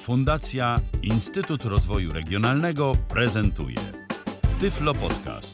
Fundacja Instytut Rozwoju Regionalnego prezentuje Tyflo Podcast.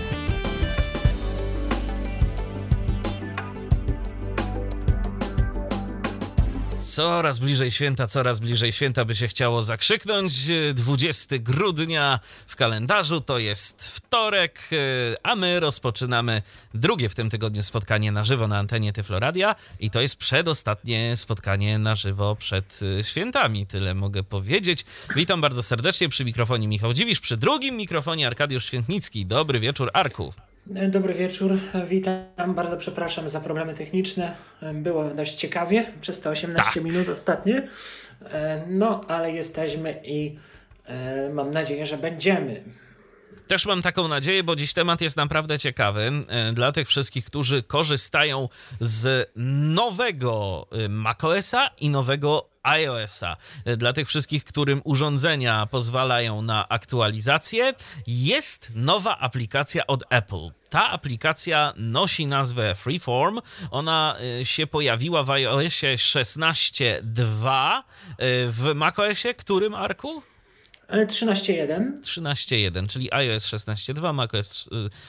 Coraz bliżej święta by się chciało zakrzyknąć. 20 grudnia w kalendarzu to jest wtorek, a my rozpoczynamy drugie w tym tygodniu spotkanie na żywo na antenie Tyflo Radia i to jest przedostatnie spotkanie na żywo przed świętami. Tyle mogę powiedzieć. Witam bardzo serdecznie, przy mikrofonie Michał Dziwisz, przy drugim mikrofonie Arkadiusz Świętnicki. Dobry wieczór, Arku. Dobry wieczór, witam, bardzo przepraszam za problemy techniczne, było dość ciekawie przez te 18 minut ostatnie, no ale jesteśmy i mam nadzieję, że będziemy. Też mam taką nadzieję, bo dziś temat jest naprawdę ciekawy dla tych wszystkich, którzy korzystają z nowego macOS-a i nowego iOS-a. Dla tych wszystkich, którym urządzenia pozwalają na aktualizację, jest nowa aplikacja od Apple. Ta aplikacja nosi nazwę Freeform. Ona się pojawiła w iOSie 16.2. W macOSie którym, Arku? 13.1. 13.1, czyli iOS 16.2, macOS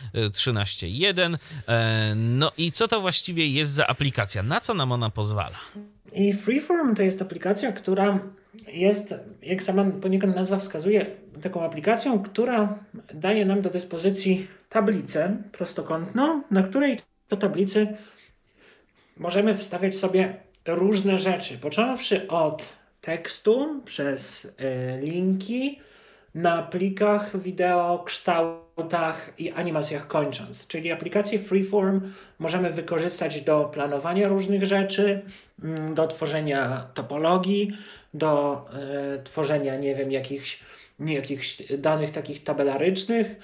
13.1. No i co to właściwie jest za aplikacja? Na co nam ona pozwala? I Freeform to jest aplikacja, która jest, jak sama poniekąd nazwa wskazuje, taką aplikacją, która daje nam do dyspozycji tablicę prostokątną, na której to tablicy możemy wstawiać sobie różne rzeczy, począwszy od tekstu, przez linki, na plikach wideo, kształtach i animacjach kończąc. Czyli aplikację Freeform możemy wykorzystać do planowania różnych rzeczy, do tworzenia topologii, do tworzenia, nie wiem, jakichś danych takich tabelarycznych,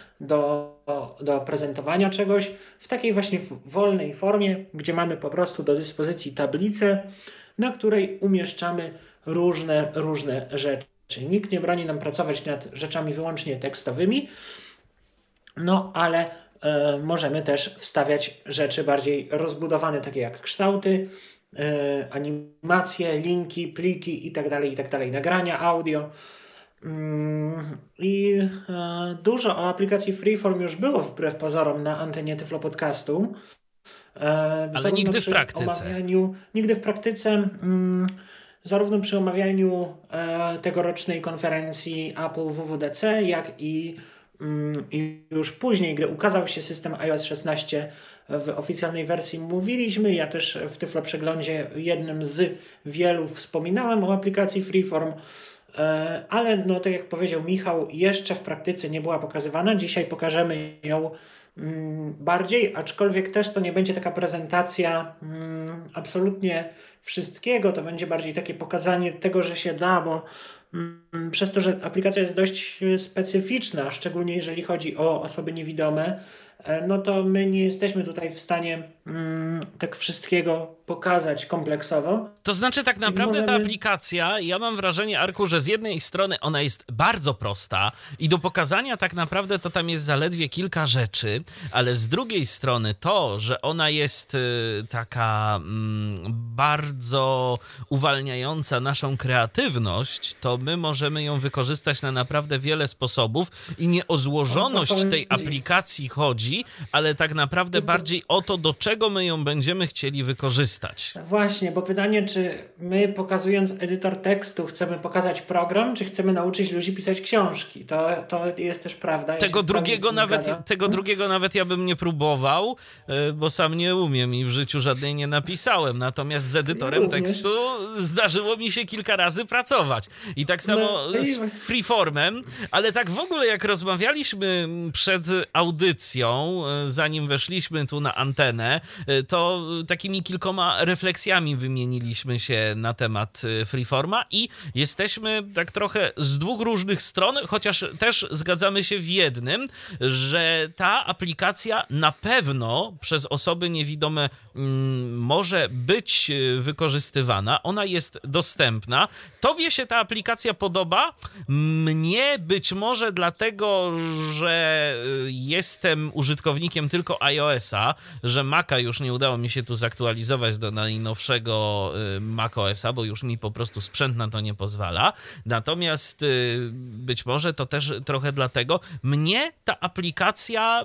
do prezentowania czegoś w takiej właśnie wolnej formie, gdzie mamy po prostu do dyspozycji tablicę, na której umieszczamy różne rzeczy. Nikt nie broni nam pracować nad rzeczami wyłącznie tekstowymi, no ale możemy też wstawiać rzeczy bardziej rozbudowane, takie jak kształty, animacje, linki, pliki itd., nagrania, audio. I dużo o aplikacji Freeform już było wbrew pozorom na antenie Tyflo Podcastu. Ale nigdy w praktyce. Nigdy w praktyce. Zarówno przy omawianiu tegorocznej konferencji Apple WWDC, jak i już później, gdy ukazał się system iOS 16 w oficjalnej wersji, mówiliśmy. Ja też w Tyflo Przeglądzie jednym z wielu wspominałem o aplikacji Freeform, ale no, tak jak powiedział Michał, jeszcze w praktyce nie była pokazywana. Dzisiaj pokażemy ją bardziej, aczkolwiek też to nie będzie taka prezentacja absolutnie wszystkiego, to będzie bardziej takie pokazanie tego, że się da, bo przez to, że aplikacja jest dość specyficzna, szczególnie jeżeli chodzi o osoby niewidome, no to my nie jesteśmy tutaj w stanie tak wszystkiego pokazać kompleksowo. To znaczy tak naprawdę ta aplikacja, ja mam wrażenie, Arku, że z jednej strony ona jest bardzo prosta i do pokazania tak naprawdę to tam jest zaledwie kilka rzeczy, ale z drugiej strony to, że ona jest taka bardzo uwalniająca naszą kreatywność, to my możemy ją wykorzystać na naprawdę wiele sposobów i nie o złożoność tej aplikacji chodzi, ale tak naprawdę bardziej o to, do czego my ją będziemy chcieli wykorzystać. Właśnie, bo pytanie, czy my pokazując edytor tekstu chcemy pokazać program, czy chcemy nauczyć ludzi pisać książki. To jest też prawda. Tego drugiego nawet ja bym nie próbował, bo sam nie umiem i w życiu żadnej nie napisałem. Natomiast z edytorem tekstu zdarzyło mi się kilka razy pracować. I tak samo z Freeformem, ale tak w ogóle jak rozmawialiśmy przed audycją, zanim weszliśmy tu na antenę, to takimi kilkoma refleksjami wymieniliśmy się na temat Freeforma i jesteśmy tak trochę z dwóch różnych stron, chociaż też zgadzamy się w jednym, że ta aplikacja na pewno przez osoby niewidome może być wykorzystywana, ona jest dostępna. Tobie się ta aplikacja podoba? Mnie być może dlatego, że jestem użytkownikiem tylko iOS-a, że Maca już nie udało mi się tu zaktualizować do najnowszego macOS-a, bo już mi po prostu sprzęt na to nie pozwala. Natomiast być może to też trochę dlatego. Mnie ta aplikacja,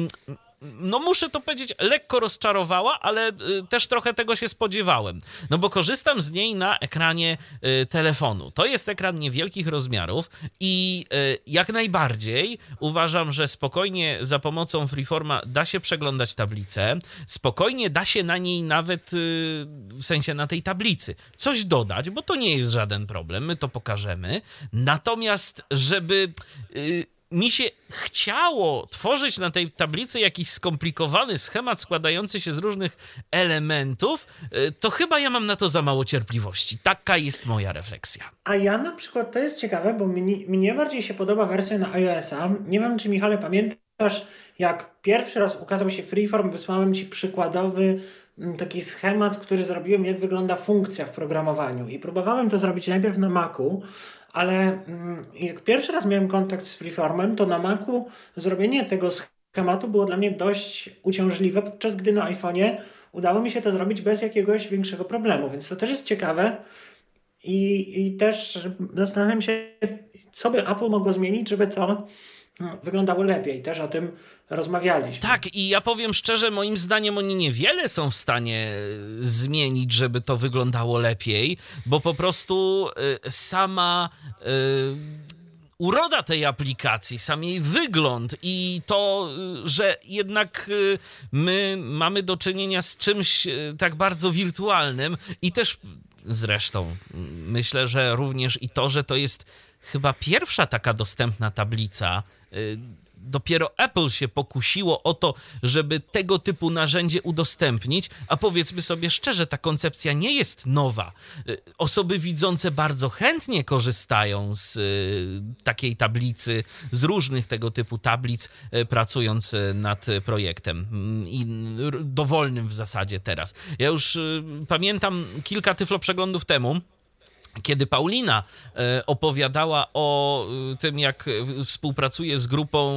no muszę to powiedzieć, lekko rozczarowała, ale też trochę tego się spodziewałem. No bo korzystam z niej na ekranie telefonu. To jest ekran niewielkich rozmiarów i jak najbardziej uważam, że spokojnie za pomocą Freeforma da się przeglądać tablicę, spokojnie da się na niej nawet, w sensie na tej tablicy, coś dodać, bo to nie jest żaden problem, my to pokażemy. Natomiast, żeby mi się chciało tworzyć na tej tablicy jakiś skomplikowany schemat składający się z różnych elementów, to chyba ja mam na to za mało cierpliwości. Taka jest moja refleksja. A ja na przykład, to jest ciekawe, bo mnie bardziej się podoba wersja na iOS-a. Nie wiem, czy Michale pamiętasz, jak pierwszy raz ukazał się Freeform, wysłałem Ci przykładowy taki schemat, który zrobiłem, jak wygląda funkcja w programowaniu. I próbowałem to zrobić najpierw na Macu, ale jak pierwszy raz miałem kontakt z Freeformem, to na Macu zrobienie tego schematu było dla mnie dość uciążliwe, podczas gdy na iPhone'ie udało mi się to zrobić bez jakiegoś większego problemu, więc to też jest ciekawe i też zastanawiam się, co by Apple mogło zmienić, żeby to wyglądało lepiej. Też o tym rozmawialiśmy. Tak, i ja powiem szczerze, moim zdaniem oni niewiele są w stanie zmienić, żeby to wyglądało lepiej, bo po prostu sama uroda tej aplikacji, sam jej wygląd i to, że jednak my mamy do czynienia z czymś tak bardzo wirtualnym i też zresztą myślę, że również i to, że to jest chyba pierwsza taka dostępna tablica. Dopiero Apple się pokusiło o to, żeby tego typu narzędzie udostępnić, a powiedzmy sobie szczerze, ta koncepcja nie jest nowa. Osoby widzące bardzo chętnie korzystają z takiej tablicy, z różnych tego typu tablic, pracując nad projektem i dowolnym w zasadzie teraz. Ja już pamiętam kilka tyfloprzeglądów temu, kiedy Paulina opowiadała o tym, jak współpracuje z grupą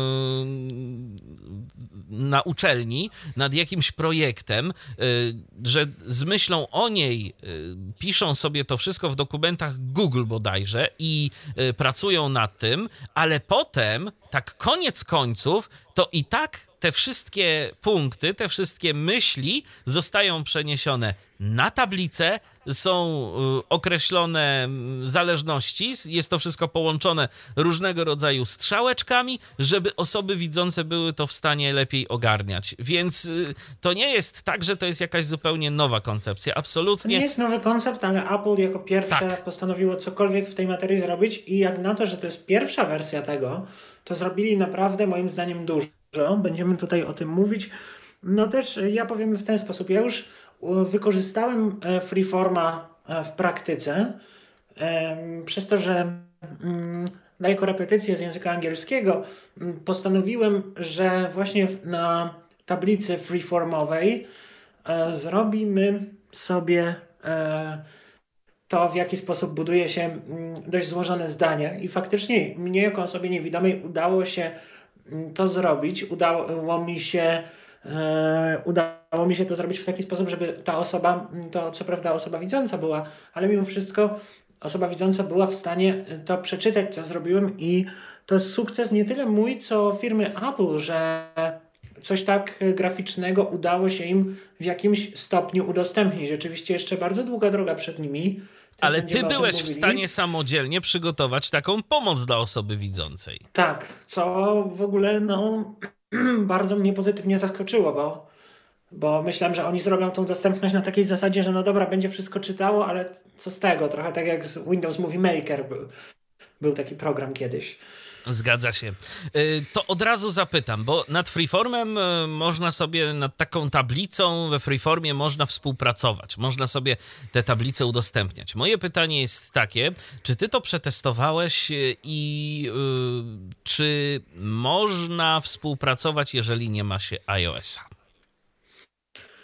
na uczelni nad jakimś projektem, że z myślą o niej piszą sobie to wszystko w dokumentach Google bodajże i pracują nad tym, ale potem, tak koniec końców, to i tak te wszystkie punkty, te wszystkie myśli zostają przeniesione na tablicę, są określone zależności, jest to wszystko połączone różnego rodzaju strzałeczkami, żeby osoby widzące były to w stanie lepiej ogarniać. Więc to nie jest tak, że to jest jakaś zupełnie nowa koncepcja. Absolutnie. To nie jest nowy koncept, ale Apple jako pierwsze postanowiło cokolwiek w tej materii zrobić i jak na to, że to jest pierwsza wersja tego, to zrobili naprawdę moim zdaniem dużo. Będziemy tutaj o tym mówić. No też ja powiem w ten sposób. Ja już wykorzystałem Freeforma w praktyce przez to, że daję korepetycję z języka angielskiego. Postanowiłem, że właśnie na tablicy freeformowej zrobimy sobie to, w jaki sposób buduje się dość złożone zdanie. I faktycznie mnie jako osobie niewidomej udało się to zrobić. Udało mi się to zrobić w taki sposób, żeby ta osoba, to co prawda osoba widząca była, ale mimo wszystko osoba widząca była w stanie to przeczytać, co zrobiłem i to jest sukces nie tyle mój, co firmy Apple, że coś tak graficznego udało się im w jakimś stopniu udostępnić. Rzeczywiście jeszcze bardzo długa droga przed nimi. Ale ty byłeś w stanie samodzielnie przygotować taką pomoc dla osoby widzącej. Tak, co w ogóle bardzo mnie pozytywnie zaskoczyło, bo myślałem, że oni zrobią tą dostępność na takiej zasadzie, że no dobra, będzie wszystko czytało, ale co z tego? Trochę tak jak z Windows Movie Maker był taki program kiedyś. Zgadza się. To od razu zapytam, bo nad Freeformem można sobie, nad taką tablicą we Freeformie można współpracować. Można sobie te tablice udostępniać. Moje pytanie jest takie, czy ty to przetestowałeś i czy można współpracować, jeżeli nie ma się iOS-a?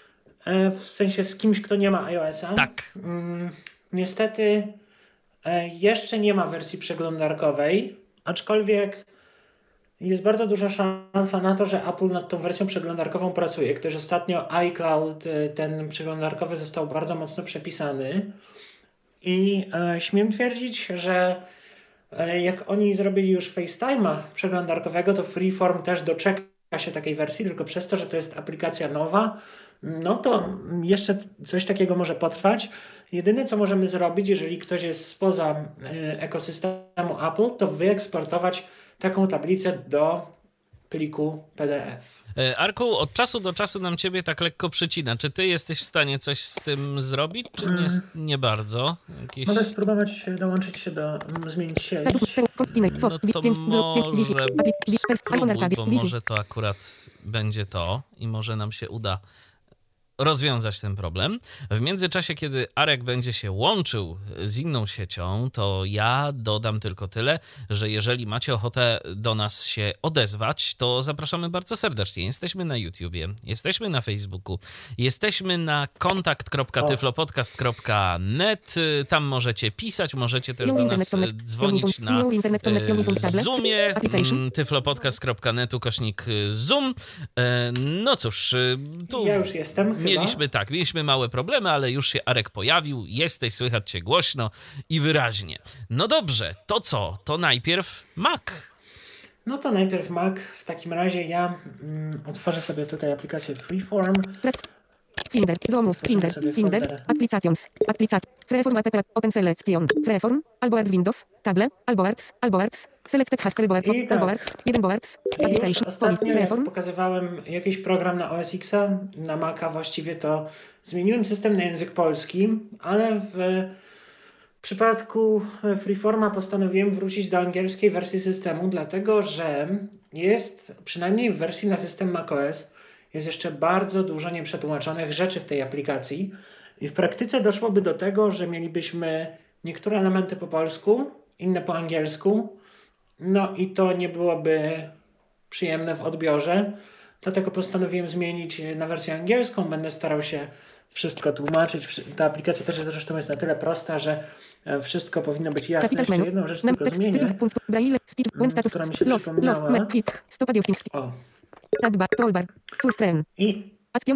w sensie z kimś, kto nie ma iOS-a. Tak. Niestety jeszcze nie ma wersji przeglądarkowej, aczkolwiek jest bardzo duża szansa na to, że Apple nad tą wersją przeglądarkową pracuje, gdyż ostatnio iCloud, ten przeglądarkowy, został bardzo mocno przepisany i śmiem twierdzić, że jak oni zrobili już FaceTime'a przeglądarkowego, to Freeform też doczeka się takiej wersji, tylko przez to, że to jest aplikacja nowa, no to jeszcze coś takiego może potrwać. Jedyne, co możemy zrobić, jeżeli ktoś jest spoza ekosystemu Apple, to wyeksportować taką tablicę do pliku PDF. Arku, od czasu do czasu nam ciebie tak lekko przycina. Czy ty jesteś w stanie coś z tym zrobić, czy nie bardzo? Mogę spróbować dołączyć się zmienić sieć. No to może spróbuj, bo może to akurat będzie to i może nam się uda rozwiązać ten problem. W międzyczasie, kiedy Arek będzie się łączył z inną siecią, to ja dodam tylko tyle, że jeżeli macie ochotę do nas się odezwać, to zapraszamy bardzo serdecznie. Jesteśmy na YouTubie, jesteśmy na Facebooku, jesteśmy na kontakt.tyflopodcast.net. Tam możecie pisać, możecie też do nas dzwonić na Zoomie, tyflopodcast.net/Zoom. No cóż, tu ja już jestem. Mieliśmy małe problemy, ale już się Arek pojawił, jesteś, słychać cię głośno i wyraźnie. No dobrze, to co? To najpierw Mac. No to najpierw Mac. W takim razie ja otworzę sobie tutaj aplikację Freeform. Finder, Zoomów, Finder, Applications, Freeform app, Open Selection, Freeform, AlboWorks Windows, Table, AlboWorks, Selected Haskell, AlboWorks, 1 Boworks, Application, ostatnio jak pokazywałem jakiś program na OS X-a, na Maca właściwie, to zmieniłem system na język polski, ale w przypadku Freeforma postanowiłem wrócić do angielskiej wersji systemu, dlatego że jest, przynajmniej w wersji na system macOS, jest jeszcze bardzo dużo nieprzetłumaczonych rzeczy w tej aplikacji i w praktyce doszłoby do tego, że mielibyśmy niektóre elementy po polsku, inne po angielsku, no i to nie byłoby przyjemne w odbiorze, dlatego postanowiłem zmienić na wersję angielską, będę starał się wszystko tłumaczyć. Ta aplikacja też zresztą jest na tyle prosta, że wszystko powinno być jasne. Jeszcze jedną rzecz tylko zmienię, która mi się przypomniała. O. Toolbar, full screen. I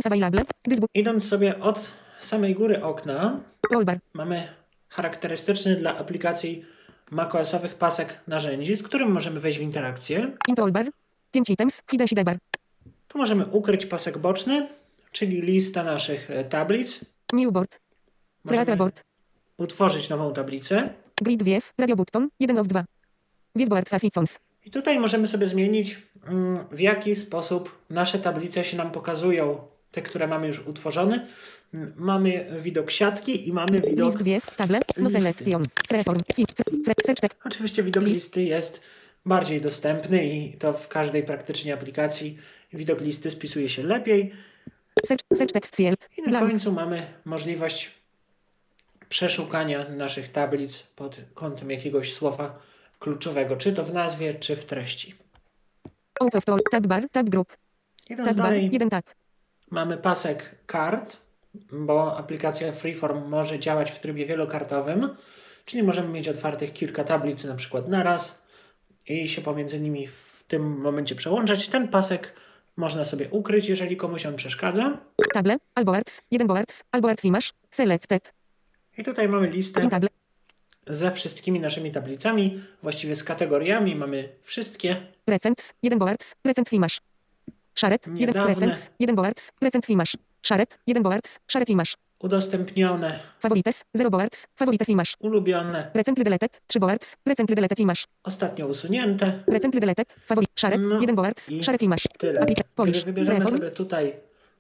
idąc sobie od samej góry okna, Toolbar. Mamy charakterystyczny dla aplikacji macOS-owych pasek narzędzi, z którym możemy wejść w interakcję. Toolbar, 5 items, hidden sidebar. Tu możemy ukryć pasek boczny, czyli lista naszych tablic. New board. Create board. Utworzyć nową tablicę. Grid view, radio button, 1 of 2. Viewboards as icons. I tutaj możemy sobie zmienić, w jaki sposób nasze tablice się nam pokazują. Te, które mamy już utworzone. Mamy widok siatki i mamy widok List view, table, no selection, freeform, search text. Oczywiście widok listy jest bardziej dostępny i to w każdej praktycznie aplikacji widok listy spisuje się lepiej. Search text field. I na końcu mamy możliwość przeszukania naszych tablic pod kątem jakiegoś słowa kluczowego, czy to w nazwie, czy w treści. Out of tool, tab bar, tab group. Idąc dalej, 1 tab. mamy pasek kart, bo aplikacja Freeform może działać w trybie wielokartowym, czyli możemy mieć otwartych kilka tablic na przykład naraz i się pomiędzy nimi w tym momencie przełączać. Ten pasek można sobie ukryć, jeżeli komuś on przeszkadza. Table, AlboWorks, 1 Boworks, AlboWorks Image, Selected. I tutaj mamy listę ze wszystkimi naszymi tablicami, właściwie z kategoriami. Mamy wszystkie. Recents, 1 Boworks, Recents Image. Shared, 1 Recents, 1 Boworks, Recents Image. Shared, 1 Boworks, Shared Image. Udostępnione. Favorites, 0 Boworks, Favorites Image. Ulubione. Recently deleted, 3 Boworks, Recently deleted Image. Ostatnio usunięte. Recently deleted, Favorite, Shared, 1 Boworks, Shared Image. Tyle. Kiedy wybierzemy sobie tutaj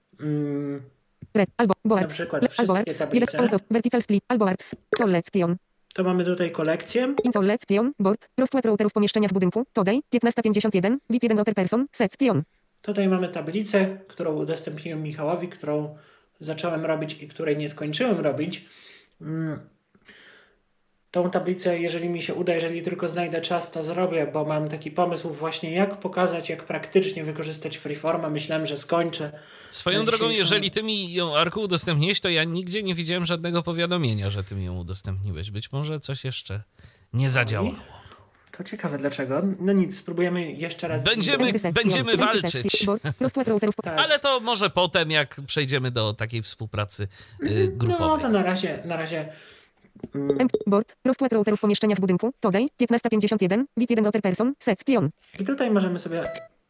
na przykład wszystkie tablice, vertical split, AlboWorks, Selection. to mamy tutaj kolekcję. Selection, board, rozkład routerów pomieszczenia w budynku, today, 1551, VIP 1 other person, section. Tutaj mamy tablicę, którą udostępniłem Michałowi, którą zacząłem robić i której nie skończyłem robić. tą tablicę, jeżeli mi się uda, jeżeli tylko znajdę czas, to zrobię, bo mam taki pomysł właśnie, jak pokazać, jak praktycznie wykorzystać Freeforma. Myślałem, że skończę. Swoją drogą, jeżeli ty mi ją, Arku, udostępniłeś, to ja nigdzie nie widziałem żadnego powiadomienia, że ty mi ją udostępniłeś. Być może coś jeszcze nie zadziałało. To ciekawe dlaczego. No nic, spróbujemy jeszcze raz. Będziemy walczyć. Tak. Ale to może potem, jak przejdziemy do takiej współpracy grupowej. No to na razie Board. Rozkład routerów w pomieszczeniach budynku. Today. 15:51. Wit 1 other person. Set. Pion. i tutaj możemy sobie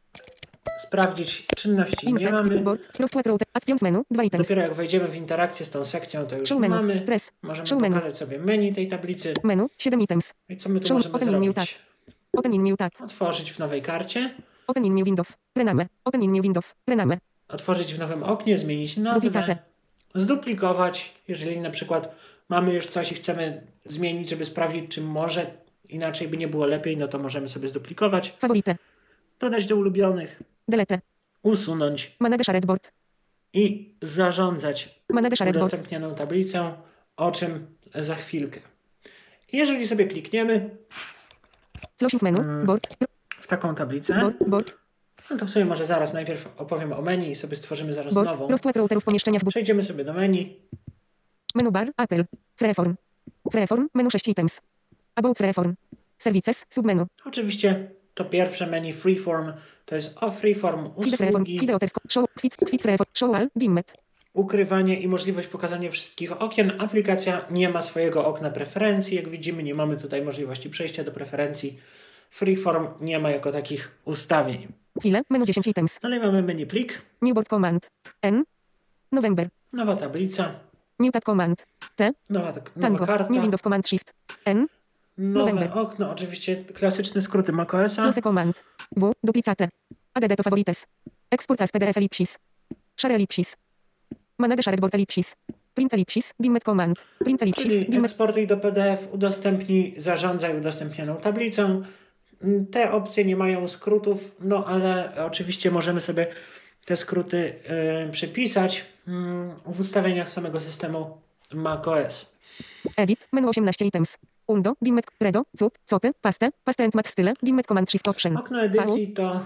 sprawdzić czynności. Nie Insert. mamy. Board. Rozkład router. Actions menu. 2 items. Dopiero jak wejdziemy w interakcję z tą sekcją, to już Show menu. mamy. Press. Możemy Show menu. pokazać sobie menu tej tablicy. Menu. 7 items. I co my tu Show. możemy Open in new tab. zrobić? Open in new tab. Otworzyć w nowej karcie. Open in new window. Rename. Open in new window. Rename. Otworzyć w nowym oknie, zmienić nazwę. Duplicate. Zduplikować, jeżeli na przykład mamy już coś i chcemy zmienić, żeby sprawdzić, czy może inaczej by nie było lepiej, no to możemy sobie zduplikować. Favorite. Dodać do ulubionych. Delete. Usunąć Manage shared board. i zarządzać Manage shared board. udostępnioną tablicą, o czym za chwilkę. Jeżeli sobie klikniemy Closing menu. Board. w taką tablicę, Board. no to w sumie może zaraz najpierw opowiem o menu i sobie stworzymy zaraz Board. nową. Rozkład routerów w pomieszczeniach budynku. Przejdziemy sobie do menu. Menu bar. Apple. Freeform. Freeform. Menu 6 items. About Freeform. Services. Submenu. Oczywiście to pierwsze menu Freeform, to jest o Freeform, Hide Freeform. usługi, Hide Others. Show. Quit Freeform. Show all. Dimmed. ukrywanie i możliwość pokazania wszystkich okien. Aplikacja nie ma swojego okna preferencji. Jak widzimy, nie mamy tutaj możliwości przejścia do preferencji. Freeform nie ma jako takich ustawień. File. Menu 10 items. Dalej mamy menu plik, New board command. N. November. nowa tablica, New tab command. T. nowa Tango. karta, New window command shift. N. nowe November. okno, oczywiście klasyczne skróty macOSa. Close command. W. Duplicate. Add to favorites. Export as PDF ellipsis. Share ellipsis. Manage shared board ellipsis. Print ellipsis. Dimmed command. Print ellipsis. Czyli Dimmed. eksportuj do PDF, udostępnij, zarządzaj udostępnioną tablicą. Te opcje nie mają skrótów, no ale oczywiście możemy sobie te skróty przypisać w ustawieniach samego systemu macOS. Edit. Menu 18 items. Undo. Dimmed. Redo. Cup. Copy. Paste. Paste and mat style. Dimmed command shift option. Okno edycji to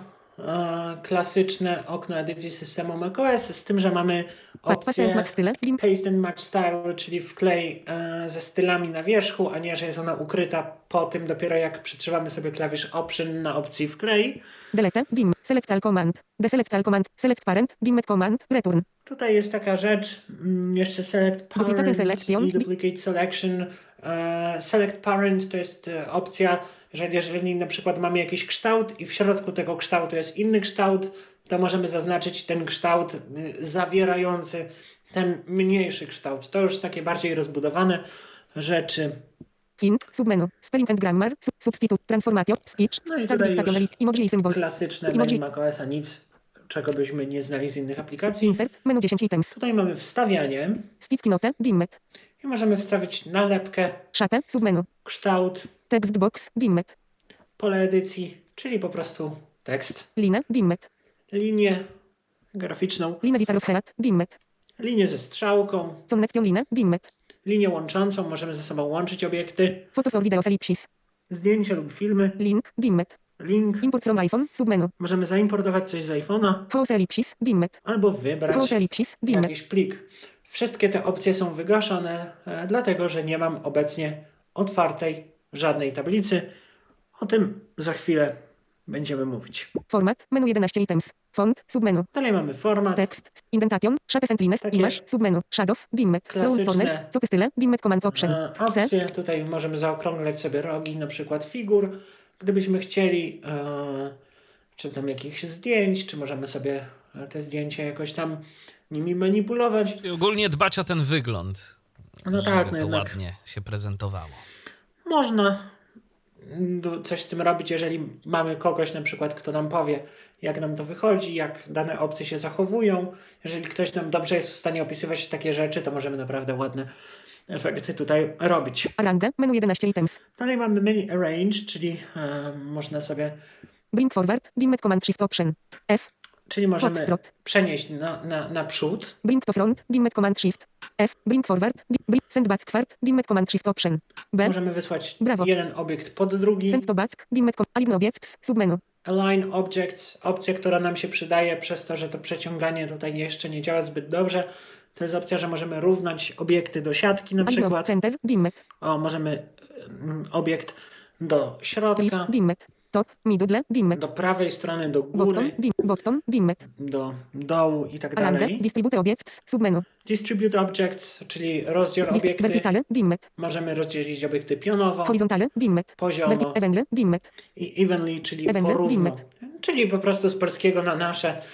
klasyczne okno edycji systemu macOS, z tym, że mamy Paste and opcję mat style. Paste and Match Style, czyli wklej ze stylami na wierzchu, a nie, że jest ona ukryta po tym dopiero jak przytrzymamy sobie klawisz Option na opcji wklej. Delete. Dim. Select all command. Deselect all command. Select parent. Dimmed command. Return. Tutaj jest taka rzecz, jeszcze Select Duplicate Parent selection. i Duplicate Selection. Select Parent to jest opcja, że jeżeli na przykład mamy jakiś kształt i w środku tego kształtu jest inny kształt, to możemy zaznaczyć ten kształt zawierający ten mniejszy kształt. To już takie bardziej rozbudowane rzeczy. Find. Submenu. Spelling and grammar. Substitute. Transformatio. Speech. No i Start tutaj dictation. już Emoji i symbol. klasyczne Emoji. menu macOSa, nic czego byśmy nie znali z innych aplikacji. Insert. Menu 10 items. Tutaj mamy wstawianie Sticky note. Dimmed. i możemy wstawić nalepkę, Shape. Submenu. kształt, Text box. Dimmed. pole edycji, czyli po prostu tekst, Line. Dimmed. linię graficzną, Line Vitar of Head. Dimmed. linię ze strzałką, Connection line. Dimmed. linię łączącą, możemy ze sobą łączyć obiekty, Photos or videos ellipsis. zdjęcia lub filmy, Link. Dimmed. link, Import from iPhone. Submenu. możemy zaimportować coś z iPhone'a House ellipsis. Dimmed. albo wybrać House ellipsis. Dimmed. jakiś plik. Wszystkie te opcje są wygaszone, dlatego że nie mam obecnie otwartej żadnej tablicy. O tym za chwilę będziemy mówić. Format. Menu 11 items. Font. Submenu. Dalej mamy format, Text. Indentation. Shape and lines. Takie Image. Submenu. Shadow. Dimmed. klasyczne, Round corners. Copy style. Dimmed command option. C. opcje. Tutaj możemy zaokrąglać sobie rogi, na przykład figur, gdybyśmy chcieli, czy tam jakichś zdjęć, czy możemy sobie te zdjęcia jakoś tam nimi manipulować. I ogólnie dbać o ten wygląd. No żeby tak, no to jednak ładnie się prezentowało. można coś z tym robić, jeżeli mamy kogoś na przykład, kto nam powie, jak nam to wychodzi, jak dane opcje się zachowują. Jeżeli ktoś nam dobrze jest w stanie opisywać takie rzeczy, to możemy naprawdę ładne efekty tutaj robić. Arrange. Menu 11 items. Dalej mamy menu Arrange, czyli można sobie, Bring forward. Dimmed command shift option. F. Czyli możemy Foxtrot. przenieść na przód. Bring to front, dimmed command shift. F. Bring forward, send backward, dimmed command shift option. B. Możemy wysłać Brawo. jeden obiekt pod drugi. Send to back, dimmed align objects, submenu. Align objects, opcja, która nam się przydaje przez to, że to przeciąganie tutaj jeszcze nie działa zbyt dobrze. To jest opcja, że możemy równać obiekty do siatki na przykład. Center, dimmed. O, możemy obiekt do środka, Dimmed. Top, middle, dimmed. do prawej strony, do Bottom, góry, bottom, dimmed. do dołu i tak Arrange, dalej. distribute objects, submenu. Distribute objects, czyli rozdział obiekty. Verticale, dimmed. Możemy rozdzielić obiekty pionowo, Horizontale, dimmed. poziomo Evenly, dimmed. i evenly, czyli Evenly, porówno. dimmed. Czyli po prostu z polskiego na nasze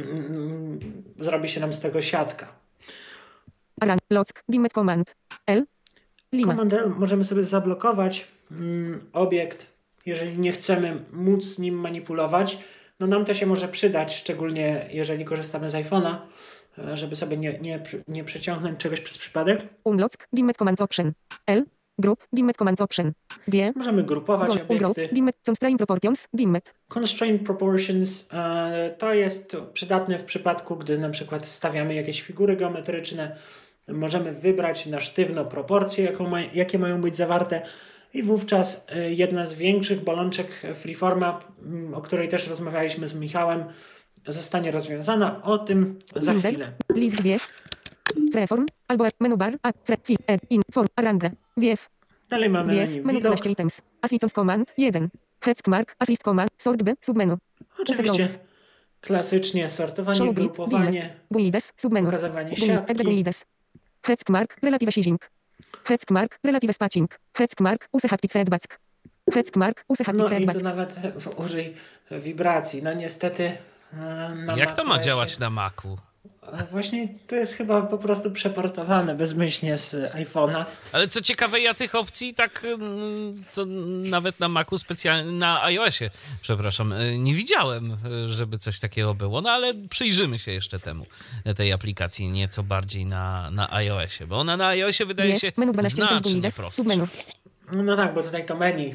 zrobi się nam z tego siatka. Arrange, lock, dimmed command. L. Lima. Command L możemy sobie zablokować obiekt, jeżeli nie chcemy móc z nim manipulować. No nam to się może przydać, szczególnie jeżeli korzystamy z iPhone'a, żeby sobie nie przeciągnąć czegoś przez przypadek. Unlock, dimmed command option. L. Group, dimmed command option. G. Możemy grupować obiekty. Dimmed, constraint proportions, dimmed. Constraint proportions to jest przydatne w przypadku, gdy na przykład stawiamy jakieś figury geometryczne. Możemy wybrać na sztywno proporcje, jakie mają być zawarte i wówczas jedna z większych bolączek Freeforma, o której też rozmawialiśmy z Michałem, zostanie rozwiązana. O tym za chwilę. List wiew. Freeform, albo menu bar, in, form, arrange, wiew. Dalej mamy Wiew, menu menu widok. 12 items. As licence command, 1. Head mark, as list command, sort b, submenu. Oczywiście klasycznie sortowanie, Show grid, grupowanie, dimmed. GUIDES, submenu. pokazywanie siatki. GUIDES. Head mark, relative sizing. Head mark, relative spacing. Head mark, use haptic feedback. Head mark, use haptic No i feedback. tu nawet użyj wibracji. No niestety na Jak to ma macOSie działać na Macu? Właśnie to jest chyba po prostu przeportowane bezmyślnie z iPhone'a. Ale co ciekawe, ja tych opcji tak to nawet na Macu specjalnie, na iOSie, przepraszam, nie widziałem, żeby coś takiego było. No ale przyjrzymy się jeszcze tej aplikacji nieco bardziej na iOSie, bo ona na iOSie wydaje się Menu 12 items, znacznie GUIDES, prostsza. submenu. No tak, bo tutaj to menu.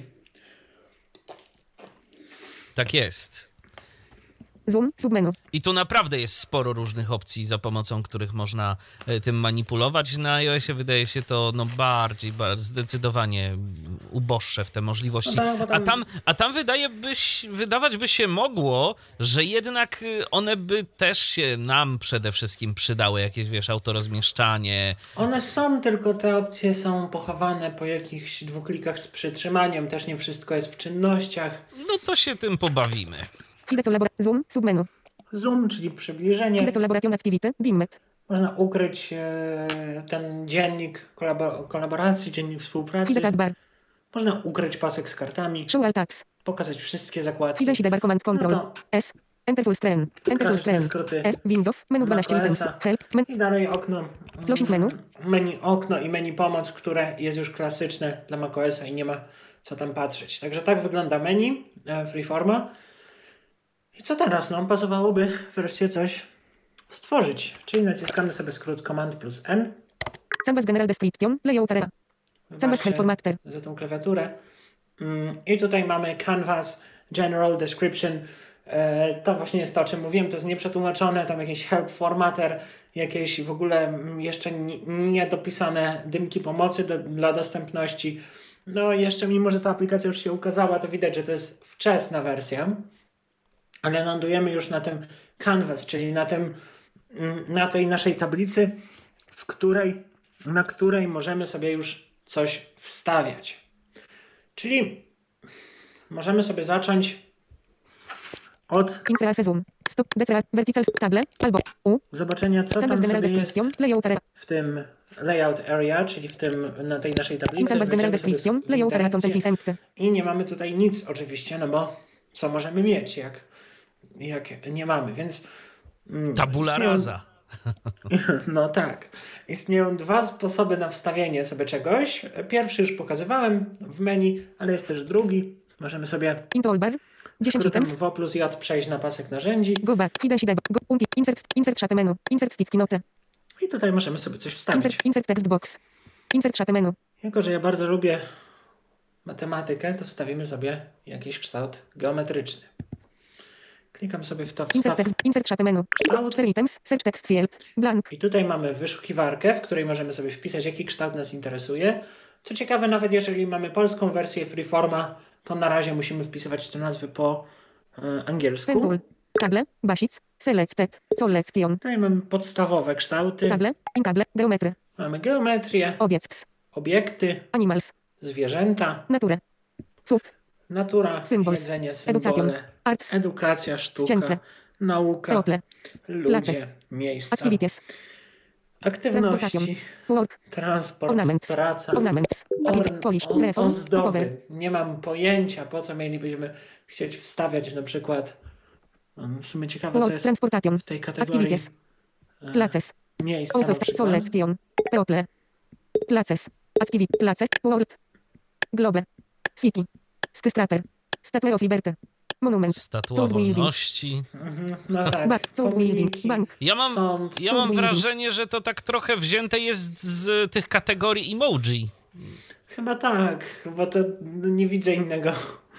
Tak jest. Zoom, submenu. I tu naprawdę jest sporo różnych opcji, za pomocą których można tym manipulować. Na iOSie wydaje się to bardziej zdecydowanie uboższe w te możliwości. No tak, bo A tam wydawać by się mogło, że jednak one by też się nam przede wszystkim przydały. Jakieś, autorozmieszczanie. One są, tylko te opcje są pochowane po jakichś dwuklikach z przytrzymaniem. Też nie wszystko jest w czynnościach. No to się tym pobawimy. Zoom, submenu. Zoom, czyli przybliżenie. Collaboration activity, dimmed. Można ukryć ten dziennik kolaboracji, dziennik współpracy. Hide tab bar. Można ukryć pasek z kartami. Show all tabs. Pokazać wszystkie zakładki. Hide bar command control. No to S. Enter full screen. Enter full klasyczne screen. skróty F. Windows. Menu 12 items. macOSa. Help. I dalej okno. Closing menu. Menu okno i menu pomoc, które jest już klasyczne dla macOSa i nie ma co tam patrzeć. Także tak wygląda menu Freeforma. I co teraz? No, pasowałoby wreszcie coś stworzyć. Czyli naciskamy sobie skrót Command plus N. Canvas general description. Layout area. Canvas help formatter. Za tą klawiaturę. I tutaj mamy Canvas General Description. To właśnie jest to, o czym mówiłem. To jest nieprzetłumaczone. Tam jakiś help formatter. Jakieś w ogóle jeszcze niedopisane dymki pomocy dla dostępności. No jeszcze mimo, że ta aplikacja już się ukazała, to widać, że to jest wczesna wersja. Ale lądujemy już na tym Canvas, czyli na tej naszej tablicy, na której możemy sobie już coś wstawiać. Czyli możemy sobie zacząć od Zoom. Stop. Vertical table. Albo U. zobaczenia, co tam Canvas general sobie jest description. Layout area. w tym layout area, czyli na tej naszej tablicy. Canvas general Wejdziemy sobie description. w Layout area. interakcję. Content is empty. I nie mamy tutaj nic oczywiście, no bo co możemy mieć, jak nie mamy, więc Tabula rasa. No tak. Istnieją dwa sposoby na wstawienie sobie czegoś. Pierwszy już pokazywałem w menu, ale jest też drugi. Możemy sobie In toolbar. 10 skrótem items. W plus J przejść na pasek narzędzi Go back. Hidden side. Go. Insert shape menu. Insert sticky note. i tutaj możemy sobie coś wstawić. Insert text box. Insert shape menu. Jako że ja bardzo lubię matematykę, to wstawimy sobie jakiś kształt geometryczny. Klikam sobie w to Insert text, insert szapę menu. kształt. 4 items, search text field, blank. I tutaj mamy wyszukiwarkę, w której możemy sobie wpisać, jaki kształt nas interesuje. Co ciekawe, nawet jeżeli mamy polską wersję Freeforma, to na razie musimy wpisywać te nazwy po angielsku. Pendul. Table, basic, selected, selection. Tutaj mamy podstawowe kształty. Table, in table, geometry. Mamy geometrię, Objects, obiekty, animals, zwierzęta, nature. Food, natura, Symbols, jedzenie, education, symbole, arts, edukacja, sztuka, Science, nauka, people, ludzie, places, miejsca, activities, aktywności, work, transport, ornaments, praca, ornaments, polish, reform, ozdoby. cover, Nie mam pojęcia, po co mielibyśmy chcieć wstawiać na przykład, w sumie ciekawe, co work, jest transportation, w tej kategorii activities, places, miejsca out na of przykład. selection, people, places, activity, places, world, globe, city, skyscraper, statue of liberty, monument, Statua Sword building. Wolności. No tak, Bank, sword building, pomniki, bank. Ja mam sąd. wrażenie, że to tak trochę wzięte jest z tych kategorii emoji. Chyba tak, bo to nie widzę innego.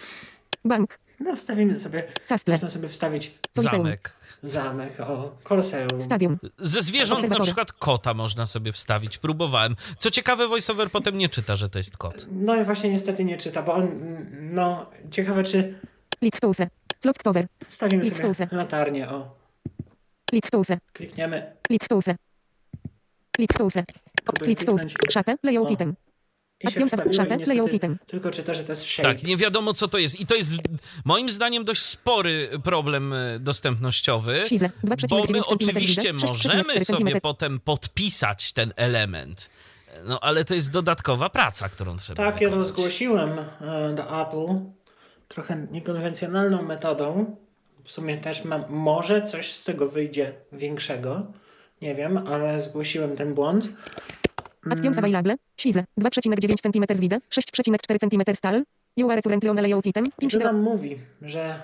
bank, No wstawimy sobie, castle, można sobie wstawić Coliseum. Zamek. zamek, Koloseum. stadium, Ze zwierząt na Obserwatory. przykład kota można sobie wstawić. Próbowałem. Co ciekawe, VoiceOver potem nie czyta, że to jest kot. No i właśnie niestety nie czyta, bo on, no ciekawe czy Lichthouse, Slotktower, wstawimy Lichthouse. sobie latarnię, Lichthouse, klikniemy Lichthouse, Lichthouse, Próbuję Lichthouse, kliknąć. szapę, layout O. item, i się Actions, wstawiło szapę, i niestety layout item. tylko czyta, że to jest shape. Tak, nie wiadomo co to jest. I to jest moim zdaniem dość spory problem dostępnościowy, Size, bo 2,9 my cm oczywiście widzę, 6,4 możemy sobie cm. potem podpisać ten element. No ale to jest dodatkowa praca, którą trzeba Tak, ja to wykonać. zgłosiłem do Apple trochę niekonwencjonalną metodą. W sumie też może coś z tego wyjdzie większego. Nie wiem, ale zgłosiłem ten błąd. Actions available, size, 2,9 cm widzę, 6,4 cm stal, you are currently on a layout item, I 5 tu nam mówi, że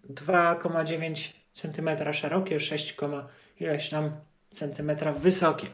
2,9 cm szerokie, 6, ileś tam centymetra wysokie.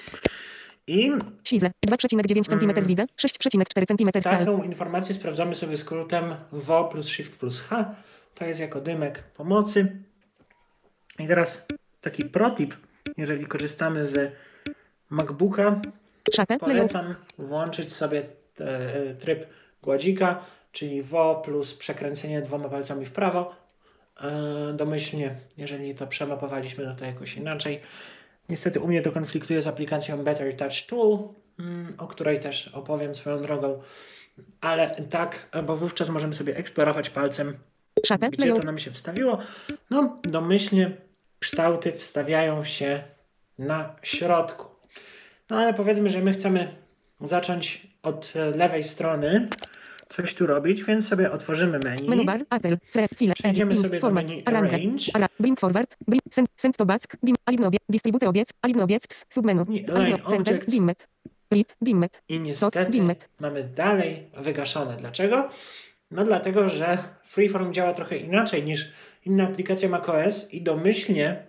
I size, 2,9 cm widzę, 6,4 cm stal, taką informację sprawdzamy sobie skrótem WO plus Shift plus H. To jest jako dymek pomocy. I teraz taki protip, jeżeli korzystamy z MacBooka, szapę, layout, polecam włączyć sobie tryb gładzika, czyli WO plus przekręcenie 2 palcami w prawo. Domyślnie, jeżeli to przemapowaliśmy, no to jakoś inaczej. Niestety u mnie to konfliktuje z aplikacją Better Touch Tool, o której też opowiem swoją drogą. Ale tak, bo wówczas możemy sobie eksplorować palcem, szapę, gdzie layout, to nam się wstawiło. No, domyślnie kształty wstawiają się na środku. No ale powiedzmy, że my chcemy zacząć od lewej strony coś tu robić, więc sobie otworzymy menu. menu bar, Apple, file, Przejdziemy edit, sobie do format, menu arrange, Arrange. bring forward, send to back, dim, align obiect, distribute obiects, submenu, Nie, align line center, objects. dimmed, read, dimmed, I niestety dimmed. mamy dalej wygaszone. Dlaczego? No dlatego, że Freeform działa trochę inaczej niż inne aplikacje macOS i domyślnie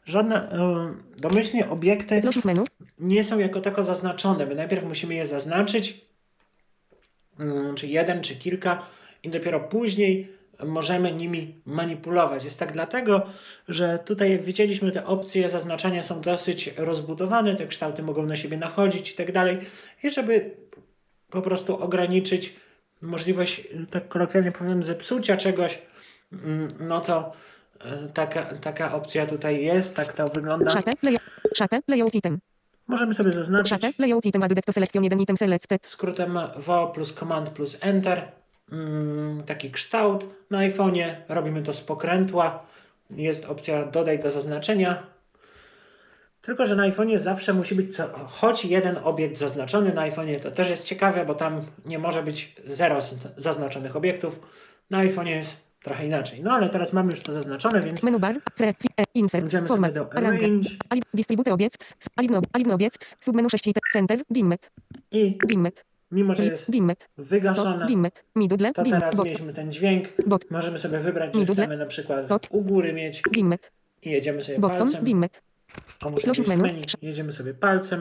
obiekty zlośnik menu, nie są jako tako zaznaczone. My najpierw musimy je zaznaczyć, czy jeden, czy kilka i dopiero później możemy nimi manipulować. Jest tak dlatego, że tutaj jak widzieliśmy te opcje zaznaczania są dosyć rozbudowane, te kształty mogą na siebie nachodzić i tak dalej. I żeby po prostu ograniczyć możliwość, tak kolokwialnie powiem, zepsucia czegoś, no to taka opcja tutaj jest, tak to wygląda. szapę, layout item, Możemy sobie zaznaczyć szapę, layout item, added to selection 1 item selected, skrótem WO plus Command plus Enter. Taki kształt. Na iPhone'ie robimy to z pokrętła. Jest opcja dodaj do zaznaczenia. Tylko że na iPhone'ie zawsze musi być choć jeden obiekt zaznaczony. Na iPhone'ie to też jest ciekawe, bo tam nie może być 0 zaznaczonych obiektów. Na iPhone'ie jest trochę inaczej. No ale teraz mamy już to zaznaczone, więc menu bar, insert, idziemy format, sobie do arrange, Arrange distribute obiects, align obiects, submenu 6 item, center, dimmed, i dimmed, mimo, że read, jest dimmed, wygaszone, dimmed, middle, to dimmed, teraz bot, mieliśmy ten dźwięk. bot, Możemy sobie wybrać, że Middle. chcemy na przykład Dot. u góry mieć dimmed, i jedziemy sobie bottom, palcem. dimmed, Komuś Zlośnik jakieś menu. menu. Jedziemy sobie palcem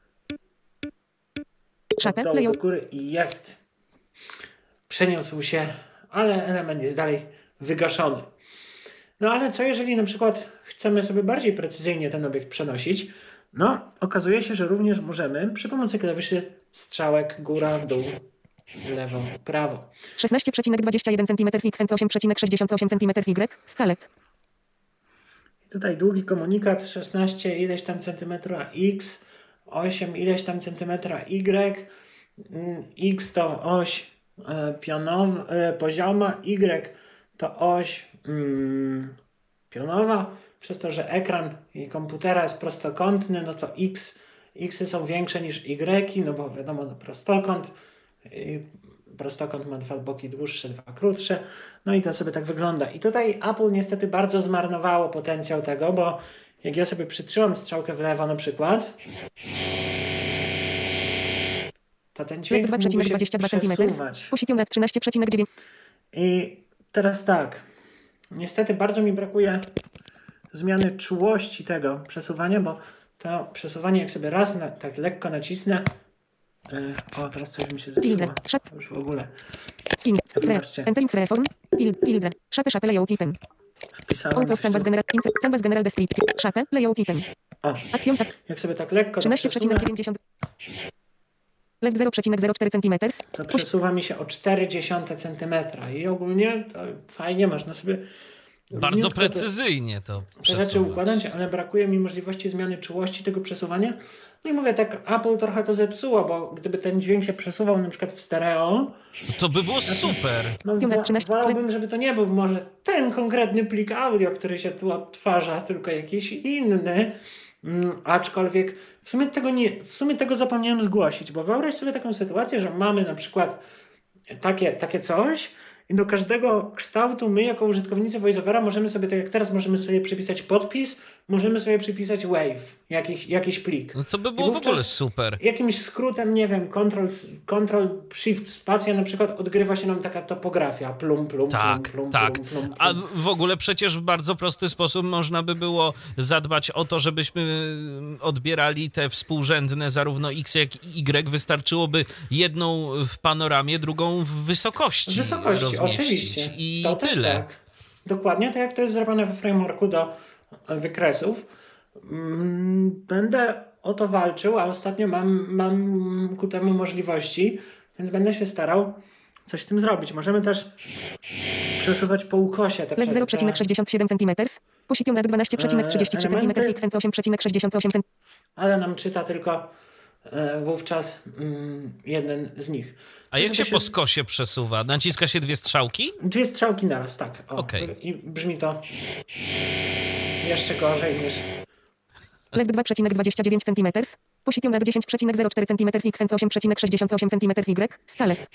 szapę, od dołu do layout, góry i jest. Przeniósł się, ale element jest dalej wygaszony. No ale co jeżeli na przykład chcemy sobie bardziej precyzyjnie ten obiekt przenosić? No, okazuje się, że również możemy przy pomocy klawiszy strzałek góra, dół, lewo, prawo. 16,21 cm x 8,68 cm y. Scalet. I tutaj długi komunikat 16 ileś tam centymetra x, 8 ileś tam centymetra y. X to oś pozioma, y to oś pionowa. Przez to, że ekran i komputera jest prostokątny, no to xy są większe niż y, no bo wiadomo, no prostokąt. Prostokąt ma dwa boki dłuższe, dwa krótsze. No i to sobie tak wygląda. I tutaj Apple niestety bardzo zmarnowało potencjał tego, bo jak ja sobie przytrzymam strzałkę w lewo na przykład, to ten dźwięk mógłby się 2,22 cm. przesuwać. Posipiona 13,9. I teraz tak. Niestety bardzo mi brakuje zmiany czułości tego przesuwania, bo to przesuwanie jak sobie raz tak lekko nacisnę. O, teraz coś mi się zepsuło. Już w ogóle. Entering freeform. Tilde. Shape layout item. Wpisałem Canvas general description. Shape layout item. O, jak sobie tak lekko 13,90. Left 0,04 cm. to przesuwa mi się o 0,4 cm. I ogólnie to fajnie, można sobie bardzo precyzyjnie to te rzeczy układać, ale brakuje mi możliwości zmiany czułości tego przesuwania. No i mówię, tak Apple trochę to zepsuło, bo gdyby ten dźwięk się przesuwał na przykład w stereo, to by było super. No wolałbym, żeby to nie był może ten konkretny plik audio, który się tu odtwarza, tylko jakiś inny. Aczkolwiek w sumie tego zapomniałem zgłosić, bo wyobraź sobie taką sytuację, że mamy na przykład takie coś i do każdego kształtu my jako użytkownicy VoiceOvera możemy sobie, tak jak teraz możemy sobie przypisać podpis, możemy sobie przypisać wave, jakiś plik. No to by było w ogóle super. Jakimś skrótem, nie wiem, Ctrl Shift Spacja na przykład odgrywa się nam taka topografia. Plum. A w ogóle przecież w bardzo prosty sposób można by było zadbać o to, żebyśmy odbierali te współrzędne zarówno X jak i Y. Wystarczyłoby jedną w panoramie, drugą w wysokości rozmieścić. Oczywiście. I to tyle. Tak. Dokładnie tak jak to jest zrobione we frameworku do wykresów. Będę o to walczył, a ostatnio mam ku temu możliwości, więc będę się starał coś z tym zrobić. Możemy też przesuwać po ukosie. Left 0,67 cm. Posipiona 12,33 cm. X 8,68 cm. Ale nam czyta tylko wówczas jeden z nich. A jak się po skosie przesuwa? Naciska się dwie strzałki? Dwie strzałki naraz, tak. Okay. I brzmi to jeszcze gorzej niż... Left 2,29 cm. Posipiona 10,04 cm. X 8,68 cm. Y. Scalet.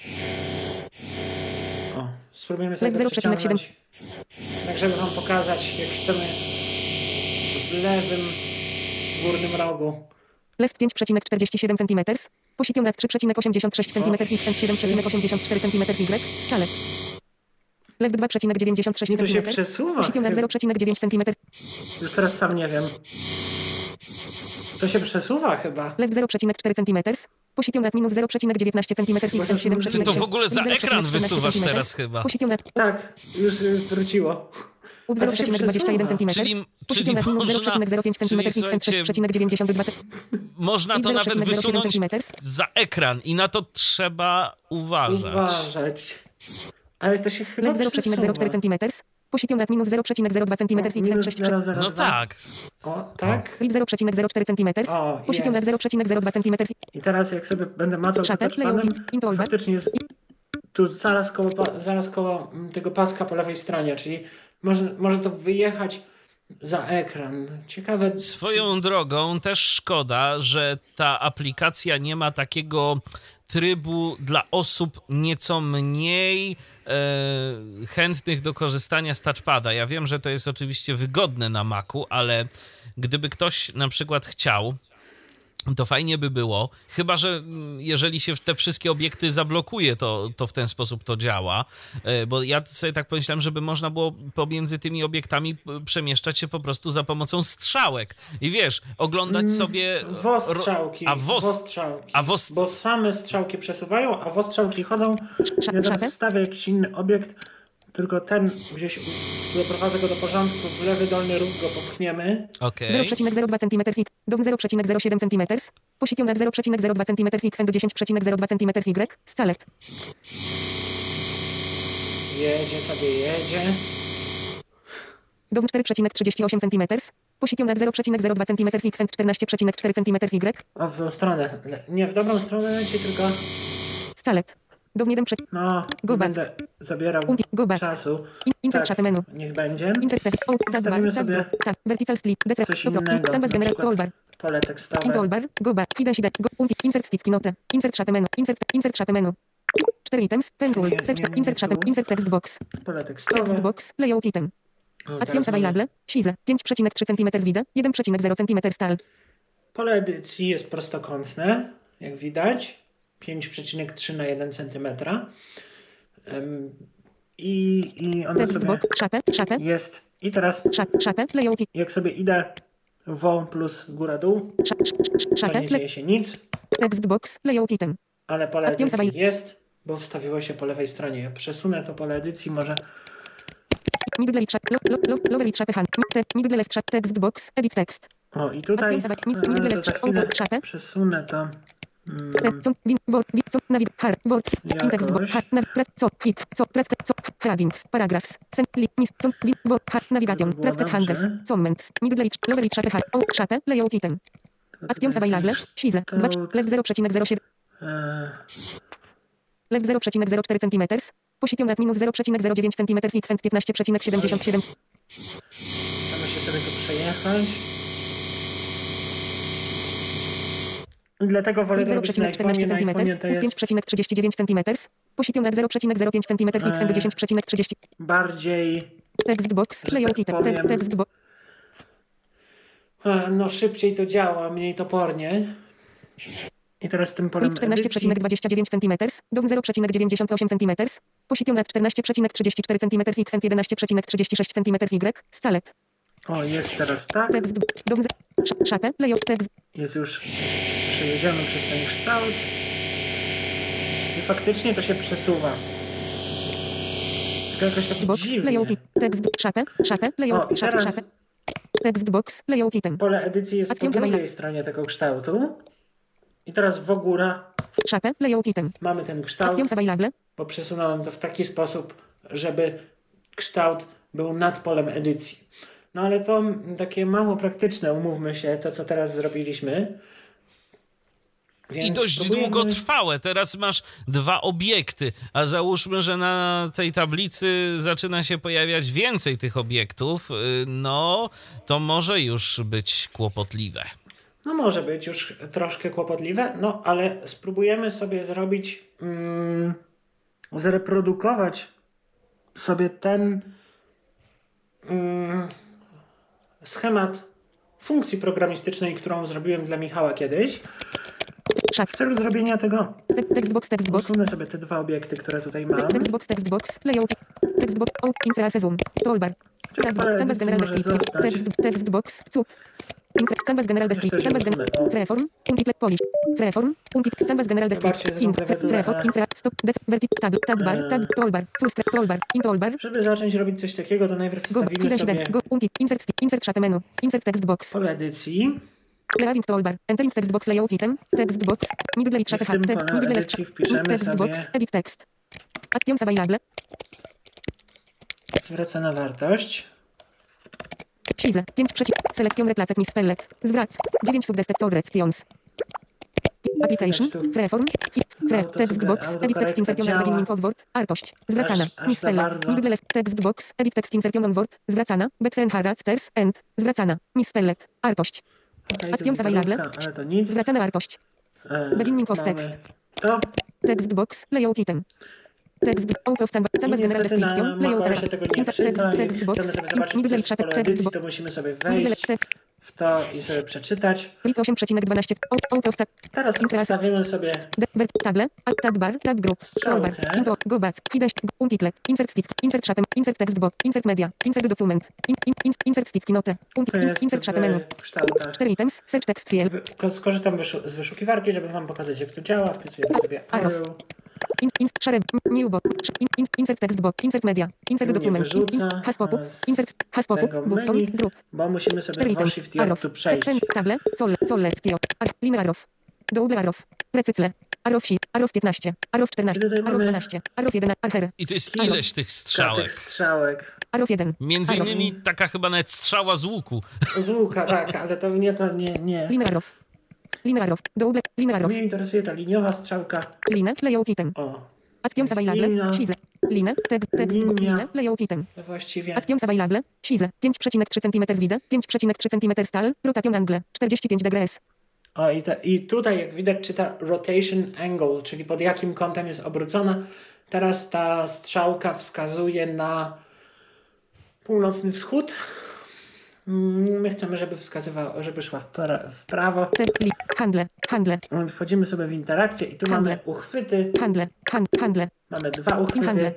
Spróbujemy sobie to przyciągnąć. Tak, żeby wam pokazać, jak chcemy w lewym górnym rogu. Left 5,47 cm. Posipiona 3,86 cm. X 7,84 cm. Y. Scalet. Left 2,96 cm. To się przesuwa. Posipiona 0,9 cm. Już teraz sam nie wiem. To się przesuwa chyba. Left 0,4 cm. Posipiona minus 0,19 cm. X 7,7 Ty to w ogóle za ekran wysuwasz teraz chyba. Posipiona. Tak, już wróciło. 0,21 cm. Czyli minus 0,05 cm. X 6,92 cm. Można to nawet wysunąć za ekran i na to trzeba uważać. Ale to się chyba Left 0,04 cm. Posipiona minus 0,02 cm. X 6,6. No tak. O, tak. Left 0,04 cm. Posipiona 0,02 cm. I teraz jak sobie będę macał touchpadem, faktycznie jest tu zaraz koło tego paska po lewej stronie, czyli może to wyjechać za ekran. Ciekawe. Swoją drogą też szkoda, że ta aplikacja nie ma takiego trybu dla osób nieco mniej chętnych do korzystania z touchpada. Ja wiem, że to jest oczywiście wygodne na Macu, ale gdyby ktoś na przykład chciał, to fajnie by było, chyba że jeżeli się te wszystkie obiekty zablokuje, to w ten sposób to działa, bo ja sobie tak pomyślałem, żeby można było pomiędzy tymi obiektami przemieszczać się po prostu za pomocą strzałek i wiesz, oglądać sobie... Wostrzałki. Bo same strzałki przesuwają, a wostrzałki chodzą. Ja zaraz wstawię jakiś inny obiekt, tylko ten gdzieś doprowadzę go do porządku, w lewy dolny róg go popchniemy. Okej. 0,02 cm do 0,07 cm. Position 0,02 cm x do 10,02 cm y. Scalet. Jedzie sobie, jedzie. Do 4,38 cm. Position 0,02 cm x 14,4 cm y. O, w tą stronę. Nie, w dobrą stronę leci, tylko... Scalet. Do 1. No, Go nie back. będę zabierał Go back. czasu. Insert Tak, szafę menu. niech będzie. Insert text. O, tab Wstawimy bar, tab sobie drop, tab, vertical split, decret, coś stop, innego, canvas na general, przykład toolbar, pole tekstowe. toolbar, go back, hidden sheet, go, insert sticki note, insert szafę menu, insert szafę menu. 4 items, pen tool, search, insert szafę, insert text box, Pole tekstowe. text box, layout item. O, Actions teraz mamy available, size, 5,3 cm wide, 1,0 cm stal. Pole edycji jest prostokątne, jak widać. 5,3 na 1 cm. I ono Text sobie box, szafę, jest. I teraz szafę, layout, jak sobie idę w plus góra-dół, to szafę, nie dzieje się nic, text box, layout item. ale pole Actions edycji available. jest, bo wstawiło się po lewej stronie. Ja przesunę to pole edycji, może Middle left, lower left szafę hand, middle left szafę, text box, edit text. o i tutaj Actions available, middle to left za chwilę auto, szafę. przesunę to paragraphs, navigation, prescott handles, comments, middle reach, lower reach, szafę, layout item. Actions available, size, left 0,07, left 0,04 cm, position at minus 0,09 cm, x 15,77. Chcemy się sobie tu przejechać. I dlatego wolę to robić na 0,14 iPhone'ie. Na iPhone'ie to cm, jest 5,39 cm, position at 0,05 cm, x 10,30. bardziej Text box, tak layout item, powiem, text box. no szybciej to działa, mniej topornie. I teraz tym polem edycji 14,29 cm, do 0,98 cm, position at 14,34 cm, x 11,36 cm y, scalet. o, jest teraz tak. Text do szafę, layout, text. Jest już przejedziemy przez ten kształt. I faktycznie to się przesuwa. Tylko jakoś tak Box, dziwnie. layout, text, szafę, O, layout, i teraz szafę. Text box, layout item. pole edycji jest po Actions drugiej available. stronie tego kształtu. I teraz w góra Szafę, layout item. mamy ten kształt, Actions available. bo przesunąłem to w taki sposób, żeby kształt był nad polem edycji. No ale to takie mało praktyczne, umówmy się, to co teraz zrobiliśmy. Więc I dość długotrwałe. Teraz masz 2 obiekty, a załóżmy, że na tej tablicy zaczyna się pojawiać więcej tych obiektów, no to może już być kłopotliwe. No może być już troszkę kłopotliwe, no ale spróbujemy sobie zrobić, zreprodukować sobie ten schemat funkcji programistycznej, którą zrobiłem dla Michała kiedyś. W celu zrobienia tego Text box, usunę sobie te 2 obiekty, które tutaj mam. text box, layout, text box, insert zoom, toolbar. Chociaż parę Canvas edycji general może descriptive, zostać. text box, cud. Canvas general descriptive, Też canvas usunę, general, o. freeform, untitled polish, freeform, canvas general descriptive, Zobaczcie, że tą klawiaturę, freeform, insert, stop, tab bar, toolbar, full screen, toolbar, in toolbar. Żeby zacząć robić coś takiego, to najpierw Go, wstawimy hidden sobie sheet, go, insert szafę menu, insert text box, pole edycji. leaving toolbar, entering text box layout item, text box, middle left szafę, w tym pole middle left, edycji wpiszemy text sobie box, edit text. Actions available, zwracana wartość. size, 5 selection replacet misspelled, zwrac, 9 subdestructions. Application, freeform, text box, edit text insertion działa. beginning of word, artość, zwracana, Aż za misspelled, bardzo. middle left, text box, edit text insertion on word, zwracana, between characters, end, zwracana, misspelled, artość, Okay, Actions available. ale to nic. zwracana wartość, beginning of Mamy text. To. text box, layout item. Text out of canvas general Niestety na description, layout macOSie tego nie czyta. text Jeśli box, chcemy sobie zobaczyć, co middle jest w left pole text edycji, box, to musimy sobie middle wejść left w to i sobie przeczytać. read 8,12 out of Teraz wstawimy sobie table, tab bar, tab group, toolbar, Strzałkę. into, go back, hidden, untitled, insert sticks, insert szafę, insert text box, insert media, insert document, insert sticki note, to jest insert szafę menu, w kształtach. 4 items, search text field, Skorzystam z wyszukiwarki, żeby wam pokazać, jak to działa. Wpisujemy sobie Arrow. arrow. Szare. New box. Insert text box. Insert media. Insert document. Has pop-up. Insert has pop-up. Button. Group. Bo musimy sobie w Shift tu przejść. Table. Solec. Line arrow. Double arrow. Recycle. Arrow 15. Arrow 14. Arrow 12. Arrow 1. Archer. I to jest ileś tych strzałek. Arrow 1. Między innymi taka chyba nawet strzała z łuku. Z łuka, tak, ale to nie. Line arrow. Double. Line arrow. Mnie interesuje ta liniowa strzałka. Line. Layout item. O. Actions available. Size. Line. Text. Line. Layout item. To właściwie. Actions available. Size. 5,3 cm wide. 5,3 cm stal. Rotation angle. 45 degrees. O, i tutaj jak widać czyta rotation angle, czyli pod jakim kątem jest obrócona. Teraz ta strzałka wskazuje na północny wschód. My chcemy, żeby szła w prawo. Handle. Wchodzimy sobie w interakcję i tu mamy uchwyty. Handle. Mamy 2 uchwyty.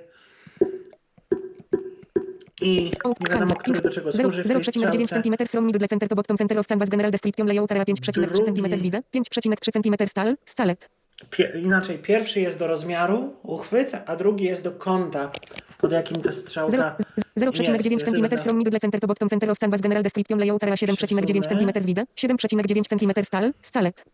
I nie wiadomo, który do czego służy w tej 0,9 cm from middle center to bottom center of canvas general description layout area 5,3 cm wide, 5,3 cm scalet. Inaczej, pierwszy jest do rozmiaru uchwyt, a drugi jest do kąta, pod jakim ta strzałka 0,9 cm from middle center to bottom center of canvas general description layout area 7,9 cm wide, 7,9 cm scalet.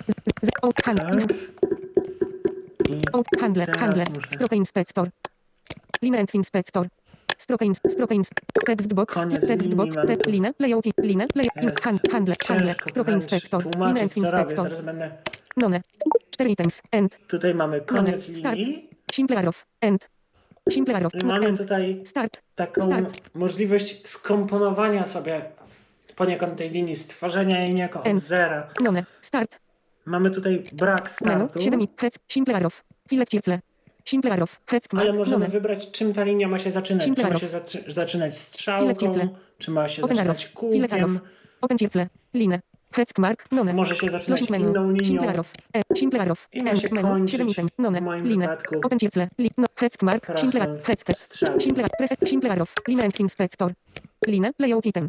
Handle. Stroke inspector. Line inspector. Stroke text box, line, layout, handle, stroke inspector, line inspector. None. 4 items, end. Tutaj mamy koniec linii. Simple arrow, end. Simple arrow, i mamy tutaj taką możliwość skomponowania sobie poniekąd tej linii, stworzenia jej niejako od zera. None. Start. Mamy tutaj brak startu. 7 heads, simple arrow, filet circle. Simple arrow, heads, ale możemy wybrać, czym ta linia ma się zaczynać. Czy ma się zaczynać strzałką, czy ma się zaczynać kółkiem. Open circle, line, heads, mark, none. Może się zaczynać inną linią. Simple arrow, i ma się kończyć, w moim wypadku, open circle, heads, mark, simple arrow, line and inspector, line, layout item.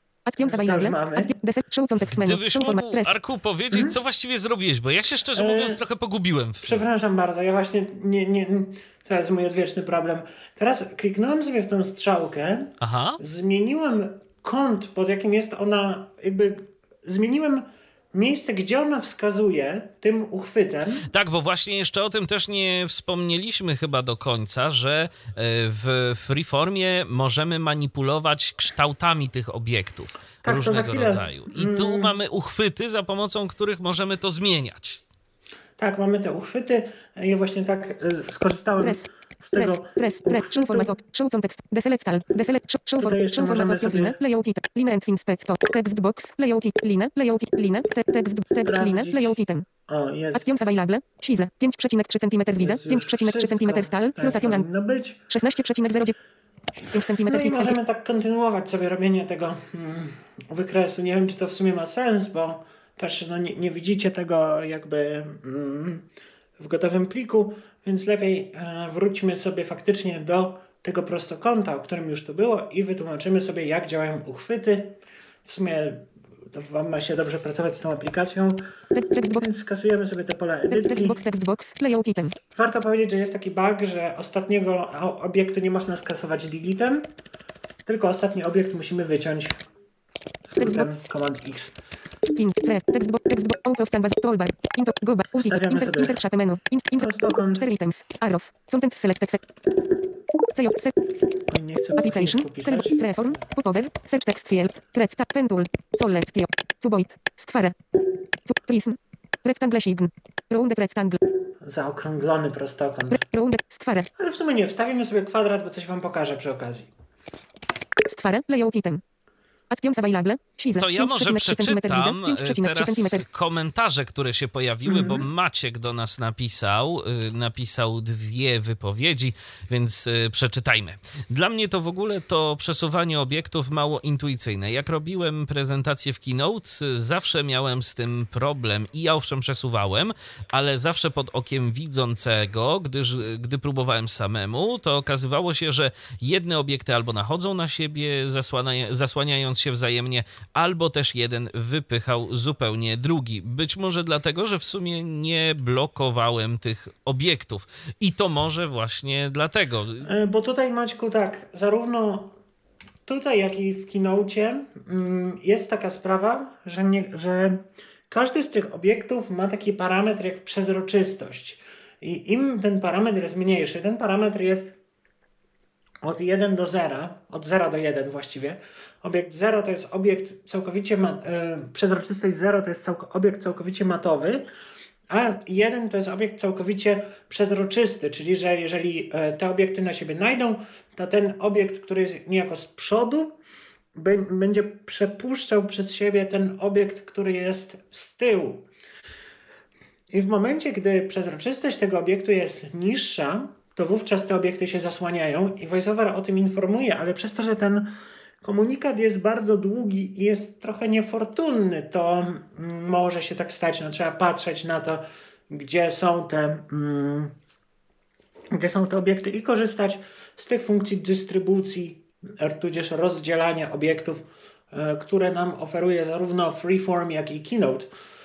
Gdybyś mógł, Arku, powiedzieć, co właściwie zrobiłeś, bo ja się szczerze mówiąc trochę pogubiłem. Przepraszam bardzo, ja właśnie to jest mój odwieczny problem. Teraz kliknąłem sobie w tę strzałkę, zmieniłem kąt, pod jakim jest ona, zmieniłem miejsce, gdzie ona wskazuje tym uchwytem. Tak, bo właśnie jeszcze o tym też nie wspomnieliśmy chyba do końca, że w Freeformie możemy manipulować kształtami tych obiektów różnego rodzaju. I tu mamy uchwyty, za pomocą których możemy to zmieniać. Tak, mamy te uchwyty. Ja właśnie tak skorzystałem z tego. Show format show context, deselect tal, show format option, layout it, line and inspector, text box, layout it, line, text layout item. O, jest. Actions available, size, 5,3 cm wide, 5,3 cm stal, rotation 16,09 cm. No i możemy tak kontynuować sobie robienie tego wykresu. Nie wiem, czy to w sumie ma sens, bo też nie widzicie tego jakby w gotowym pliku, więc lepiej wróćmy sobie faktycznie do tego prostokąta, o którym już to było i wytłumaczymy sobie, jak działają uchwyty. W sumie to wam ma się dobrze pracować z tą aplikacją, więc skasujemy sobie te pola edycji. Textbox, layout item. Warto powiedzieć, że jest taki bug, że ostatniego obiektu nie można skasować deletem, tylko ostatni obiekt musimy wyciąć skrótem Command X. Textbox, out of canvas, toolbar, into, go back, insert shape menu, insert 4 items, arrow, content select text, application, freeform, popover, search text field, red tab, pen tool, solid, cuboid, square, prism, rectangle sign, rounded rectangle. Zaokrąglony prostokąt. Rounded, square. Ale w sumie nie, wstawimy sobie kwadrat, bo coś wam pokażę przy okazji. Square, layout item. To ja może przeczytam teraz komentarze, które się pojawiły, bo Maciek do nas napisał 2 wypowiedzi, więc przeczytajmy. Dla mnie to w ogóle to przesuwanie obiektów mało intuicyjne. Jak robiłem prezentację w Keynote, zawsze miałem z tym problem i ja owszem przesuwałem, ale zawsze pod okiem widzącego, gdy próbowałem samemu, to okazywało się, że jedne obiekty albo nachodzą na siebie, zasłaniając wypychając się wzajemnie, albo też jeden wypychał zupełnie drugi. Być może dlatego, że w sumie nie blokowałem tych obiektów. I to może właśnie dlatego. Bo tutaj, Maćku, tak, zarówno tutaj, jak i w Keynote jest taka sprawa, że każdy z tych obiektów ma taki parametr jak przezroczystość. I im ten parametr jest mniejszy, ten parametr jest od 1 do 0, od 0 do 1 właściwie. Obiekt 0 to jest obiekt całkowicie, przezroczystość 0 to jest obiekt całkowicie matowy, a 1 to jest obiekt całkowicie przezroczysty, czyli że jeżeli te obiekty na siebie najdą, to ten obiekt, który jest niejako z przodu, będzie przepuszczał przez siebie ten obiekt, który jest z tyłu. I w momencie, gdy przezroczystość tego obiektu jest niższa, to wówczas te obiekty się zasłaniają i VoiceOver o tym informuje, ale przez to, że ten komunikat jest bardzo długi i jest trochę niefortunny, to może się tak stać. No, trzeba patrzeć na to, gdzie są te obiekty i korzystać z tych funkcji dystrybucji, tudzież rozdzielania obiektów, które nam oferuje zarówno Freeform, jak i Keynote.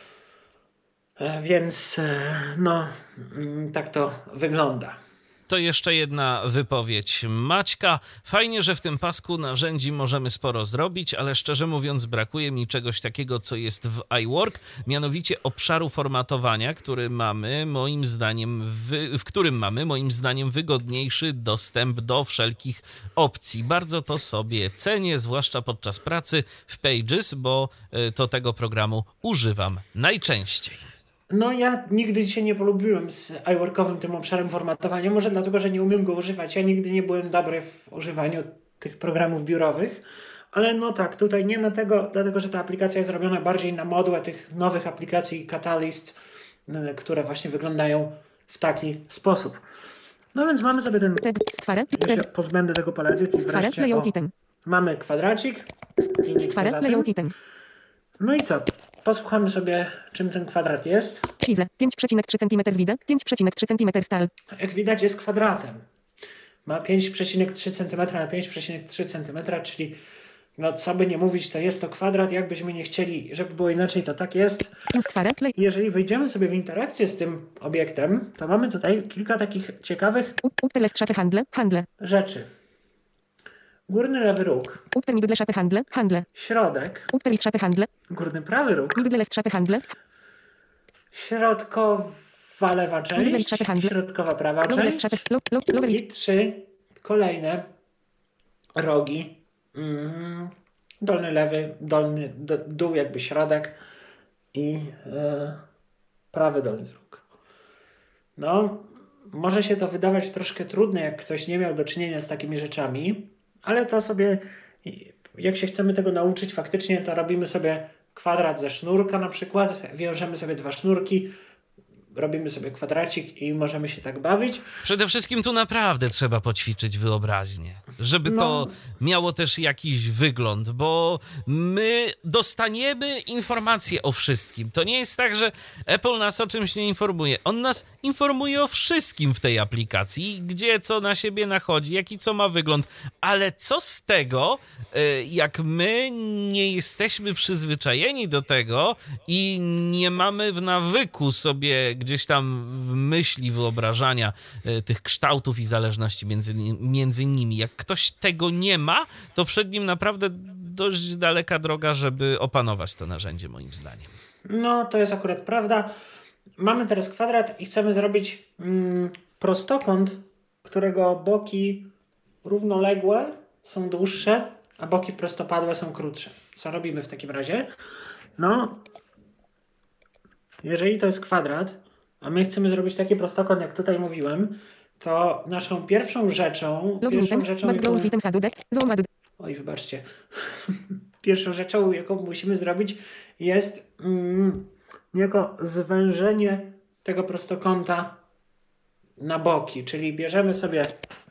Więc tak to wygląda. To jeszcze jedna wypowiedź Maćka. Fajnie, że w tym pasku narzędzi możemy sporo zrobić, ale szczerze mówiąc brakuje mi czegoś takiego, co jest w iWork, mianowicie obszaru formatowania, w którym mamy moim zdaniem wygodniejszy dostęp do wszelkich opcji. Bardzo to sobie cenię, zwłaszcza podczas pracy w Pages, bo to tego programu używam najczęściej. No ja nigdy się nie polubiłem z iWorkowym tym obszarem formatowania, może dlatego, że nie umiem go używać. Ja nigdy nie byłem dobry w używaniu tych programów biurowych, ale no tak, tutaj nie ma tego, dlatego że ta aplikacja jest zrobiona bardziej na modłę tych nowych aplikacji Catalyst, które właśnie wyglądają w taki sposób. No więc mamy sobie ten... Ja się pozbędę tego pola edycji wreszcie. Mamy kwadracik. No i co? Posłuchamy sobie, czym ten kwadrat jest. Size 5,3 cm z widę, 5,3 cm stal. Jak widać jest kwadratem. Ma 5,3 cm na 5,3 cm, czyli no co by nie mówić, to jest to kwadrat. Jakbyśmy nie chcieli, żeby było inaczej, to tak jest. Jeżeli wejdziemy sobie w interakcję z tym obiektem, to mamy tutaj kilka takich ciekawych rzeczy. Górny lewy róg. Środek. Górny prawy róg. Środkowa lewa część. Środkowa prawa część. I 3 kolejne rogi. Dolny lewy, dolny dół jakby środek i prawy dolny róg. No, może się to wydawać troszkę trudne, jak ktoś nie miał do czynienia z takimi rzeczami, ale to sobie, jak się chcemy tego nauczyć faktycznie, to robimy sobie kwadrat ze sznurka na przykład, wiążemy sobie 2 sznurki, robimy sobie kwadracik i możemy się tak bawić. Przede wszystkim tu naprawdę trzeba poćwiczyć wyobraźnię, żeby to miało też jakiś wygląd, bo my dostaniemy informacje o wszystkim. To nie jest tak, że Apple nas o czymś nie informuje. On nas informuje o wszystkim w tej aplikacji, gdzie co na siebie nachodzi, jaki co ma wygląd, ale co z tego, jak my nie jesteśmy przyzwyczajeni do tego i nie mamy w nawyku sobie gdzieś tam w myśli wyobrażania tych kształtów i zależności między nimi. Jak ktoś tego nie ma, to przed nim naprawdę dość daleka droga, żeby opanować to narzędzie, moim zdaniem. No, to jest akurat prawda. Mamy teraz kwadrat i chcemy zrobić prostokąt, którego boki równoległe są dłuższe, a boki prostopadłe są krótsze. Co robimy w takim razie? No, jeżeli to jest kwadrat, a my chcemy zrobić taki prostokąt, jak tutaj mówiłem, to naszą pierwszą rzeczą... Oj, wybaczcie. Pierwszą rzeczą, jaką musimy zrobić, jest niejako zwężenie tego prostokąta na boki, czyli bierzemy sobie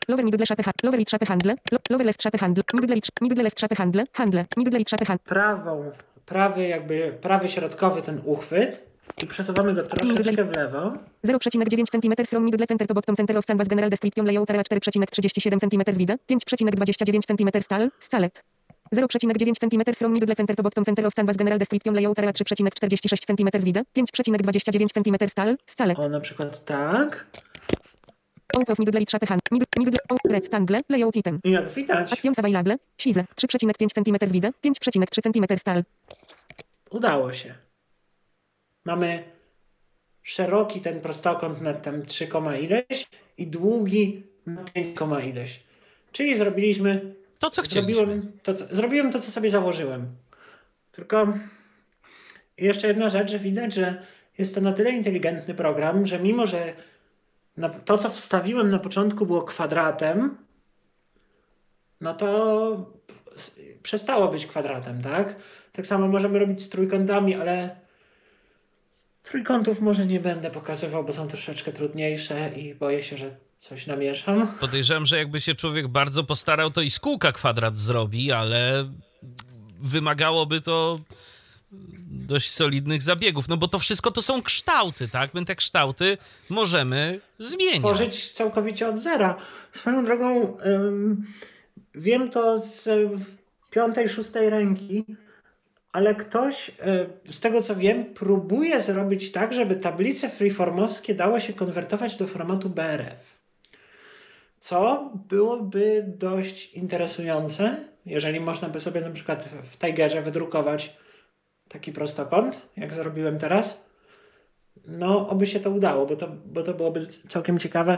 prawy środkowy ten uchwyt i przesuwamy go troszeczkę w lewo. 0,9 cm from middle center to bottom center of canvas general description layout area 4,37 cm z widę, 5,29 cm stal, scalet. 0,9 cm from middle center to bottom center of canvas general description layout area 3,46 cm wide, 5,29 cm stal, scale. O, na przykład tak. Out of middle trape hand, middle, rectangle, layout item. I jak widać, Actions available, size, 3,5 cm wide, 5,3 cm stal. udało się. Mamy szeroki ten prostokąt na tam 3, ileś i długi na 5, ileś. Czyli zrobiliśmy... To, co chcieliśmy. Zrobiłem to, co sobie założyłem. Tylko jeszcze jedna rzecz, że widać, że jest to na tyle inteligentny program, że mimo, że to, co wstawiłem na początku było kwadratem, no to przestało być kwadratem, tak? Tak samo możemy robić z trójkątami, ale trójkątów może nie będę pokazywał, bo są troszeczkę trudniejsze i boję się, że coś namieszam. Podejrzewam, że jakby się człowiek bardzo postarał, to i z kółka kwadrat zrobi, ale wymagałoby to dość solidnych zabiegów, no bo to wszystko to są kształty, tak? My te kształty możemy zmieniać. Tworzyć całkowicie od zera. Swoją drogą wiem to z 5., 6. ręki, ale ktoś, z tego co wiem, próbuje zrobić tak, żeby tablice freeformowskie dało się konwertować do formatu BRF. Co byłoby dość interesujące, jeżeli można by sobie na przykład w Tigerze wydrukować taki prostokąt, jak zrobiłem teraz. No, oby się to udało, bo to byłoby całkiem ciekawe.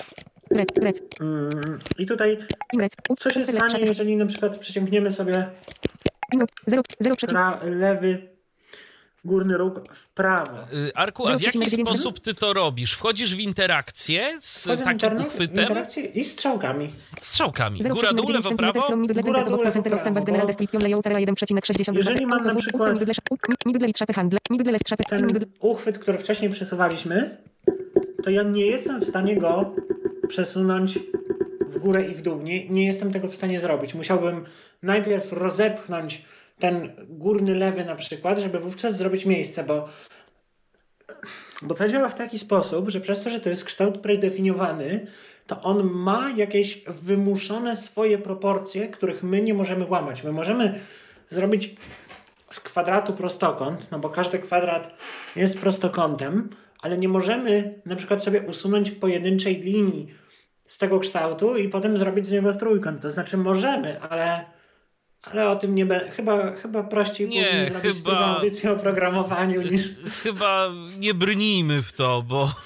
I tutaj co się stanie, jeżeli na przykład przeciągniemy sobie lewy górny róg w prawo. Arku, a w jaki sposób ty to robisz? Wchodzisz w interakcję z takim uchwytem? Interakcję i strzałkami. Strzałkami. Góra, dół, lewo, prawo? Góra, dół, lewo, prawo. Jeżeli mam na przykład ten uchwyt, który wcześniej przesuwaliśmy, to ja nie jestem w stanie go przesunąć w górę i w dół. Nie jestem tego w stanie zrobić. Musiałbym najpierw rozepchnąć ten górny lewy na przykład, żeby wówczas zrobić miejsce, bo to działa w taki sposób, że przez to, że to jest kształt predefiniowany, to on ma jakieś wymuszone swoje proporcje, których my nie możemy łamać. My możemy zrobić z kwadratu prostokąt, no bo każdy kwadrat jest prostokątem, ale nie możemy na przykład sobie usunąć pojedynczej linii z tego kształtu i potem zrobić z niego trójkąt. To znaczy możemy, ale o tym nie będę. Chyba prościej powinien zrobić drugą audycję o programowaniu niż... Chyba nie brnijmy w to,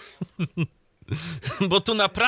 bo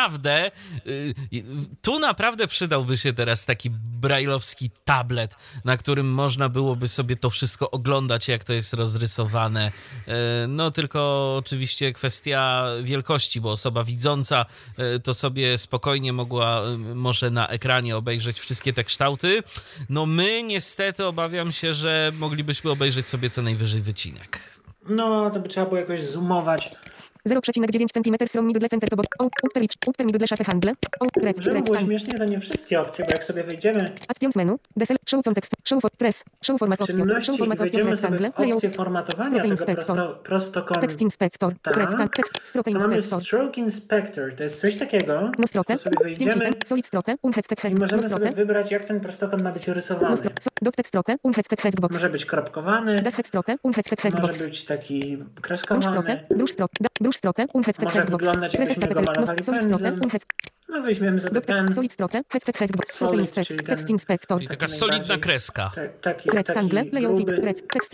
tu naprawdę przydałby się teraz taki brajlowski tablet, na którym można byłoby sobie to wszystko oglądać, jak to jest rozrysowane. No tylko oczywiście kwestia wielkości, bo osoba widząca to sobie spokojnie może na ekranie obejrzeć wszystkie te kształty. No my niestety obawiam się, że moglibyśmy obejrzeć sobie co najwyżej wycinek. No to by trzeba było jakoś zoomować. 0,9 cm from middle center to upper middle shape handle. Żeby było śmiesznie, to nie wszystkie opcje, bo jak sobie wejdziemy Actions menu, desel, show context, show for press, show format option, czynności i wejdziemy sobie w opcję formatowania tego prostokąta, text inspector, stroke to mamy inspector. stroke inspector, to jest coś takiego, No stroke, co sobie wejdziemy solid stroke, i możemy sobie wybrać, jak ten prostokąt ma być rysowany. Dot stroke, box. Może być kropkowany, stroke, może być taki kreskowany, brush stroke, może wyglądać jakbyśmy go malowali pędzlem. No weźmiemy sobie ten solid stroke, czyli text inspector. I taka solidna kreska. Taki Rectangle, layout, text,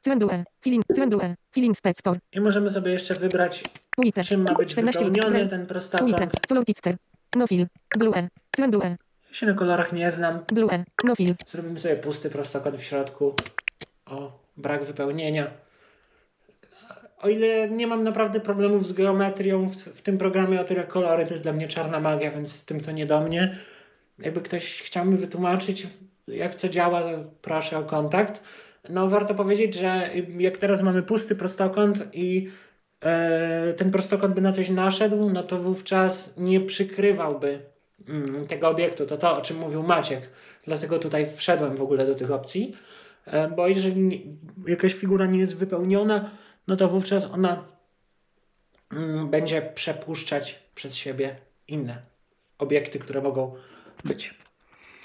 fill inspector. I możemy sobie jeszcze wybrać, czym ma być wypełniony ten prostokąt. Color picker, no fill, blue, Ja się na kolorach nie znam. Blue, no fill. Zrobimy sobie pusty prostokąt w środku. O, brak wypełnienia. O ile nie mam naprawdę problemów z geometrią w tym programie, o tyle kolory to jest dla mnie czarna magia, więc z tym to nie do mnie. Jakby ktoś chciał mi wytłumaczyć, jak co działa, to proszę o kontakt. No warto powiedzieć, że jak teraz mamy pusty prostokąt i ten prostokąt by na coś naszedł, no to wówczas nie przykrywałby tego obiektu. To, o czym mówił Maciek. Dlatego tutaj wszedłem w ogóle do tych opcji. Bo jeżeli jakaś figura nie jest wypełniona, no to wówczas ona będzie przepuszczać przez siebie inne obiekty, które mogą być.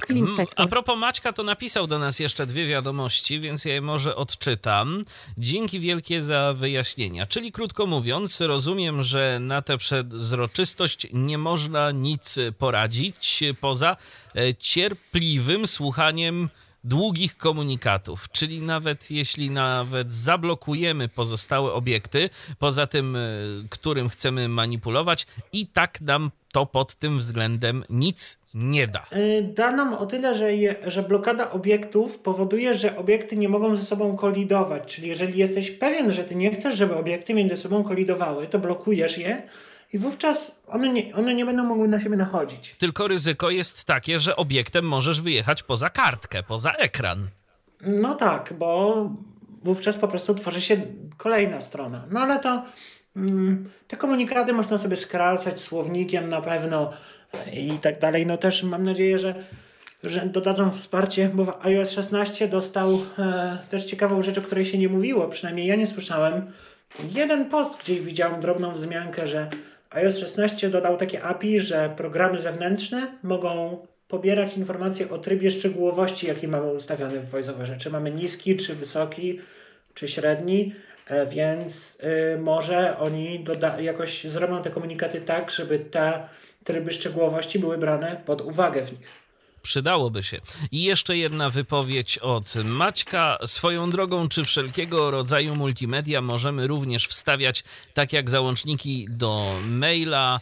A propos Maćka, to napisał do nas jeszcze 2 wiadomości, więc ja je może odczytam. Dzięki wielkie za wyjaśnienia. Czyli krótko mówiąc, rozumiem, że na tę przezroczystość nie można nic poradzić poza cierpliwym słuchaniem długich komunikatów, czyli jeśli zablokujemy pozostałe obiekty, poza tym, którym chcemy manipulować, i tak nam to pod tym względem nic nie da. Da nam o tyle, że blokada obiektów powoduje, że obiekty nie mogą ze sobą kolidować, czyli jeżeli jesteś pewien, że ty nie chcesz, żeby obiekty między sobą kolidowały, to blokujesz je i wówczas one nie będą mogły na siebie nachodzić. Tylko ryzyko jest takie, że obiektem możesz wyjechać poza kartkę, poza ekran. No tak, bo wówczas po prostu tworzy się kolejna strona. No ale to te komunikaty można sobie skracać słownikiem na pewno i tak dalej. No też mam nadzieję, że dodadzą wsparcie, bo w iOS 16 dostał też ciekawą rzecz, o której się nie mówiło, przynajmniej ja nie słyszałem. Jeden post gdzieś widziałem drobną wzmiankę, że iOS 16 dodał takie API, że programy zewnętrzne mogą pobierać informacje o trybie szczegółowości, jaki mamy ustawiony w VoiceOverze. Czy mamy niski, czy wysoki, czy średni, więc może oni jakoś zrobią te komunikaty tak, żeby te tryby szczegółowości były brane pod uwagę w nich. Przydałoby się. I jeszcze jedna wypowiedź od Maćka. Swoją drogą, czy wszelkiego rodzaju multimedia możemy również wstawiać, tak jak załączniki do maila,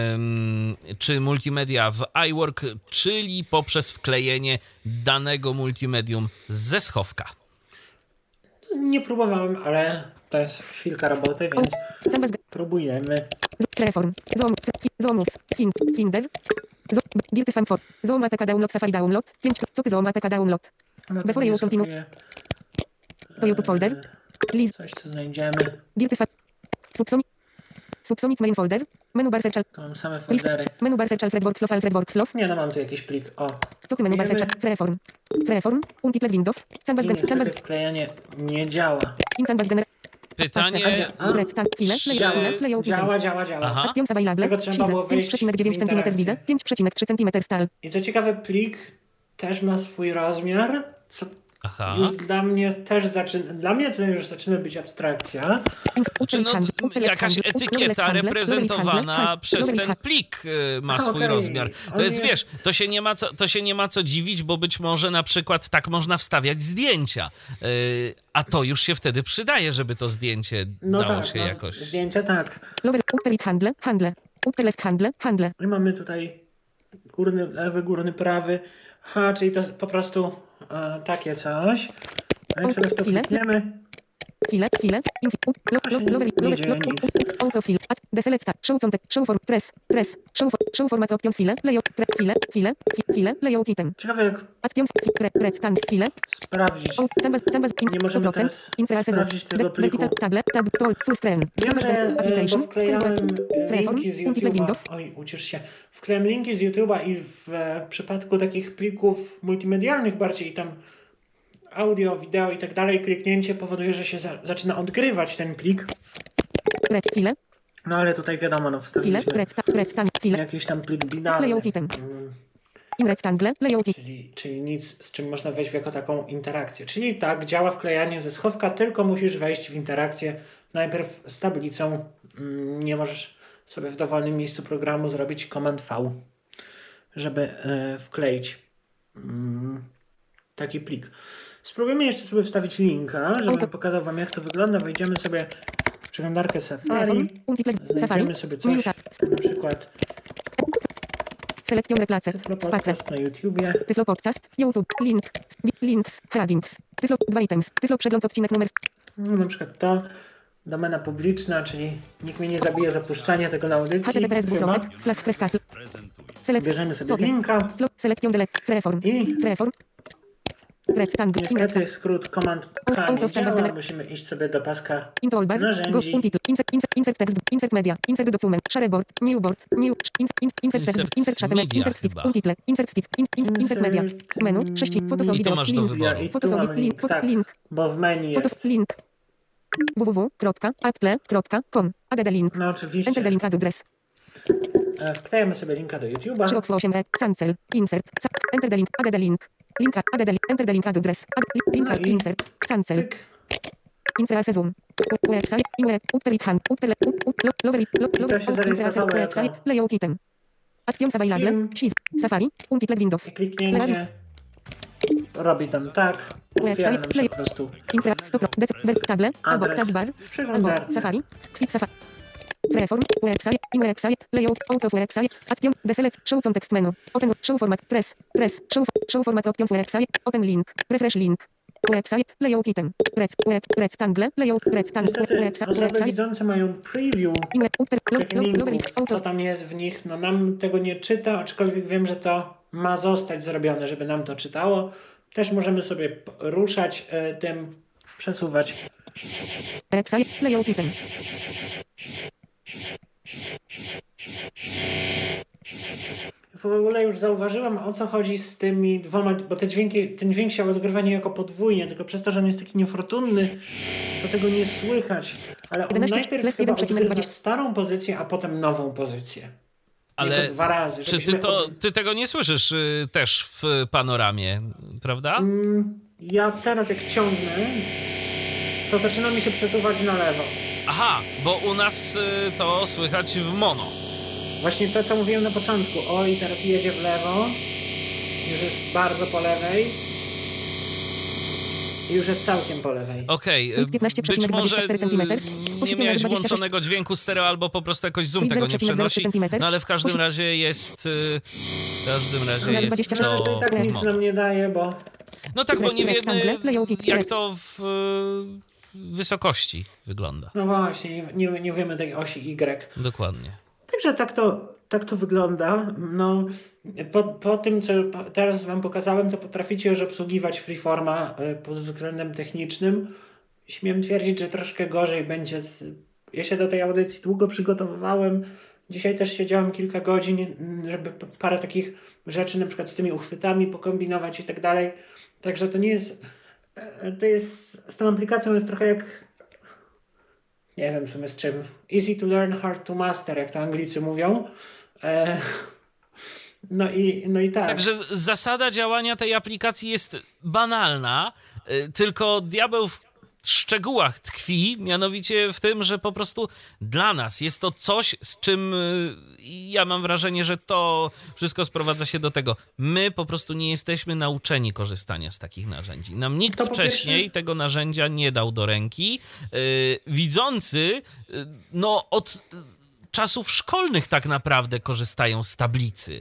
czy multimedia w iWork, czyli poprzez wklejenie danego multimedium ze schowka? Nie próbowałem, ale to jest chwilka roboty, więc próbujemy. Freeform, Zoomus, Finder, Dirty for Zoom APK download, Safari download, 5 copy Zoom APK download. Before you continue. To YouTube folder. List. Coś tu znajdziemy. Dirty Subsonic main folder. Menu bar search. To mam same foldery. Menu bar search Alfred Workflow. Nie, no mam tu jakiś plik. O. Copy menu bar search. Freeform. Untitled Windows. Niestety wklejanie nie działa. Pytanie... Działa. Aha. Tego trzeba było wyjść 5,9 cm wide, 5,3 cm stal. I co ciekawe, plik też ma swój rozmiar, co Aha. już dla mnie to już zaczyna być abstrakcja. Czy jakaś etykieta reprezentowana przez ten plik ma swój rozmiar. To jest, wiesz, to się nie ma co dziwić, bo być może na przykład tak można wstawiać zdjęcia, a to już się wtedy przydaje, żeby to zdjęcie dało się jakoś. Zdjęcia tak. Handle. I mamy tutaj górny lewy, górny prawy. Czyli to po prostu takie coś. A jak sobie w to klikniemy... Chwilę. Nie dzieje nic. Autofill. Deselect. Show content. Show form. Press. Show format options. File. Layout item. Ciekawe jak sprawdzić. Nie możemy teraz sprawdzić tego pliku. Full screen. Wiem, że wklejałem linki z YouTube'a. Ucisz się. Wklejałem linki z YouTube'a i w przypadku takich plików multimedialnych bardziej tam audio, wideo i tak dalej, kliknięcie powoduje, że się zaczyna odgrywać ten plik. No ale tutaj wiadomo, wstawiliśmy jakiś tam plik binarny. Czyli nic, z czym można wejść w jako taką interakcję. Czyli tak, działa wklejanie ze schowka, tylko musisz wejść w interakcję najpierw z tablicą. Nie możesz sobie w dowolnym miejscu programu zrobić Command V, żeby wkleić taki plik. Spróbujemy jeszcze sobie wstawić linka, żebym pokazał wam, jak to wygląda. Wejdziemy sobie w przeglądarkę Safari. Znajdziemy sobie coś, na przykład Selekcjon replace. Podcast na YouTubie. Tyflo podcast. YouTube. Links. Headings. Tyflo 2 items. Tyflo przegląd odcinek numer. No, na przykład to. Domena publiczna, czyli nikt mnie nie zabije za puszczanie tego na audycji. Bierzemy sobie linka. Selekcjon delete. Freeform. Niestety skrót Command K nie działa. Musimy iść sobie do paska narzędzi. Insert text, insert media, insert document, shareboard, insert text, insert chat, insert sticks, untitle, insert sticks, insert media, menu, 6, fotos, I to masz do wyboru. Link, bo w menu jest link www.apple.com, add the link, no oczywiście. enter the link address. wklejamy sobie linka do YouTube'a. 3 cancel, insert, enter the link, add the link, linka, add the link, enter the link address, link, insert, cancel, insert zoom, website, upper it hand, upper, lower it, insert website, layout item, actions available, Safari, untitled Windows, I kliknięcie robi tam tak, otwiera nam się po prostu insert, stop, table, albo tab bar, albo Safari, quick Safari. Freeform, website, in website, layout, out of website, action, deselect, show context menu, open, show format, press, show format options website, open link, refresh link, website, layout item, rectangle, layout, rectangle, Niestety osoby widzące mają preview tych linków, co tam jest w nich, no nam tego nie czyta, aczkolwiek wiem, że to ma zostać zrobione, żeby nam to czytało. Też możemy sobie ruszać tym, przesuwać. Website, layout item. W ogóle już zauważyłam, o co chodzi z tymi dwoma, bo ten dźwięk się odgrywa niejako podwójnie, tylko przez to, że on jest taki niefortunny, to tego nie słychać. Ale on najpierw chyba odgrywa starą pozycję, a potem nową pozycję. Ale 2 razy. Czy ty tego nie słyszysz też w panoramie, prawda? Ja teraz jak ciągnę, to zaczyna mi się przesuwać na lewo. Aha, bo u nas to słychać w mono. Właśnie to, co mówiłem na początku. O, i teraz jedzie w lewo. Już jest bardzo po lewej. I już jest całkiem po lewej. Okej, być może nie miałeś włączonego dźwięku stereo, albo po prostu jakoś zoom tego nie przenosi. No ale w każdym razie jest... To i tak nic nam nie daje, bo... No tak, bo nie wiemy, jak to w wysokości wygląda. No właśnie, nie wiemy tej osi Y. Dokładnie. Także tak to wygląda. No, po tym, co teraz wam pokazałem, to potraficie już obsługiwać Freeforma pod względem technicznym. Śmiem twierdzić, że troszkę gorzej będzie. Ja się do tej audycji długo przygotowywałem. Dzisiaj też siedziałem kilka godzin, żeby parę takich rzeczy, na przykład z tymi uchwytami pokombinować i tak dalej. Także to nie jest... z tą aplikacją jest trochę jak... Nie wiem w sumie z czym. Easy to learn, hard to master, jak to Anglicy mówią. No i tak. Także zasada działania tej aplikacji jest banalna, tylko diabeł w szczegółach tkwi, mianowicie w tym, że po prostu dla nas jest to coś, z czym ja mam wrażenie, że to wszystko sprowadza się do tego. My po prostu nie jesteśmy nauczeni korzystania z takich narzędzi. Nam nikt wcześniej tego narzędzia nie dał do ręki. Widzący, no od czasów szkolnych tak naprawdę korzystają z tablicy.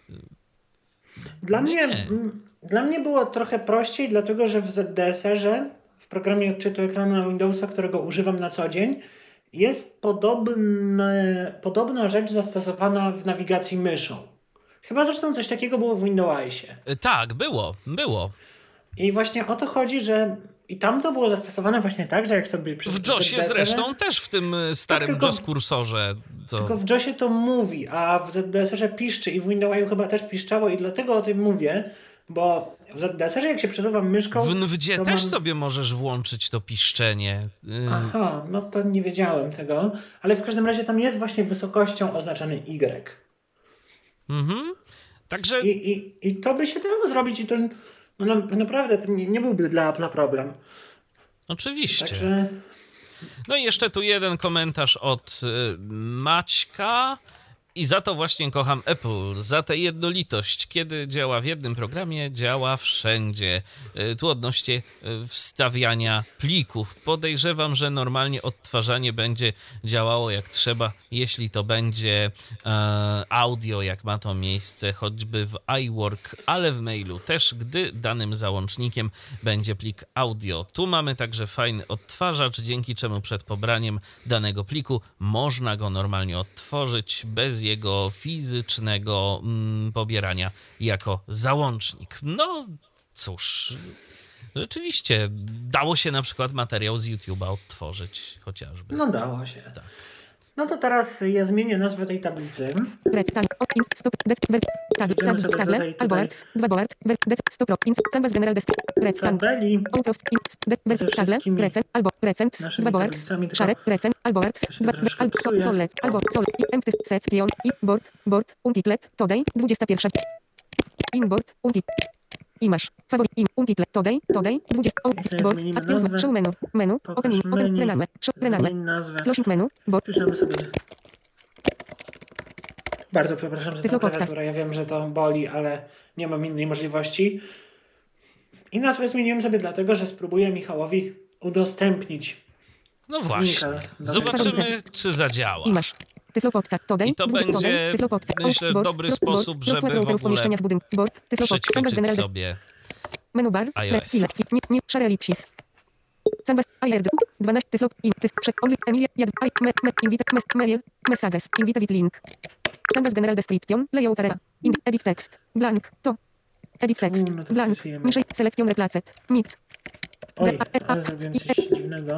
Dla mnie było trochę prościej, dlatego że w ZDSR-ze, w programie odczytu ekranu na Windowsa, którego używam na co dzień, jest podobna rzecz zastosowana w nawigacji myszą. Chyba zresztą coś takiego było w Windowsie. Tak, było. I właśnie o to chodzi, że i tam to było zastosowane właśnie tak, że jak sobie... W JOSie zresztą też w tym starym JOS kursorze. Tylko w JOSie to mówi, a w ZDSR-ze piszczy i w Windowsie chyba też piszczało i dlatego o tym mówię, bo w ZDSR-ze jak się przesuwam myszką... W NVIDIA też sobie możesz włączyć to piszczenie. Aha, no to nie wiedziałem tego, ale w każdym razie tam jest właśnie wysokością oznaczany Y. Mhm. Także... I to by się dało zrobić i to naprawdę to nie byłby dla Apple'a problem. Oczywiście. Także... No i jeszcze tu jeden komentarz od Maćka. I za to właśnie kocham Apple, za tę jednolitość. Kiedy działa w jednym programie, działa wszędzie. Tu odnośnie wstawiania plików. Podejrzewam, że normalnie odtwarzanie będzie działało jak trzeba, jeśli to będzie audio, jak ma to miejsce choćby w iWork, ale w mailu też, gdy danym załącznikiem będzie plik audio. Tu mamy także fajny odtwarzacz, dzięki czemu przed pobraniem danego pliku można go normalnie odtworzyć bez jego fizycznego pobierania jako załącznik. No cóż, rzeczywiście dało się na przykład materiał z YouTube'a odtworzyć chociażby. No dało się. Tak. No to teraz ja zmienię nazwę tej tablicy. Stop, tagle, albo arcs, 2 board, stop, canvas general desk, Tabeli ze tagle, wszystkimi albo recent, 2 boards, tablicami, tylko szare, recent, albo arcs, to się troszkę psuje. albo empty set, pion, i board, untitled, today, 21. Inboard, imasz, faworyt, untitled, today, 20, board, zmienimy actions, nazwę. show menu, Pokaż open, menu. rename, Zmień nazwę. closing menu, board, Piszemy sobie. Bardzo przepraszam za tę klawiaturę. Ja wiem, że to boli, ale nie mam innej możliwości. I nazwę zmieniłem sobie dlatego, że spróbuję Michałowi udostępnić. No właśnie. Zobaczymy, czy zadziała. I to będzie, myślę, dobry sposób, żeby w ogóle przećwiczyć sobie iOS. Szare ellipsis. Canvas, IRD, 12, tyflop, Emilia, messages, invite with link. Canvas general description, layout area, edit text, blank, to. Edit text, No to blank, wpisujemy. niżej, selection replacet, nic. Oj, ale zrobiłem coś dziwnego.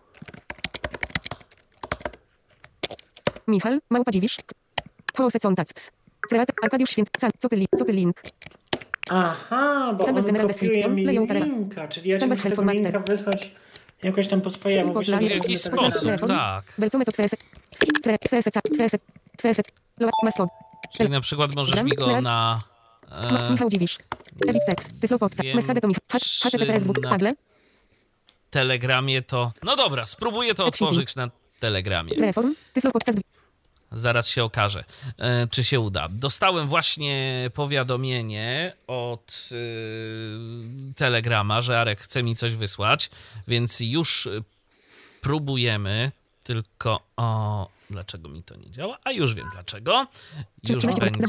Michal, małpa dziwisz. Hoosecon tasks. Arkadiusz Święt, copy link. Aha, bo Canvas on general kopiuje description, mi layout area. linka, czyli ja ci Canvas muszę tego formatter. linka wysłać jakoś tam po swojemu. Spotlight. W jakiś sposób, tak. Welcome to Mascot. Czyli na przykład możesz mi go na... Michał dziwisz. Edit text. Tyflopopca. Message to Michał. HTTPS tagle. Telegramie to... No dobra, spróbuję to otworzyć na Telegramie. Reform. Tyflopopca. Zaraz się okaże, czy się uda. Dostałem właśnie powiadomienie od Telegrama, że Arek chce mi coś wysłać, więc już próbujemy, tylko dlaczego mi to nie działa? A już wiem dlaczego. Już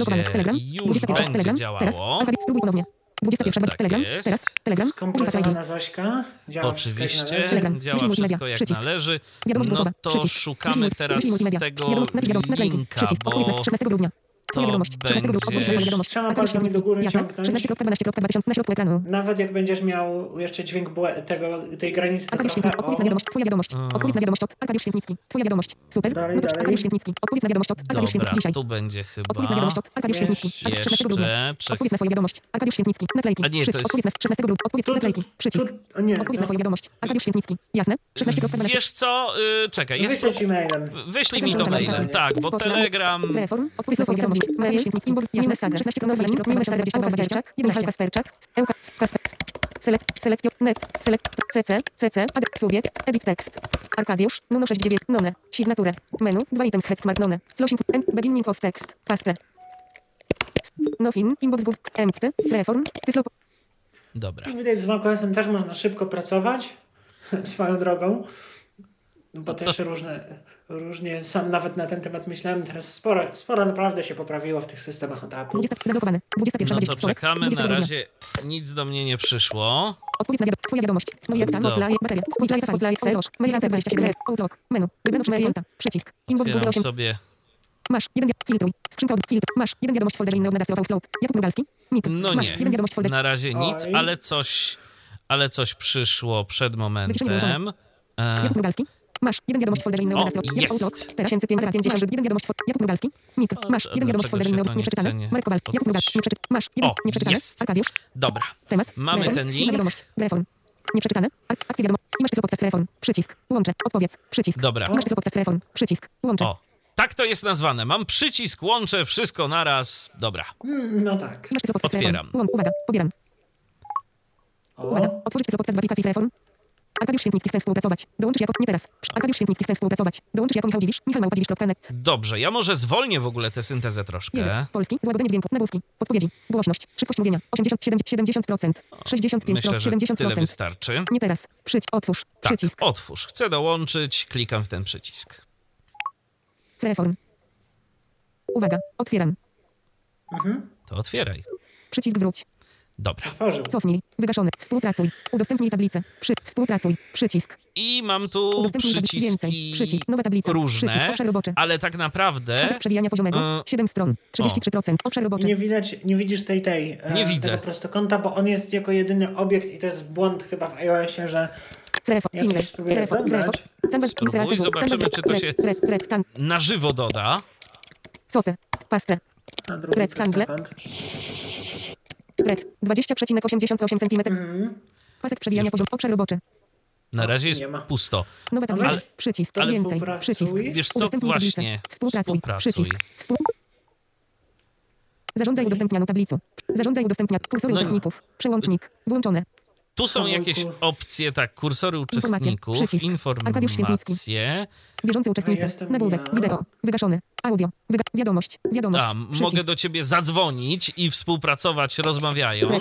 będzie działało. Spróbuj ponownie. 21. Tak Telegram. jest. Teraz. Telegram. Skompletowana Zośka. Działa Oczywiście, wszystko działa wszystko jak należy. No to szukamy teraz tego linka, bo to będzie... Trzema palcami do góry ciągnąć. 16.12.20 na środku ekranu. Nawet jak będziesz miał jeszcze dźwięk tej granicy, to Arkadiusz Świętnicki, odpowiedz na wiadomość, twoja wiadomość. Odpowiedz na wiadomość od Arkadiusz Świętnicki, twoja wiadomość. Super. Dalej. Arkadiusz Świętnicki, odpowiedz na wiadomość od Arkadiusz Świętnicki dzisiaj. Tu będzie chyba... Odpowiedz na wiadomość od Arkadiusz Świętnicki. 16 grudnia. Odpowiedz na swoją wiadomość. Arkadiusz Świętnicki. Naklejki. A nie, to jest... Odpowiedz na 16 grudnia. Odpowiedz na naklejki. Przycisk. Odpowiedz na swoją wiadomość. Arkadiusz Świętnicki. Jasne? 16.12. Wiesz co? Czekaj. Wyślij ci mailem. Wyślij mi to mailem, tak, bo Telegram... Reform. Odpowiedz na swoją wiadomość. Arkadiusz Świętnicki. Inbox. Jasne. 16 Kasperczak. 11 Kasperczak. Ełka. Selekcjo. Net. CC. Subiekt. Edit text. Arkadiusz. Nuno 69. None. Signature. Menu. 2 items. Headmark. None. Closing. Beginning of text. Paste. Nothing. Inbox. Book. Empty. Reform. Tyflo. Dobra. Jak widać, z macOS-em też można szybko pracować. Swoją drogą. Bo też różnie, sam nawet na ten temat myślałem. Teraz sporo naprawdę się poprawiło w tych systemach od Apple. 20. Zablokowane. 21. No to czekamy, na razie nic do mnie nie przyszło. Odpowiedz na twoja wiadomość. No i jak tam, bateria. Spotlight, Serosz. Mail 27. Outlook. Menu. Wyglądasz mail. Przycisk. Inbox Google 8. Sobie. Masz. Filtruj. Skrzynka od filtr. Masz. Wiadomość folder inny od nadawcy Outlook. Jakub Mrugalski. Mik. No masz. Nie. Wiadomość folder. Na razie nic, ale coś przyszło przed momentem. Jakub Mrugalski. Masz. Wiadomość folder inny od nadawcy Outlook. Teraz 1550. Jakub Mrugalski. Mik. Masz. Wiadomość folder inny od nieprzeczytane. Marek Kowalski. Jakub Mrugalski. Masz. Nieprzeczytane. Arkadiusz. Dobra. Temat. Mamy ten link. Wiadomość. Reform. Nieprzeczytane. Akcja wiadomość. I masz tylko podcast reform. Przycisk. Łączę. Odpowiedz. Przycisk. Dobra. Masz tylko podcast reform. Przycisk. Łączę. O, tak to jest nazwane. Mam przycisk, łączę wszystko naraz. Dobra. No tak. I masz tylko podcast Otwieram. reform. Uwaga. Pobieram. Uwaga. Otworzyć tylko podcast w aplikacji reform. Arkadiusz Świętnicki chce współpracować. Dołączysz jako... Nie teraz. Arkadiusz Świętnicki chce współpracować. Dołączysz jako Michał Dziwisz. Michał Małpa-Dziwisz.net. Dobrze, ja może zwolnię w ogóle tę syntezę troszkę. Język polski. Złagodzenie dźwięków. Nagłówki. Odpowiedzi. Głośność. Szybkość mówienia. 70%. 65%. Myślę, że 70%. tyle wystarczy. Nie teraz. Otwórz. Tak, Przycisk. otwórz. Chcę dołączyć. Klikam w ten przycisk. Reform. Uwaga. Otwieram. To otwieraj. Przycisk wróć. Dobra. Otworzył. Cofnij. Wygaszony. Współpracuj. Udostępnij tablicę. Współpracuj. Przycisk. I mam tu Udostępnij przyciski więcej. Przycisk. Nowa tablica. różne, Przycisk. Obszar roboczy. ale tak naprawdę... Przewijania poziomego. 7 stron. 33%. Obszar roboczy. Nie widzisz tej Nie widzę. tego prostokąta, bo on jest jako jedyny obiekt i to jest błąd chyba w iOSie, że Ja coś spróbuję dodać. Spróbuj, zobaczymy, czy to się na żywo doda. Copę. Pastę. Na drugi Rec handle. prostokąt. Rec. 20,88 cm. Pasek przewijania poziom. Obszar roboczy. Na razie jest nie ma. pusto. Nowa tablica. Ale- Przycisk. ale Więcej. współpracuj. Przycisk. Wiesz co, Udostępnij tablicę. właśnie, Współpracuj. Przycisk. Zarządzaj udostępnianą tablicą. Zarządzaj udostępnianą. Kursory No. uczestników. Przełącznik. Włączone. Tu są Kamolku. jakieś opcje, tak, kursory Informacje, uczestników, przycisk. Arkadiusz Świętnicki. informacje. Bieżący A uczestnicy. jestem Nagłówek. ja. Wideo. Wygaszony. Audio. Wiadomość. Wiadomość. Mogę Przycisk. do ciebie zadzwonić i współpracować rozmawiając.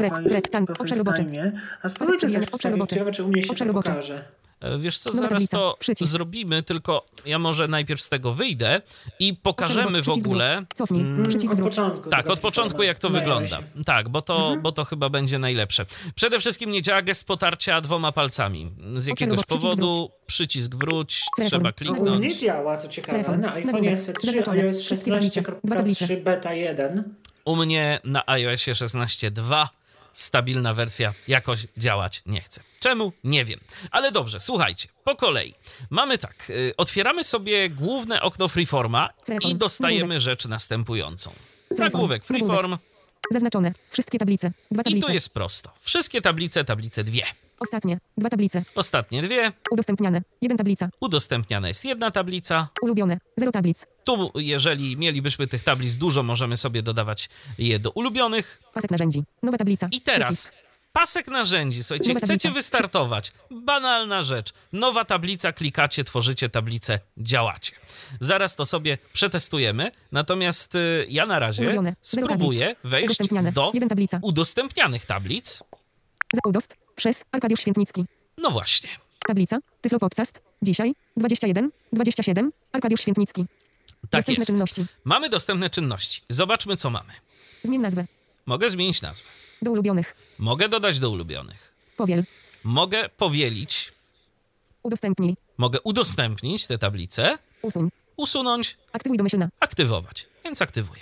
Obszar roboczy. A spróbuj przewijania, coś obszar roboczy. ciekawe, czy u mnie się Obszar to roboczy. pokaże. Wiesz co, Nowa zaraz tablica. to Przycisk. zrobimy, tylko ja może najpierw z tego wyjdę i pokażemy w Przycisk ogóle... wróć. Cofnij. Przycisk Od wróć. początku. Tak, tego od początku jak to Freeforma. wygląda. Tak, bo to chyba będzie najlepsze. Przede wszystkim nie działa gest potarcia 2 palcami. Z jakiegoś Przycisk powodu przycisk wróć, Freeform. trzeba U kliknąć. mnie działa, co ciekawe, Telefon. na iPhone Nagłówek. jest 3 Zaznaczone. iOS Wszystkie tablice. Dwa tablice. 16.3 beta 1. U mnie na iOSie 16.2 stabilna wersja jakoś działać nie chce. Czemu? Nie wiem. Ale dobrze, słuchajcie, po kolei. Mamy tak, otwieramy sobie główne okno Freeforma Freeform. i dostajemy Nagłówek. rzecz następującą. Freeform. Nagłówek Freeform Zaznaczone. Wszystkie tablice. 2 i tablice. tu jest prosto. Wszystkie tablice 2. Ostatnie. 2 tablice. Ostatnie 2, Udostępniane. 1 tablica. udostępniana jest 1 tablica. Ulubione. 0 tablic. Tu, jeżeli mielibyśmy tych tablic dużo, możemy sobie dodawać je do ulubionych. Pasek narzędzi. Nowa tablica. I teraz Przycisk. pasek narzędzi. Słuchajcie, Nowa chcecie tablica. wystartować. Banalna rzecz. Nowa tablica, klikacie, tworzycie tablicę, działacie. Zaraz to sobie przetestujemy. Natomiast ja na razie Ulubione. Zero spróbuję wejść Udostępniane. do 1 tablica. udostępnianych tablic. Za udost. Przez Arkadiusz Świętnicki. No właśnie. Tablica. Tyflo Podcast. Dzisiaj. 21. 27. Arkadiusz Świętnicki. Tak Dostępne jest. czynności. Mamy dostępne czynności. Zobaczmy, co mamy. Zmień nazwę. Mogę zmienić nazwę. Do ulubionych. Mogę dodać do ulubionych. Powiel. Mogę powielić. Udostępnij. Mogę udostępnić tę tablicę, Usuń. usunąć, Aktywuj domyślna. aktywować. Więc aktywuję.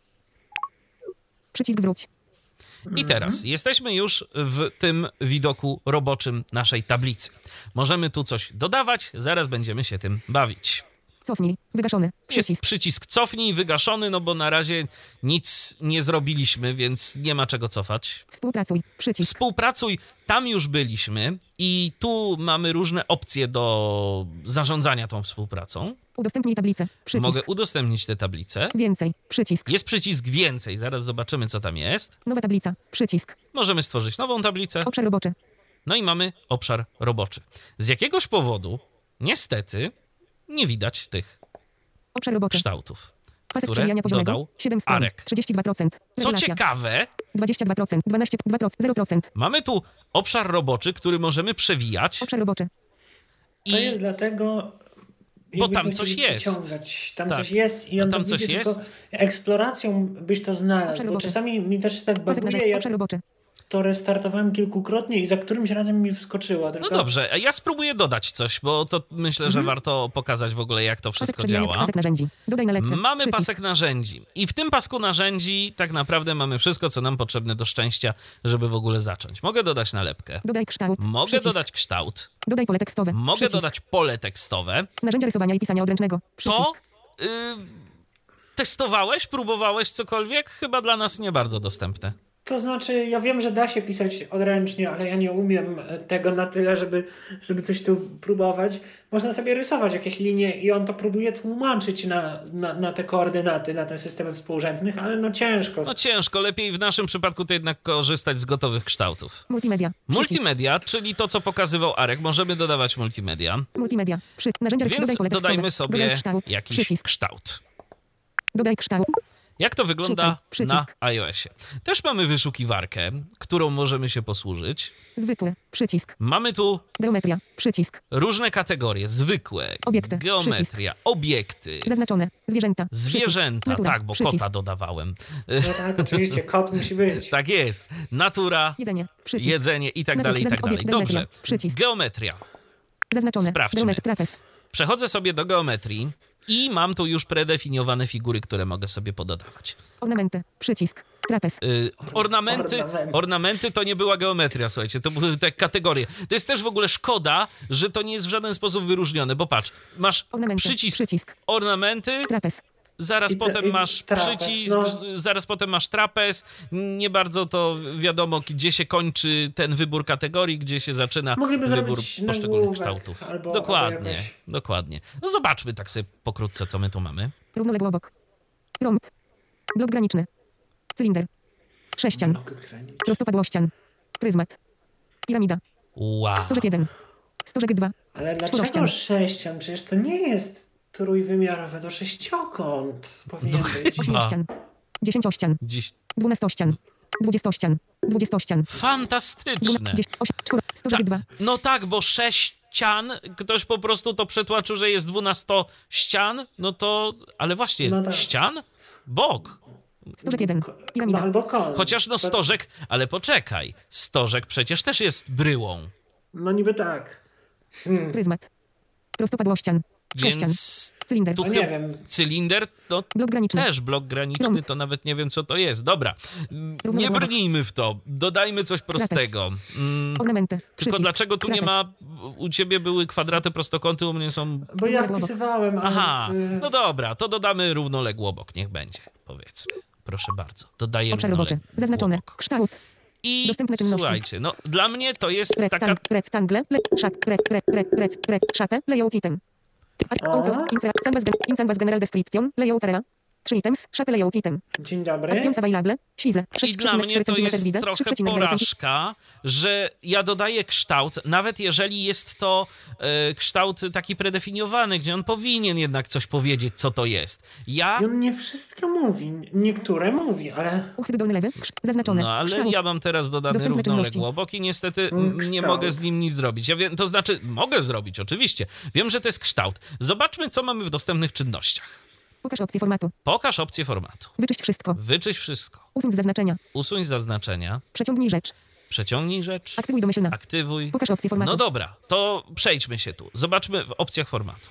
Przycisk wróć. I teraz jesteśmy już w tym widoku roboczym naszej tablicy. Możemy tu coś dodawać, zaraz będziemy się tym bawić. Cofnij. Wygaszony. Jest Przycisk. przycisk cofnij, wygaszony, no bo na razie nic nie zrobiliśmy, więc nie ma czego cofać. Współpracuj. Przycisk. Współpracuj, tam już byliśmy i tu mamy różne opcje do zarządzania tą współpracą. Udostępnij tablicę. Przycisk. Mogę udostępnić tę tablicę. Więcej. Przycisk. Jest przycisk więcej, zaraz zobaczymy, co tam jest. Nowa tablica. Przycisk. Możemy stworzyć nową tablicę. Obszar roboczy. No i mamy obszar roboczy. Z jakiegoś powodu, niestety, nie widać tych Obszar roboczy. kształtów, Pasek które przewijania poziomego. dodał 7 stron. Arek. 32%. Co Regulacja. ciekawe, 22%. 12%. 2%. 0%. mamy tu obszar roboczy, który możemy przewijać Obszar roboczy. To i jest dlatego... Bo tam jakbyśmy coś chcieli jest. przeciągać. Tam Tak. coś jest i A on tam to coś widzi, jest? tylko eksploracją byś to znalazł. Obszar Bo roboczy. czasami mi też tak Pasek baguje, narzędzi. ja Obszar roboczy. to restartowałem kilkukrotnie i za którymś razem mi wskoczyło. no Tylko dobrze, ja spróbuję dodać coś, bo to myślę, że warto pokazać w ogóle, jak to Pasek wszystko przewijania. działa. Pasek narzędzi. Dodaj nalepkę. Mamy Przycisk. pasek narzędzi i w tym pasku narzędzi tak naprawdę mamy wszystko, co nam potrzebne do szczęścia, żeby w ogóle zacząć. Mogę dodać nalepkę, Dodaj kształt. mogę Przycisk. dodać kształt, Dodaj pole tekstowe. mogę Przycisk. dodać pole tekstowe. Narzędzia rysowania i pisania odręcznego. Przycisk. To testowałeś, próbowałeś cokolwiek? Chyba dla nas nie bardzo dostępne. to znaczy, ja wiem, że da się pisać odręcznie, ale ja nie umiem tego na tyle, żeby coś tu próbować. Można sobie rysować jakieś linie i on to próbuje tłumaczyć na te koordynaty, na te systemy współrzędnych, ale no ciężko. No ciężko, lepiej w naszym przypadku to jednak korzystać z gotowych kształtów. Multimedia. Przycisk. Multimedia, czyli to, co pokazywał Arek, możemy dodawać multimedia, Multimedia. Narzędzia więc dodaj pole tekstowe. dodajmy Dodaj sobie kształt. jakiś Przycisk. kształt. Dodaj kształt. Jak to wygląda Szukaj. Przycisk. na iOSie? Też mamy wyszukiwarkę, którą możemy się posłużyć. Zwykły. Przycisk. Mamy tu Geometria. Przycisk. różne kategorie, zwykłe, Obiekty. geometria, obiekty, Zaznaczone. Zwierzęta. zwierzęta, Przycisk. Natura. tak, bo Przycisk. kota dodawałem. No tak, oczywiście, kot musi być. Tak jest, natura, Jedzenie. Przycisk. jedzenie i tak Natura. dalej, i tak dalej. Obiekt. Dobrze, Geometria. Przycisk. geometria. Zaznaczone. Sprawdźmy. Geometria. Trapez. Przechodzę sobie do geometrii I mam tu już predefiniowane figury, które mogę sobie pododawać. Ornamenty. Przycisk. Trapez. Ornamenty to nie była geometria, słuchajcie, to były te kategorie. To jest też w ogóle szkoda, że to nie jest w żaden sposób wyróżnione, bo patrz, masz przycisk. Ornamenty, Trapez. zaraz potem masz trapez, przycisk, zaraz potem masz trapez. Nie bardzo to wiadomo, gdzie się kończy ten wybór kategorii, gdzie się zaczyna wybór poszczególnych kształtów. Dokładnie. No zobaczmy tak sobie pokrótce, co my tu mamy. Równoległy obok. Rąb. Blok graniczny. Cylinder. Sześcian. Prostopadłościan. Pryzmat. Piramida. Wow. Stożek 1. Stożek 2. Ale dlaczego sześcian? Przecież to nie jest trójwymiarowe, to sześciokąt powinien być. Ośmiościan. 10-ościan. 12-ościan. 20-ościan. 20-ościan. Fantastyczne. Stożek 2. No tak, bo sześcian, ktoś po prostu to przetłaczył, że jest 12 ścian, no to, ale właśnie, ścian? Bok. Stożek 1. Piramida. Albo kąt. Chociaż stożek, ale poczekaj, stożek przecież też jest bryłą. No niby tak. Pryzmat. Prostopadłościan. Sześcian. Cylinder. Tu nie wiem. Cylinder, to blok graniczny. też blok graniczny, to nawet nie wiem, co to jest. Dobra, nie brnijmy w to. Dodajmy coś prostego. Ornamenty. Tylko dlaczego tu nie ma, u ciebie były kwadraty, prostokąty, u mnie są... Bo ja wpisywałem, ale... Aha, no dobra, to dodamy równoległy obok, niech będzie, powiedzmy. Proszę bardzo, dodaję obszar roboczy. Zaznaczone. Kształt. I dostępne czynności. Słuchajcie, no dla mnie to jest taka... Rectangle, szapę, layout item. Canvas general description, layout area. 3 items, szapę layout item. Dzień dobry. Actions available, size, I dla mnie to jest trochę porażka, że ja dodaję kształt, nawet jeżeli jest to kształt taki predefiniowany, gdzie on powinien jednak coś powiedzieć, co to jest. I on nie wszystko mówi, niektóre mówi, ale... Uchwyt dolny lewy, zaznaczone. No ale kształt. Ja mam teraz dodany równoległy obok i niestety nie mogę z nim nic zrobić. Ja wiem, to znaczy, mogę zrobić, oczywiście. Wiem, że to jest kształt. Zobaczmy, co mamy w dostępnych czynnościach. Pokaż opcję formatu. Pokaż opcję formatu. Wyczyść wszystko. Wyczyść wszystko. Usuń z zaznaczenia. Usuń z zaznaczenia. Przeciągnij rzecz. Przeciągnij rzecz. Aktywuj domyślna. Aktywuj. Pokaż opcję formatu. No dobra, to przejdźmy się tu. Zobaczmy w opcjach formatu.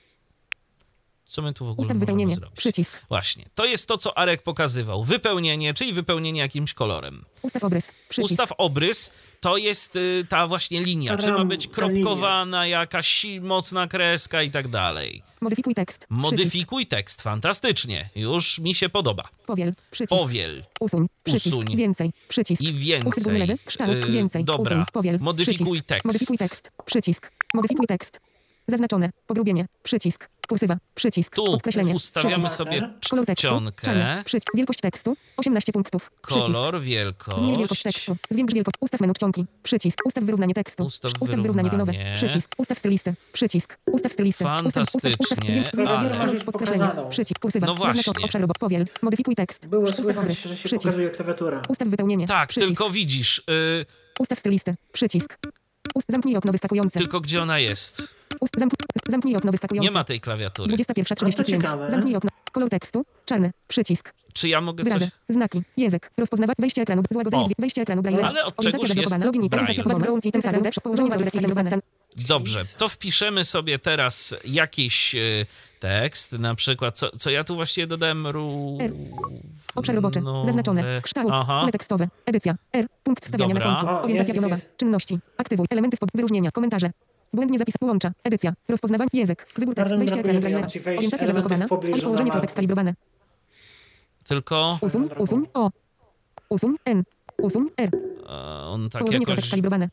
Co my tu w ogóle Ustaw możemy wypełnienie. zrobić? Przycisk. Właśnie. To jest to, co Arek pokazywał. Wypełnienie, czyli wypełnienie jakimś kolorem. Ustaw obrys. Przycisk. Ustaw obrys. To jest ta właśnie linia. Czy ma być kropkowana, jakaś mocna kreska i tak dalej. Modyfikuj tekst. Modyfikuj tekst. Fantastycznie. Już mi się podoba. Powiel. Przycisk. Powiel. Usuń. Przycisk. Usuń. Więcej. Przycisk. I więcej. Uchwyt górny lewy. Kształt. Więcej. Dobra. Usuń. Powiel. Modyfikuj Przycisk. tekst. Modyfikuj tekst. Przycisk. Modyfikuj tekst. Zaznaczone. Pogrubienie. Przycisk. Kursywa. Przycisk. Tu Podkreślenie. ustawiamy Przycisk. sobie Kolor tekstu. czcionkę. Wielkość tekstu. 18 punktów. Przycisk. Kolor, wielkość. Zmień wielkość tekstu. Zwiększ wielkość. Ustaw menu czcionki. Przycisk. Ustaw wyrównanie tekstu. Ustaw wyrównanie pionowe. wyrównanie. Przycisk. Ustaw stylistę. Przycisk. Ustaw stylistę. Fantastycznie, ale- Podkreślenie. Przycisk. Kursywa. No właśnie. Zaznaczony obszar obok. Powiel. Modyfikuj tekst. Było Ustaw słychać, obrys. że się Przycisk. pokazuje klawiatura. Ustaw wypełnienie. Tak, Przycisk. tylko widzisz. Ustaw stylistę. Przycisk. Zamknij okno wyskakujące. Tylko gdzie ona jest? Zamknij okno wyskakujące. Nie ma tej klawiatury. 21:35. ciekawe. Zamknij okno. Kolor tekstu. Czarny. Przycisk. Czy ja mogę Wyrazy. coś... Znaki. Język. Rozpoznawać. Wejście ekranu. Złagodzenie. Wejście ekranu. Braille. Ale od Orientacja czegoś zablokowana. jest Login i Braille. Położenie tabelek. Dobrze, to wpiszemy sobie teraz jakiś tekst, na przykład, co ja tu właściwie dodałem? Obszar roboczy. Zaznaczone. Kształt. Pole tekstowe. Edycja. R. Punkt wstawiania Dobra. na końcu. O, Orientacja pionowa. jest. Czynności. Aktywuj. Elementy wyróżnienia. Komentarze. Błędnie zapis. Połącza. Edycja. Rozpoznawanie. Język. Wybór tekst. Bardzo Wejście brakuje ekranu. tej Braille. opcji wejść Orientacja elementów zablokowana. w pobliżu Położenie na kropek skalibrowane. Tylko Usuń. O. Usuń. N. Usuń. R. on tak Położenie kropek jakoś... skalibrowane.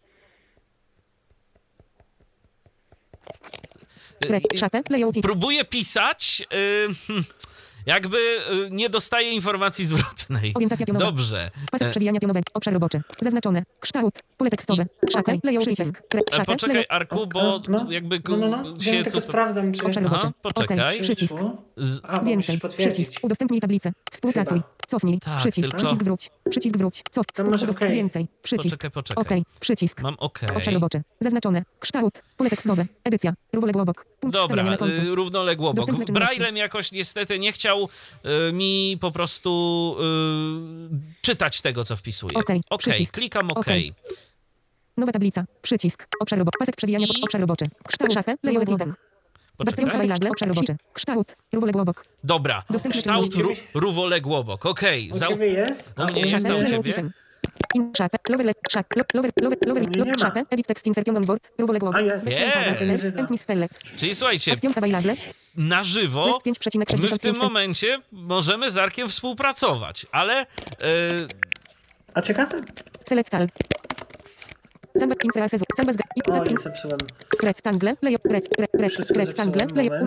Szapę. Layout. Próbuję pisać, jakby nie dostaję informacji zwrotnej. Orientacja pionowa. Dobrze. Pasek przewijania pionowe. Obszar roboczy. Zaznaczone. Kształt. Pole tekstowe. Szapę. Layout. Przycisk. Szapę. Poczekaj, Arku, bo jakby się Wiem, tylko tu... sprawdzam, czy... Obszar roboczy. Aha, poczekaj. Okej. Przycisk. A, bo Więcej. musisz potwierdzić. Przycisk. Udostępnij tablicę. Współpracuj. Chyba. Cofnij. Tak, Przycisk. tylko- Przycisk wróć. Przycisk wróć. To masz okej. Więcej. Przycisk. Poczekaj. Okej. Przycisk. Mam OK. Obszar roboczy. Zaznaczone. Kształt. Pole tekstowe. Edycja. Równoległy obok. Punkt wstawiania Dobra, na końcu. równoległy obok. Dostępne czynności. Braillem jakoś niestety nie chciał mi po prostu czytać tego, co wpisuję. Okej, Okej, przycisk. klikam OK. Okej. Nowa tablica. Przycisk. Obszar roboczy. Pasek przewijania. I- Obszar roboczy. Kształt. Szafę. Layout item. Obszar roboczy. Kształt. Równoległobok. Dobra, kształt równoległobok. Okej. U ciebie jest? U mnie jest, a u ciebie? Edit text insertion on word. A jest. Czyli słuchajcie, na żywo my w tym momencie możemy z Arkiem współpracować, ale... A ciekawe? Select all. O, nie zepsułem. Rectangle, layout, rectangle, layout,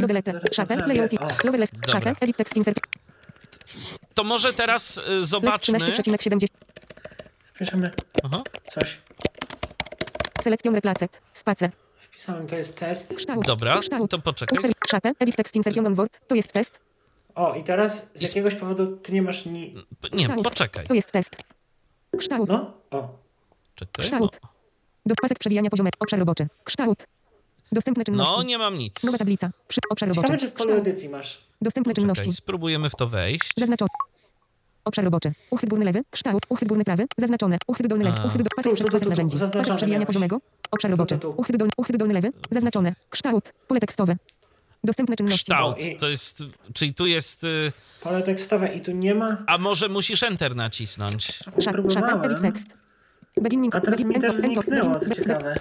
edit text insert. To może teraz zobaczmy... 13,70. Wpiszemy coś. Selection replacet. Space. Wpisałem, to jest test. Dobra, to poczekaj. Edit text insertion on word. To jest test. O, i teraz z jakiegoś powodu ty nie masz Nie, poczekaj. To jest test. Kształt. No, o. Czekaj. Kształt. Do pasek przewijania poziomu. Obszar roboczy. Kształt. Dostępne czynności. No, nie mam nic. Nowa tablica. Obszar roboczy. Ciekawe, czy w polu edycji masz. Dostępne czynności. Spróbujemy w to wejść. Zaznaczone. Obszar roboczy. Uchwyt górny lewy. Kształt. Uchwyt górny prawy. Zaznaczone. Uchwyt dolny lewy. Uchwyt pasek narzędzi. Pasek przewijania poziomego. Obszar roboczy. Uchwyt dolny lewy. Zaznaczone. Kształt. Pole tekstowe. Dostępne czynności. Kształt. To jest... Czyli tu jest... Pole tekstowe i tu nie ma... A może musisz Enter nacisnąć? Próbowałem. Edit text. Beginning. A teraz mi też zniknęło, co ciekawe.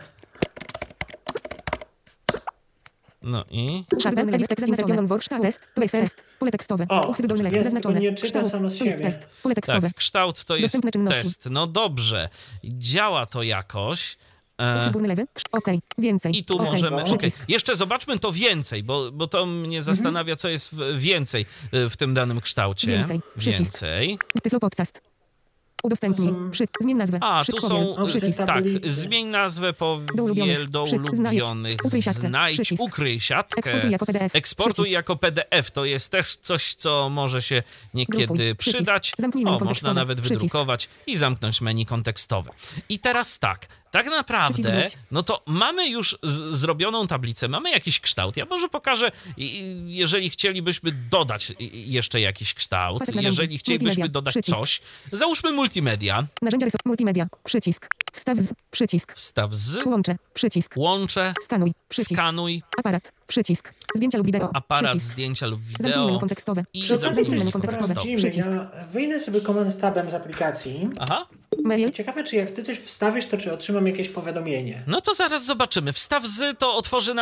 No i... Edit text insertion word. Test. To jest test. Pole tekstowe. Uchwyt dolny lewy. Zaznaczone. Nie czyta samo z to jest siebie. test. Pole tekstowe. Tak, kształt to jest czynności. test. No dobrze. Działa to jakoś. Uchwyt górny lewy. Okej. Więcej. I tu możemy... Przycisk. Jeszcze zobaczmy to więcej, bo to mnie zastanawia, co jest więcej w tym danym kształcie. Więcej. Przycisk. Tyflo podcast. Udostępnij. Zmień nazwę. A, tu są... Przycisk. Tak, zmień nazwę do ulubionych. Znajdź, ukryj siatkę. Eksportuj jako PDF. To jest też coś, co może się niekiedy przydać. Można nawet wydrukować i zamknąć menu kontekstowe. I teraz tak naprawdę, no to mamy już zrobioną tablicę, mamy jakiś kształt. Ja może pokażę, jeżeli chcielibyśmy dodać jeszcze jakiś kształt, jeżeli chcielibyśmy dodać coś, załóżmy multimedia. Narzędzia multimedia. Przycisk. Wstaw z. Przycisk. Wstaw z. Łącze. Przycisk. Łącze. Skanuj. Przycisk. Skanuj. Aparat. Przycisk. Zdjęcia lub wideo. Aparat, Przycisk. zdjęcia lub Zamknij wideo. menu kontekstowe. I zamknij menu kontekstowe. Przycisk. Ja wyjdę sobie command tabem z aplikacji. Aha. Mail. Ciekawe, czy jak ty coś wstawisz, to czy otrzymam jakieś powiadomienie. No to zaraz zobaczymy. Wstaw z to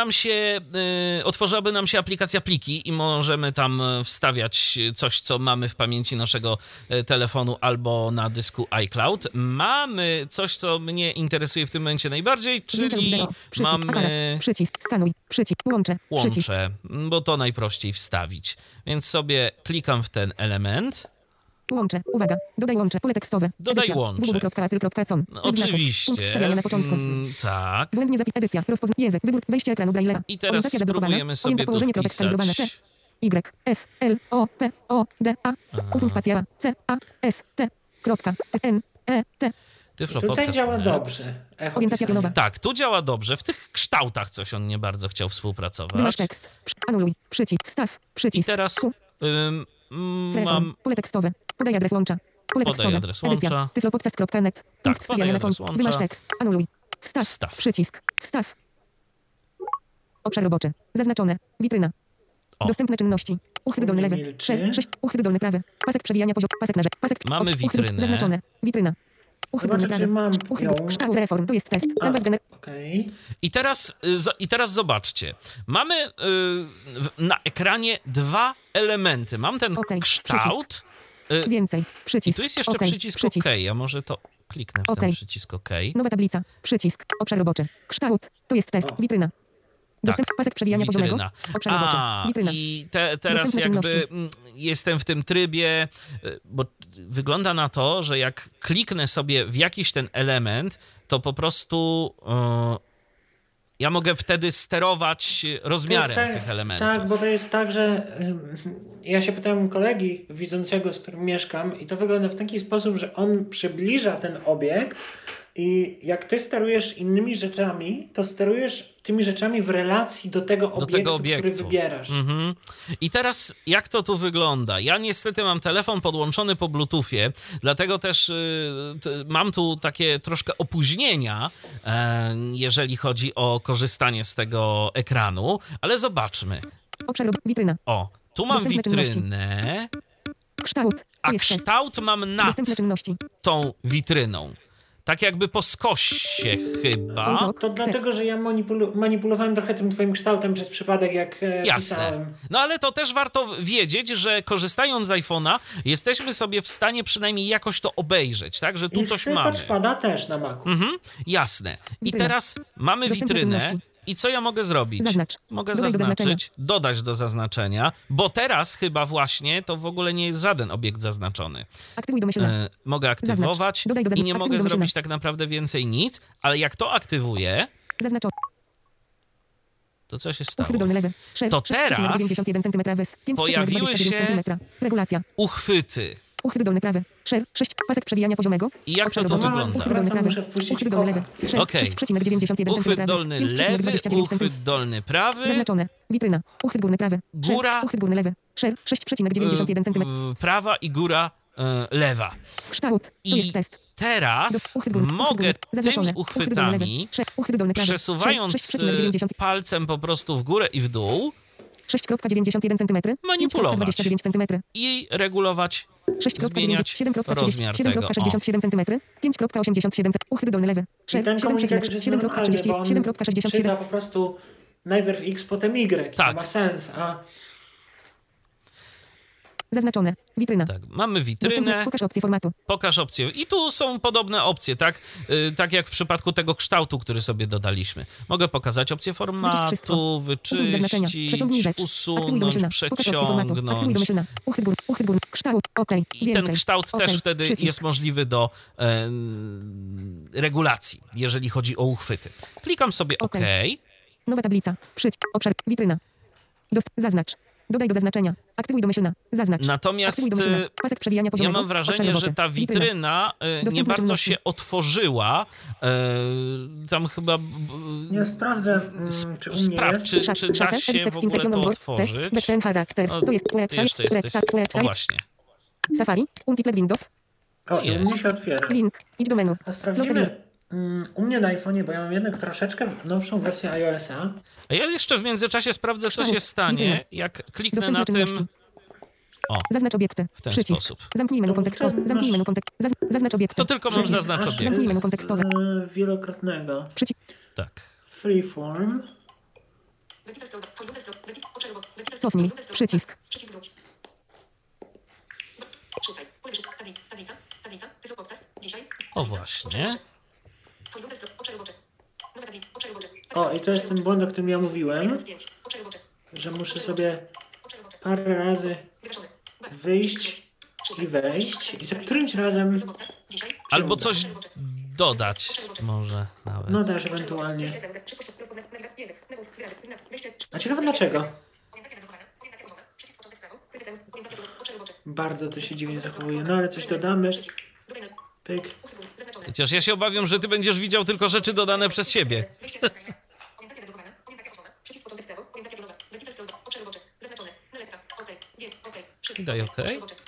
otworzyłaby nam się aplikacja pliki i możemy tam wstawiać coś, co mamy w pamięci naszego telefonu albo na dysku iCloud. Mamy coś, co mnie interesuje w tym momencie najbardziej, czyli mamy... Aparat. Przycisk. Skanuj. Przycisk. Łącze. Łącze, bo to najprościej wstawić. Więc sobie klikam w ten element. Łącze. Uwaga. Dodaj łącze. Pole tekstowe. Dodaj edycja. łącze. www.apple.com. No, oczywiście. Punkt wstawiania na początku. Tak. Błędnie zapis. Edycja. Język. Wybór. Wejście ekranu Braille'a. I teraz spróbujemy sobie tu wpisać. Y, F, L, O, P, O, D, A. Usuń spacja. C, A, S, T. Kropka. N, E, T. Tutaj działa dobrze. Orientacja pionowa. Tak, tu działa dobrze. W tych kształtach coś on nie bardzo chciał współpracować. Wymasz tekst. Anuluj. Przycisk. Wstaw. Przycisk. I teraz mam... Pole tekstowe. Podaj adres łącza. Pole tekstowe. Adres łącza. Edycja. tyflopodcast.net. Tak, Punkt wstawiania na adres łącza. Wymasz tekst. Anuluj. Wstaw. Przycisk. Wstaw. Obszar roboczy. Zaznaczone. Witryna. Dostępne czynności. Uchwyt dolny lewy. 6. Uchwyt dolny prawy. Pasek przewijania poziomu. Pasek narzędzi. Pasek. Mamy witrynę. Zaznaczone. Witryna. Uchwyt dolny prawy. Uchwyt. Kształt reform. To jest test. I teraz zobaczcie. Mamy na ekranie dwa elementy. Mam ten kształt. Więcej. Przycisk. I tu jest jeszcze przycisk OK. Ja może to kliknę w ten przycisk OK. Nowa tablica. Przycisk. Obszar roboczy. Kształt. To jest test. Witryna. Dostęp, pasek przewijania poziomego. Obszar roboczy. Witryna. I teraz jakby jestem w tym trybie, bo wygląda na to, że jak kliknę sobie w jakiś ten element, to po prostu ja mogę wtedy sterować rozmiarem tych elementów. Tak, bo to jest tak, że ja się pytałem kolegi widzącego, z którym mieszkam, i to wygląda w taki sposób, że on przybliża ten obiekt, I jak ty sterujesz innymi rzeczami, to sterujesz tymi rzeczami w relacji do tego obiektu, który wybierasz. I teraz jak to tu wygląda? Ja niestety mam telefon podłączony po Bluetoothie, dlatego też mam tu takie troszkę opóźnienia, jeżeli chodzi o korzystanie z tego ekranu, ale zobaczmy. Obszar witryna. O, tu mam witrynę, Kształt. a kształt mam nad tą witryną. Tak jakby po skosie chyba. To dlatego, że ja manipulowałem trochę tym twoim kształtem przez przypadek, jak pisałem. No ale to też warto wiedzieć, że korzystając z iPhone'a jesteśmy sobie w stanie przynajmniej jakoś to obejrzeć, tak? Że tu coś mamy. I pada też na Macu. Jasne. I teraz mamy witrynę. I co ja mogę zrobić? Zaznacz. Mogę zaznaczyć, dodać do zaznaczenia, bo teraz chyba właśnie to w ogóle nie jest żaden obiekt zaznaczony. Aktywuj domyślne. Mogę aktywować i nie mogę zrobić tak naprawdę więcej nic, ale jak to aktywuję, to co się stało? To teraz pojawiły się uchwyty. Uchwyt dolny prawy. Share 6. Pasek przewijania poziomego. I jak to wygląda? Uchwyt dolny prawy. Uchwyt dolny lewy. Share 6,91 uchwyt dolny lewy, uchwyt dolny prawy. Zaznaczone. Witryna. Uchwyt górny prawy. Góra. Uchwyt górny lewy. Share 6,91 cm. Prawa i góra lewa. Kształt. To jest test. Teraz mogę tymi uchwytami, przesuwając palcem po prostu w górę i w dół, 6,91 cm. manipulować 29 cm. i regulować, zmieniać rozmiar tego. 7,67 cm. 5,87 cm. Uchwyt dolny lewy. I ten komunikat jest normalny, bo on czyta po prostu najpierw X, potem Y. Tak. To ma sens, a... Zaznaczone. Witryna. Tak, mamy witrynę. Pokaż opcję formatu. Pokaż opcję. I tu są podobne opcje, tak? Tak jak w przypadku tego kształtu, który sobie dodaliśmy. Mogę pokazać opcję formatu, wyczyścić, usunąć, przeciągnąć. Uchwyt górny. Kształt. OK. I ten kształt też wtedy jest możliwy do regulacji, jeżeli chodzi o uchwyty. Klikam sobie OK. Nowa tablica. Obszar. Witryna. Zaznacz. Dodaj do zaznaczenia. Aktywuj domyślna. Zaznacz. Natomiast pasek przewijania poziomego. Ja mam wrażenie, że ta witryna nie bardzo się otworzyła. Tam chyba... Nie sprawdzę, czy u mnie jest. Czy da się w ogóle to otworzyć? To jest jeszcze jesteś. O właśnie. Safari. Multiple Windows. O, u mnie się otwiera. Link. Idź do menu. A sprawdzimy u mnie na iPhone'ie, bo ja mam jednak troszeczkę nowszą wersję iOS-a. A ja jeszcze w międzyczasie sprawdzę, co się stanie, jak kliknę na tym... O, zaznacz obiekty. W ten sposób. Zamknij menu kontekstowe. Zamknij menu kontekstowe. Zaznacz obiekty. To tylko mam zaznacz obiekty. Zamknij menu kontekstowe. Wielokrotnego. Tak. Freeform. Cofnij. Przycisk. O właśnie. O, i to jest ten błąd, o którym ja mówiłem, że muszę sobie parę razy wyjść i wejść i za którymś razem albo coś dodać może nawet. No też ewentualnie. A ciekawe dlaczego? Bardzo to się dziwnie zachowuje. No ale coś dodamy. Pyk. Chociaż ja się obawiam, że ty będziesz widział tylko rzeczy dodane przez siebie. I daj OK.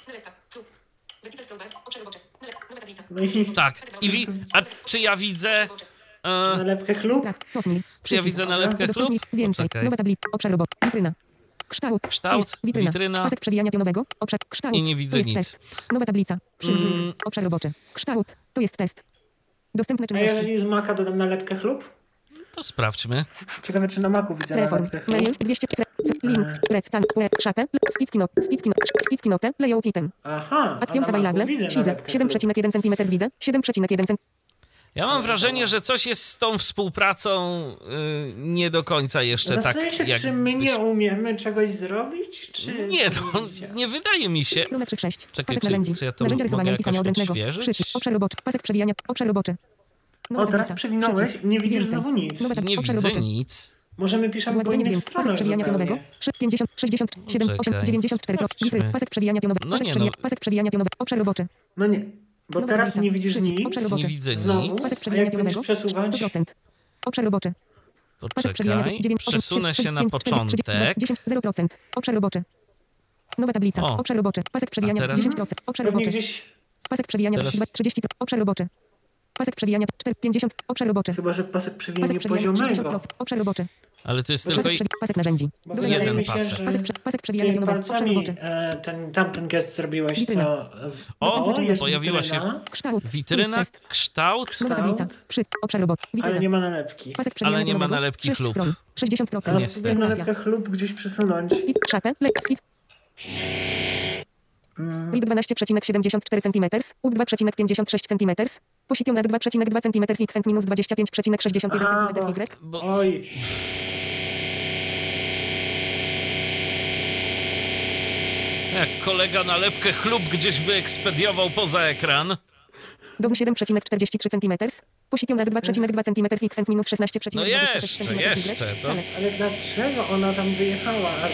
No i... Tak. A czy ja widzę... nalepkę klub? Czy ja widzę nalepkę klub? Więcej. Nowa tablica. Obszar robot. Witryna. Kształt. Witryna. Pasek przewijania pionowego. Obszar. Kształt. I nie widzę nic. Test. Nowa tablica. Przycisk. Obszar roboczy. Kształt. To jest test. Dostępne A czynności. jeżeli z Maca dodam nalepkę chlub? To sprawdźmy. Ciekawe, czy na Macu widzę nalepkę chlub. Mail 200. Link. Rectan. Szapę. Skicki note. Layout item. Aha. Adpiąc available. Size. 7,1 cm wide. 7,1 cm. Ja mam wrażenie, że coś jest z tą współpracą nie do końca jeszcze tak. Jak czy my nie umiemy czegoś zrobić? Czy nie, nie wydaje mi się. Strona 3.6. Czekaj, Pasek narzędzi. czy ja to Narzędzia rysowania i pisania odręcznego. odświeżyć? Obszar roboczy. Pasek przewijania. Obszar roboczy. O, teraz przewinąłeś i nie widzisz znowu nic. Nie widzę nic. Możemy piszemy po innych stronach pasek przewijania pionowego. 50, 67, 8, 94. Pasek przewijania pionowego. Pasek przewijania pionowe. Obszar roboczy. No nie. Bo teraz nie widzisz nic. Nie widzę Znowu. nic. A jak będziesz przesuwać? 100%. Obszar roboczy. Poczekaj, przesunę się na początek. 0%. Obszar roboczy. Nowa tablica. O. Obszar roboczy. Pasek przewijania A teraz? 10%. Obszar Pewnie roboczy. gdzieś, Pasek przewijania Teraz- 30%. Obszar roboczy. Pasek przewijania 50%. Obszar roboczy. chyba że pasek Pasek przewijania przewijania poziomego. 60%. Obszar roboczy. Ale to jest tylko... Pasek narzędzi. Bo Dole wydaje jeden mi się, pasek. że Pasek przewijania tymi pionowego. Obszar palcami roboczy. tamten gest zrobiłeś, Witryna. co... jest pojawiła witryna, Kształt. Witryna, Test. kształt, Nowa tablica. Obszar roboczy. ale Witryna. nie ma nalepki. Pasek przewijania ale nie ma pionowego. nalepki 6 chlub. stron. 60%. Teraz Niestety. spróbuję nalepkę chlub gdzieś przesunąć. Skip, szapę, skip. Lid 12,74 cm, ub 2,56 cm, position 2,2 cm, x minus 25,61 Aha, cm, bo- y. bo Oj, jak kolega nalepkę chlub gdzieś wyekspediował poza ekran. Dowód 7,43 cm, position 2,2 cm, x minus 16,26 No cm, jeszcze, to... ale dlaczego ona tam wyjechała aż?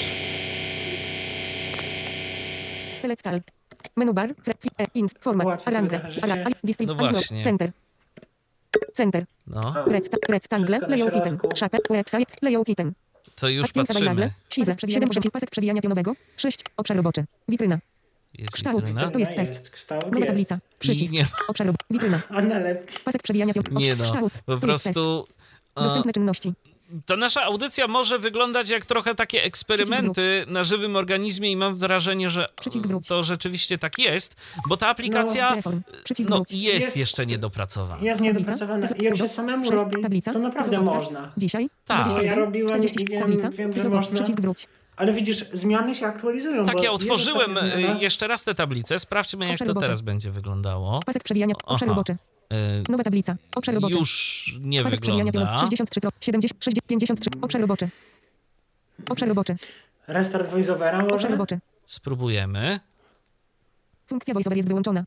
Select all. Menu bar, ins, format, Łatwo sobie arrange, życie. display, No unblock, właśnie. center, No, rectangle, Wszystko na layout item, środku. szapę, website, layout item, to już akcja patrzymy. nagle, size, 7 pasek przewijania pionowego, 6, obszar roboczy, witryna, Jest kształt, witryna. to jest test. Jest, kształt nowa jest. tablica, przycisk, I nie, obszar roboczy, witryna, A nalepki? pasek przewijania pionowego, nie no, kształt, po to jest test. prostu... Dostępne czynności. Ta nasza audycja może wyglądać jak trochę takie eksperymenty na żywym organizmie i mam wrażenie, że Przycisk wróć. to rzeczywiście tak jest, bo ta aplikacja Telefon, przycisk no, wróć. jest jeszcze niedopracowana. Jest niedopracowana. I jak się samemu Przez robi, tablica, to naprawdę telefon, można. Dzisiaj, Tak. 21, Ja robiłem i 40, wiem, tablica, wiem, że telefon, można. przycisk wróć. Ale widzisz, zmiany się aktualizują. Tak, bo ja jest otworzyłem taka zmiana. jeszcze raz tę tablicę. Sprawdźmy, jak Obszar to roboczy. teraz będzie wyglądało. Pasek przewijania, obszar Aha. roboczy. Nowa tablica, obszar roboczy. Już nie Pasek przewijania pionowego, wygląda. 63, 70, 53, obszar roboczy. Obszar roboczy, Restart voiceovera obszar może? roboczy. Spróbujemy. Funkcja voiceover jest wyłączona.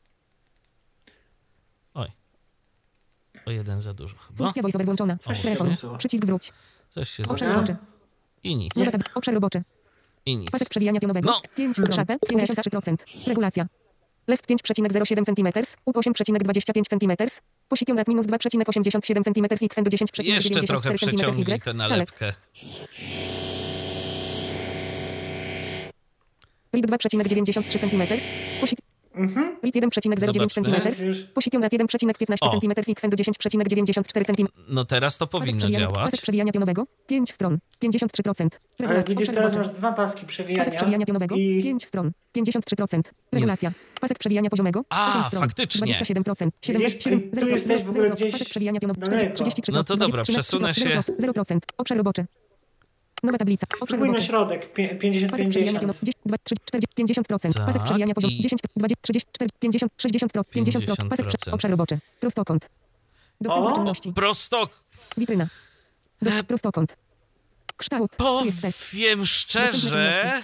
Oj. O jeden za dużo chyba. Funkcja voiceover włączona. Coś się Telefon, zepsuło. przycisk wróć. Coś się Obszar zaczęło. roboczy. I nic. Nowa obszar roboczy. I nic. Pasek przewijania pionowego. No. 5 szapę, 53%. Regulacja. Left 5,07 cm, up 8,25 cm, position at minus 2,87 cm, x do 10,94 Jeszcze trochę cm, przeciągnij y, tę scalep. nalepkę. Read 2,93 cm, read 1,09 Zobaczmy. cm, position at 1,15 O. cm, x do 10,94 cm. No teraz to powinno działać. Pasek przewijania pionowego, 5 stron, 53%. Ale widzisz, obszar teraz roboczy. masz dwa paski przewijania. Pasek przewijania pionowego, i 5 stron, 53%. Regulacja. Pasek przewijania poziomego, A, 8 stron, faktycznie. 27%. 7, Widzisz, 7, tu 0, jesteś w ogóle 0, gdzieś pasek przewijania pionowego, daleko. 33%. No to dobra, 13%, przesunę się. 0%. Obszar roboczy. Nowa tablica. Obszar Spróbuj na roboczy. środek, Pasek przewijania 50-50. pionowego, 10, 2, 3, 4, 50%. Tak, Pasek przewijania poziom, i- 10, 20, 34, 50, 60%. 50%. Pasek 50%. obszar roboczy. Prostokąt. Dostępne O! czynności. Prosto Witryna. Prostokąt. Kształt. To jest test. powiem szczerze,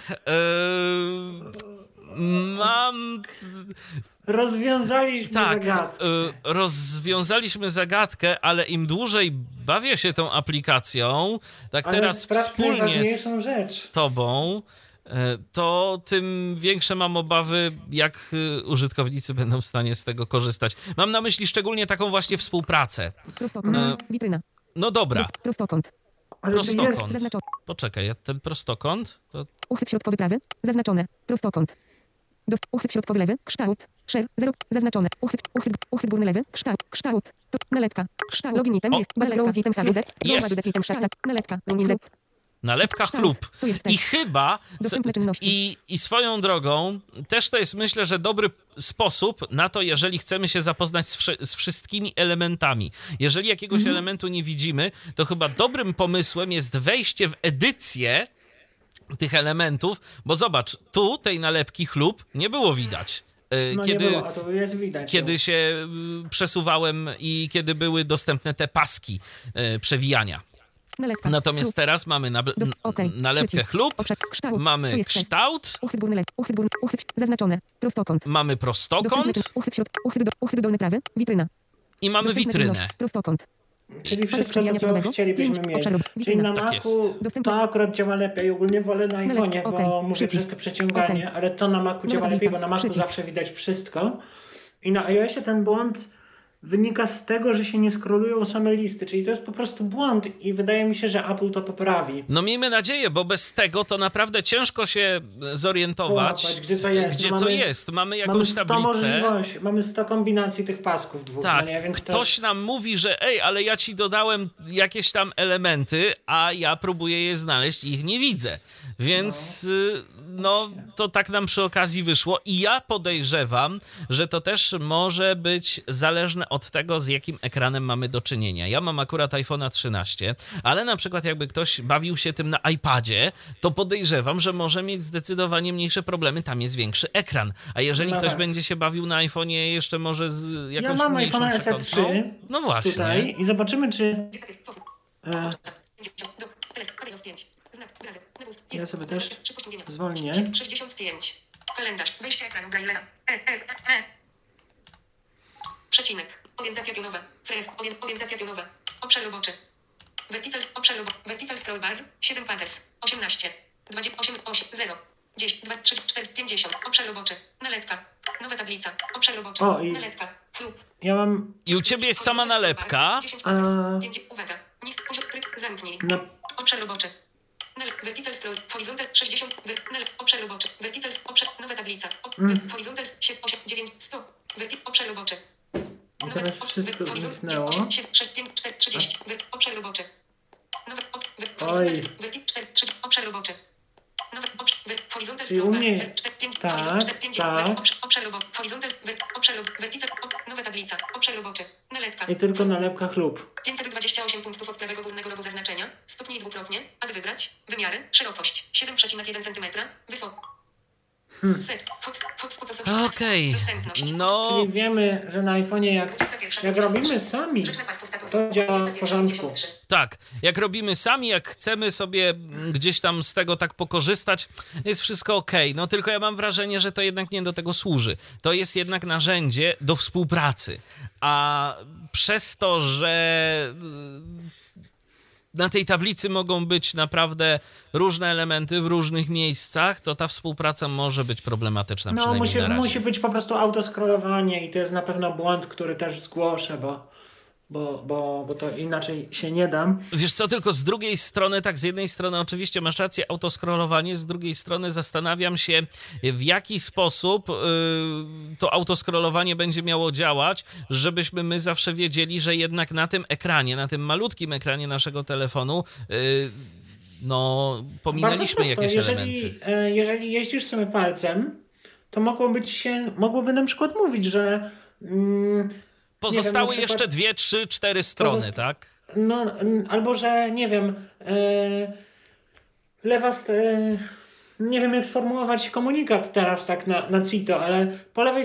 mam... Rozwiązaliśmy Tak, zagadkę. rozwiązaliśmy zagadkę, ale im dłużej bawię się tą aplikacją, tak Ale teraz sprawdź wspólnie najważniejszą z rzecz. tobą, to tym większe mam obawy, jak użytkownicy będą w stanie z tego korzystać. Mam na myśli szczególnie taką właśnie współpracę. Prostokąt. Witryna. No dobra, Prostokąt. Ale to jest... prostokąt. Zaznaczone. Poczekaj, ten prostokąt, to Uchwyt środkowy prawy. Zaznaczone. Prostokąt. Uchwyt środkowy lewy. Kształt. Share. 0. Zaznaczone. Uchwyt górny lewy. Kształt. To nalepka. Kształt. Login item. O. Nalepka. Item stagudek. Jest. Item szlachca. Nalepka. Login. nalepka Kształt. chlub. To jest I test. chyba, Dostępne czynności. i swoją drogą, też to jest myślę, że dobry sposób na to, jeżeli chcemy się zapoznać z wszystkimi elementami. Jeżeli jakiegoś elementu nie widzimy, to chyba dobrym pomysłem jest wejście w edycję tych elementów, bo zobacz, tu tej nalepki chlub nie było widać. No Kiedy, nie było, a to jest widać. kiedy się przesuwałem i kiedy były dostępne te paski przewijania. Nalepka. Natomiast Chlub. teraz mamy Okej. nalepkę Przycisk. chlub, Obszar. Kształt. To mamy jest test. kształt, Uchwyt górny lewy. Uchwyt górny. Zaznaczone. Prostokąt. mamy Dostępne prostokąt uchwyt dolny prawy. Witryna. i mamy Dostępne witrynę. czynności. Prostokąt. Czyli Pasek wszystko to, przewijania co pionowego. chcielibyśmy 5 mieć. obszarów. Czyli na Tak Macu jest. Dostępne- to akurat działa lepiej. Ogólnie wolę na iPhone'ie, bo okej. mówię Przycisk. przez to przeciąganie, Okej. ale to na Macu działa tablica. lepiej, bo na Macu Przycisk. zawsze widać wszystko. I na iOSie ten błąd wynika z tego, że się nie scrollują same listy, czyli to jest po prostu błąd i wydaje mi się, że Apple to poprawi. No miejmy nadzieję, bo bez tego to naprawdę ciężko się zorientować, Połapać, gdzie co jest. Co jest. Mamy jakąś tablicę. Mamy 100 kombinacji tych pasków dwóch. Tak, no nie? Więc ktoś nam mówi, że ale ja ci dodałem jakieś tam elementy, a ja próbuję je znaleźć i ich nie widzę. Więc to tak nam przy okazji wyszło i ja podejrzewam, że to też może być zależne od tego, z jakim ekranem mamy do czynienia. Ja mam akurat iPhone'a 13, ale na przykład jakby ktoś bawił się tym na iPadzie, to podejrzewam, że może mieć zdecydowanie mniejsze problemy, tam jest większy ekran. A jeżeli ktoś będzie się bawił na iPhone'ie jeszcze może z jakąś mniejszą przekątną... No właśnie. Tutaj i zobaczymy, czy... Ja sobie też zwolnię. 65. Kalendarz. Wyjście ekranu Braille'a. Przecinek. Orientacja pionowa. Orientacja pionowa. Obszar roboczy. Vertical scroll bar. 7 pages. 18. 28. 8. 0. 10. 2. 3. 4. 50. Obszar roboczy. Nalepka. Nowa tablica. Obszar roboczy. Nalepka. Klub. Ja mam... I u ciebie jest sama nalepka. 10 pages. Uwaga. Zamknij. Obszar roboczy. Vertical scroll. Horizontal 60. Obszar roboczy. Vertical. Obszar. Nowa tablica. Horizontal 8. 9. 100. Obszar roboczy. I teraz wszystko zniknęło. 30. Obszar roboczy. Obszar roboczy. I u mnie... Tak. Nowa tablica. Obszar roboczy. Nalepka. I tylko nalepka chlub. 528 punktów od prawego górnego rogu zaznaczenia. Stuknij dwukrotnie, aby wybrać. Wymiary. Szerokość. 7,1 cm. Wysoko. Okej. Czyli wiemy, że na iPhone'ie jak robimy sami, to działa w porządku. Tak, jak robimy sami, jak chcemy sobie gdzieś tam z tego tak pokorzystać, jest wszystko okej. No tylko ja mam wrażenie, że to jednak nie do tego służy. To jest jednak narzędzie do współpracy. A przez to, że na tej tablicy mogą być naprawdę różne elementy w różnych miejscach, to ta współpraca może być problematyczna, przynajmniej na razie. Musi być po prostu autoscrollowanie i to jest na pewno błąd, który też zgłoszę, bo to inaczej się nie dam. Wiesz co, tylko z drugiej strony, tak z jednej strony oczywiście masz rację, autoscrollowanie, z drugiej strony zastanawiam się, w jaki sposób to autoscrollowanie będzie miało działać, żebyśmy my zawsze wiedzieli, że jednak na tym ekranie, na tym malutkim ekranie naszego telefonu pominęliśmy jakieś elementy. Jeżeli jeździsz sobie palcem, to mogłoby na przykład mówić, że pozostały jeszcze 2, 3, 4 strony, tak? No, albo że, nie wiem, nie wiem jak sformułować komunikat teraz tak na CITO, ale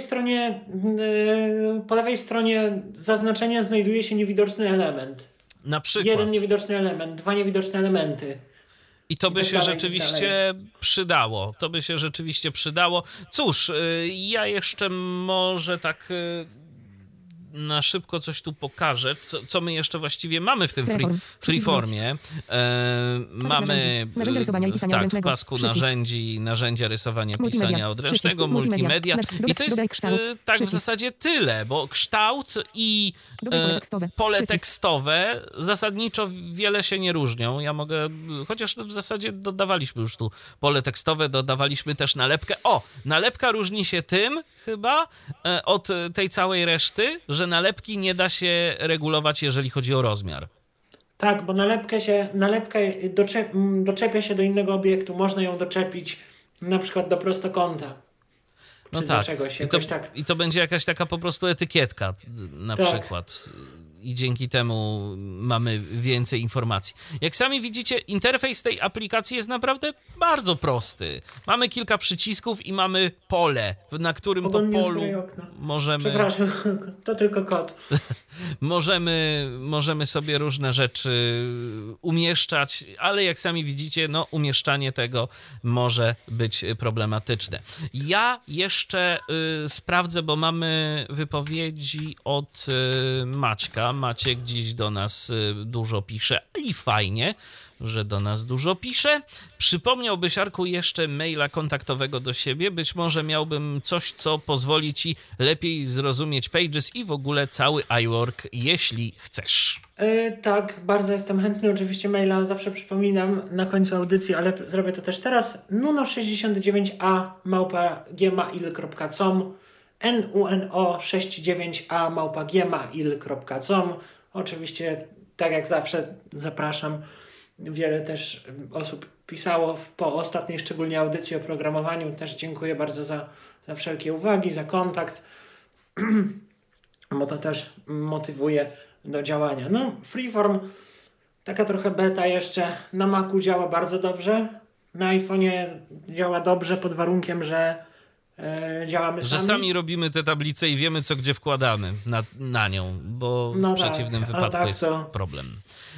po lewej stronie zaznaczenia znajduje się niewidoczny element. Na przykład. 1 niewidoczny element, 2 niewidoczne elementy. I to by się rzeczywiście przydało. To by się rzeczywiście przydało. Cóż, ja jeszcze może tak na szybko coś tu pokażę, co my jeszcze właściwie mamy w tym freeformie. Mamy w pasku narzędzia rysowania, pisania odręcznego, multimedia. I to jest tak w zasadzie tyle, bo kształt i pole tekstowe zasadniczo wiele się nie różnią. Ja mogę, chociaż w zasadzie dodawaliśmy już tu pole tekstowe, dodawaliśmy też nalepkę. Nalepka różni się tym chyba od tej całej reszty, że nalepki nie da się regulować, jeżeli chodzi o rozmiar. Tak, bo nalepka doczepia się do innego obiektu. Można ją doczepić na przykład do prostokąta. No tak. I to będzie jakaś taka po prostu etykietka na przykład. I dzięki temu mamy więcej informacji. Jak sami widzicie, interfejs tej aplikacji jest naprawdę bardzo prosty. Mamy kilka przycisków i mamy pole, na którym to polu możemy... Przepraszam, to tylko kod. Możemy sobie różne rzeczy umieszczać, ale jak sami widzicie, umieszczanie tego może być problematyczne. Ja jeszcze sprawdzę, bo mamy wypowiedzi od Maćka. a Maciek dziś do nas dużo pisze i fajnie, że do nas dużo pisze. Przypomniałbyś, Arku, jeszcze maila kontaktowego do siebie? Być może miałbym coś, co pozwoli ci lepiej zrozumieć Pages i w ogóle cały iWork, jeśli chcesz. Tak, bardzo jestem chętny. Oczywiście maila zawsze przypominam na końcu audycji, ale zrobię to też teraz. nuno69a@gmail.com nuno69a@gmail.com. Oczywiście, tak jak zawsze, zapraszam. Wiele też osób pisało po ostatniej szczególnie audycji o programowaniu. Też dziękuję bardzo za wszelkie uwagi, za kontakt, bo to też motywuje do działania. No, Freeform, taka trochę beta jeszcze, na Macu działa bardzo dobrze, na iPhone'ie działa dobrze pod warunkiem, że działamy sami. Że sami robimy tę tablicę i wiemy, co gdzie wkładamy na nią, bo w przeciwnym wypadku jest problem.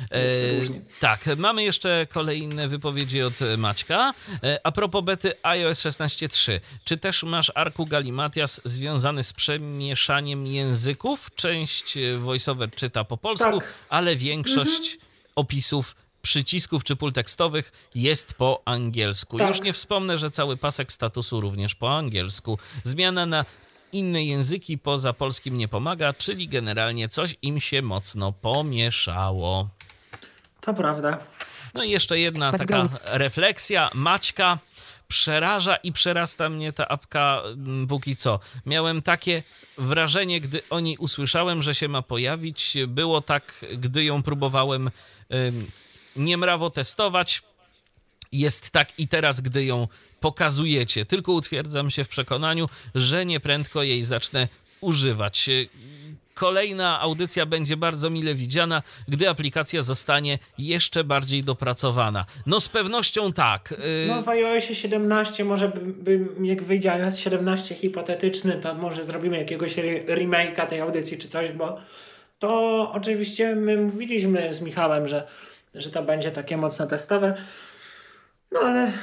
Tak, mamy jeszcze kolejne wypowiedzi od Maćka. A propos bety iOS 16.3. Czy też masz, Arku, galimatias związany z przemieszaniem języków? Część VoiceOver czyta po polsku, tak, ale większość opisów przycisków czy pól tekstowych jest po angielsku. Tak. Już nie wspomnę, że cały pasek statusu również po angielsku. Zmiana na inne języki poza polskim nie pomaga, czyli generalnie coś im się mocno pomieszało. To prawda. No i jeszcze jedna taka refleksja Maćka. Przeraża i przerasta mnie ta apka póki co. Miałem takie wrażenie, gdy o niej usłyszałem, że się ma pojawić. Było tak, gdy ją próbowałem niemrawo testować. Jest tak i teraz, gdy ją pokazujecie. Tylko utwierdzam się w przekonaniu, że nieprędko jej zacznę używać. Kolejna audycja będzie bardzo mile widziana, gdy aplikacja zostanie jeszcze bardziej dopracowana. No z pewnością tak. No w iOSie 17 może jak wyjdzie iOS 17 hipotetyczny, to może zrobimy jakiegoś remake'a tej audycji czy coś, bo to oczywiście my mówiliśmy z Michałem, że to będzie takie mocno testowe. No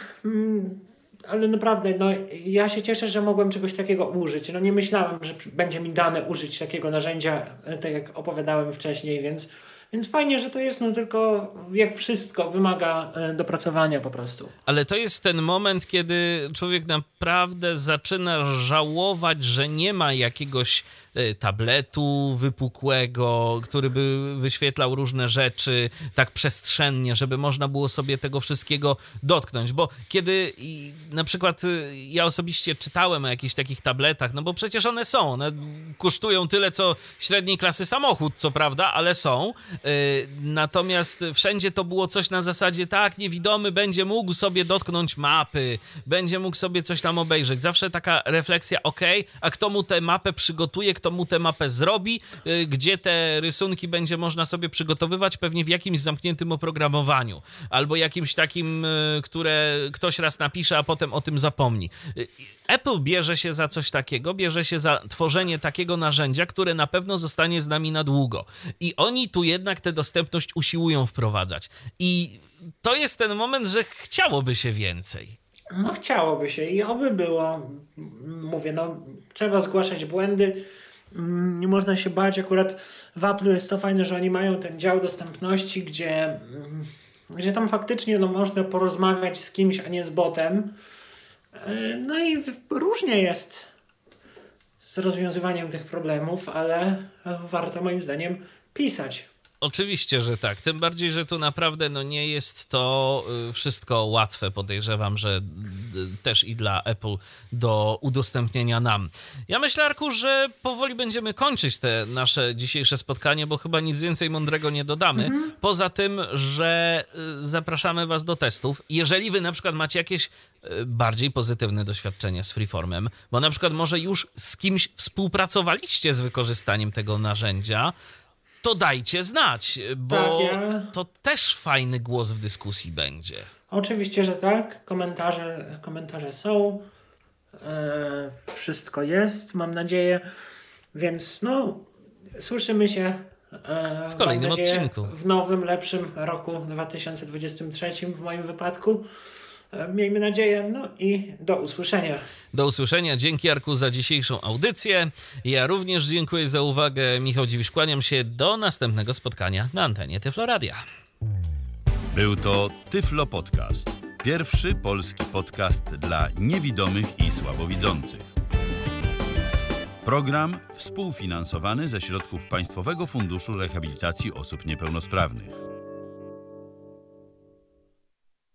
ale naprawdę, no ja się cieszę, że mogłem czegoś takiego użyć. No nie myślałem, że będzie mi dane użyć takiego narzędzia, tak jak opowiadałem wcześniej, więc fajnie, że to jest, no tylko jak wszystko wymaga dopracowania po prostu. Ale to jest ten moment, kiedy człowiek naprawdę zaczyna żałować, że nie ma jakiegoś tabletu wypukłego, który by wyświetlał różne rzeczy tak przestrzennie, żeby można było sobie tego wszystkiego dotknąć, bo kiedy na przykład ja osobiście czytałem o jakichś takich tabletach, no bo przecież one kosztują tyle, co średniej klasy samochód, co prawda, ale są, natomiast wszędzie to było coś na zasadzie, tak, niewidomy będzie mógł sobie dotknąć mapy, będzie mógł sobie coś tam obejrzeć, zawsze taka refleksja, a kto mu tę mapę przygotuje, kto mu tę mapę zrobi, gdzie te rysunki będzie można sobie przygotowywać, pewnie w jakimś zamkniętym oprogramowaniu, albo jakimś takim, które ktoś raz napisze, a potem o tym zapomni. Apple bierze się za coś takiego, bierze się za tworzenie takiego narzędzia, które na pewno zostanie z nami na długo. I oni tu jednak tę dostępność usiłują wprowadzać. I to jest ten moment, że chciałoby się więcej. No chciałoby się i oby było. Mówię, no trzeba zgłaszać błędy. Nie można się bać. Akurat w Apple'u jest to fajne, że oni mają ten dział dostępności, gdzie tam faktycznie można porozmawiać z kimś, a nie z botem. No i różnie jest z rozwiązywaniem tych problemów, ale warto moim zdaniem pisać. Oczywiście, że tak. Tym bardziej, że tu naprawdę nie jest to wszystko łatwe. Podejrzewam, że też i dla Apple do udostępnienia nam. Ja myślę, Arku, że powoli będziemy kończyć te nasze dzisiejsze spotkanie, bo chyba nic więcej mądrego nie dodamy. Poza tym, że zapraszamy was do testów. Jeżeli wy na przykład macie jakieś bardziej pozytywne doświadczenie z Freeformem, bo na przykład może już z kimś współpracowaliście z wykorzystaniem tego narzędzia, to dajcie znać, bo to też fajny głos w dyskusji będzie. Oczywiście, że tak. Komentarze są. Wszystko jest, mam nadzieję. Więc słyszymy się w kolejnym odcinku. W nowym, lepszym roku 2023 w moim wypadku. Miejmy nadzieję. No i do usłyszenia. Do usłyszenia. Dzięki, Jarku, za dzisiejszą audycję. Ja również dziękuję za uwagę. Michał Dziwisz, kłaniam się do następnego spotkania na antenie Tyflo Radia. Był to Tyflo Podcast. Pierwszy polski podcast dla niewidomych i słabowidzących. Program współfinansowany ze środków Państwowego Funduszu Rehabilitacji Osób Niepełnosprawnych.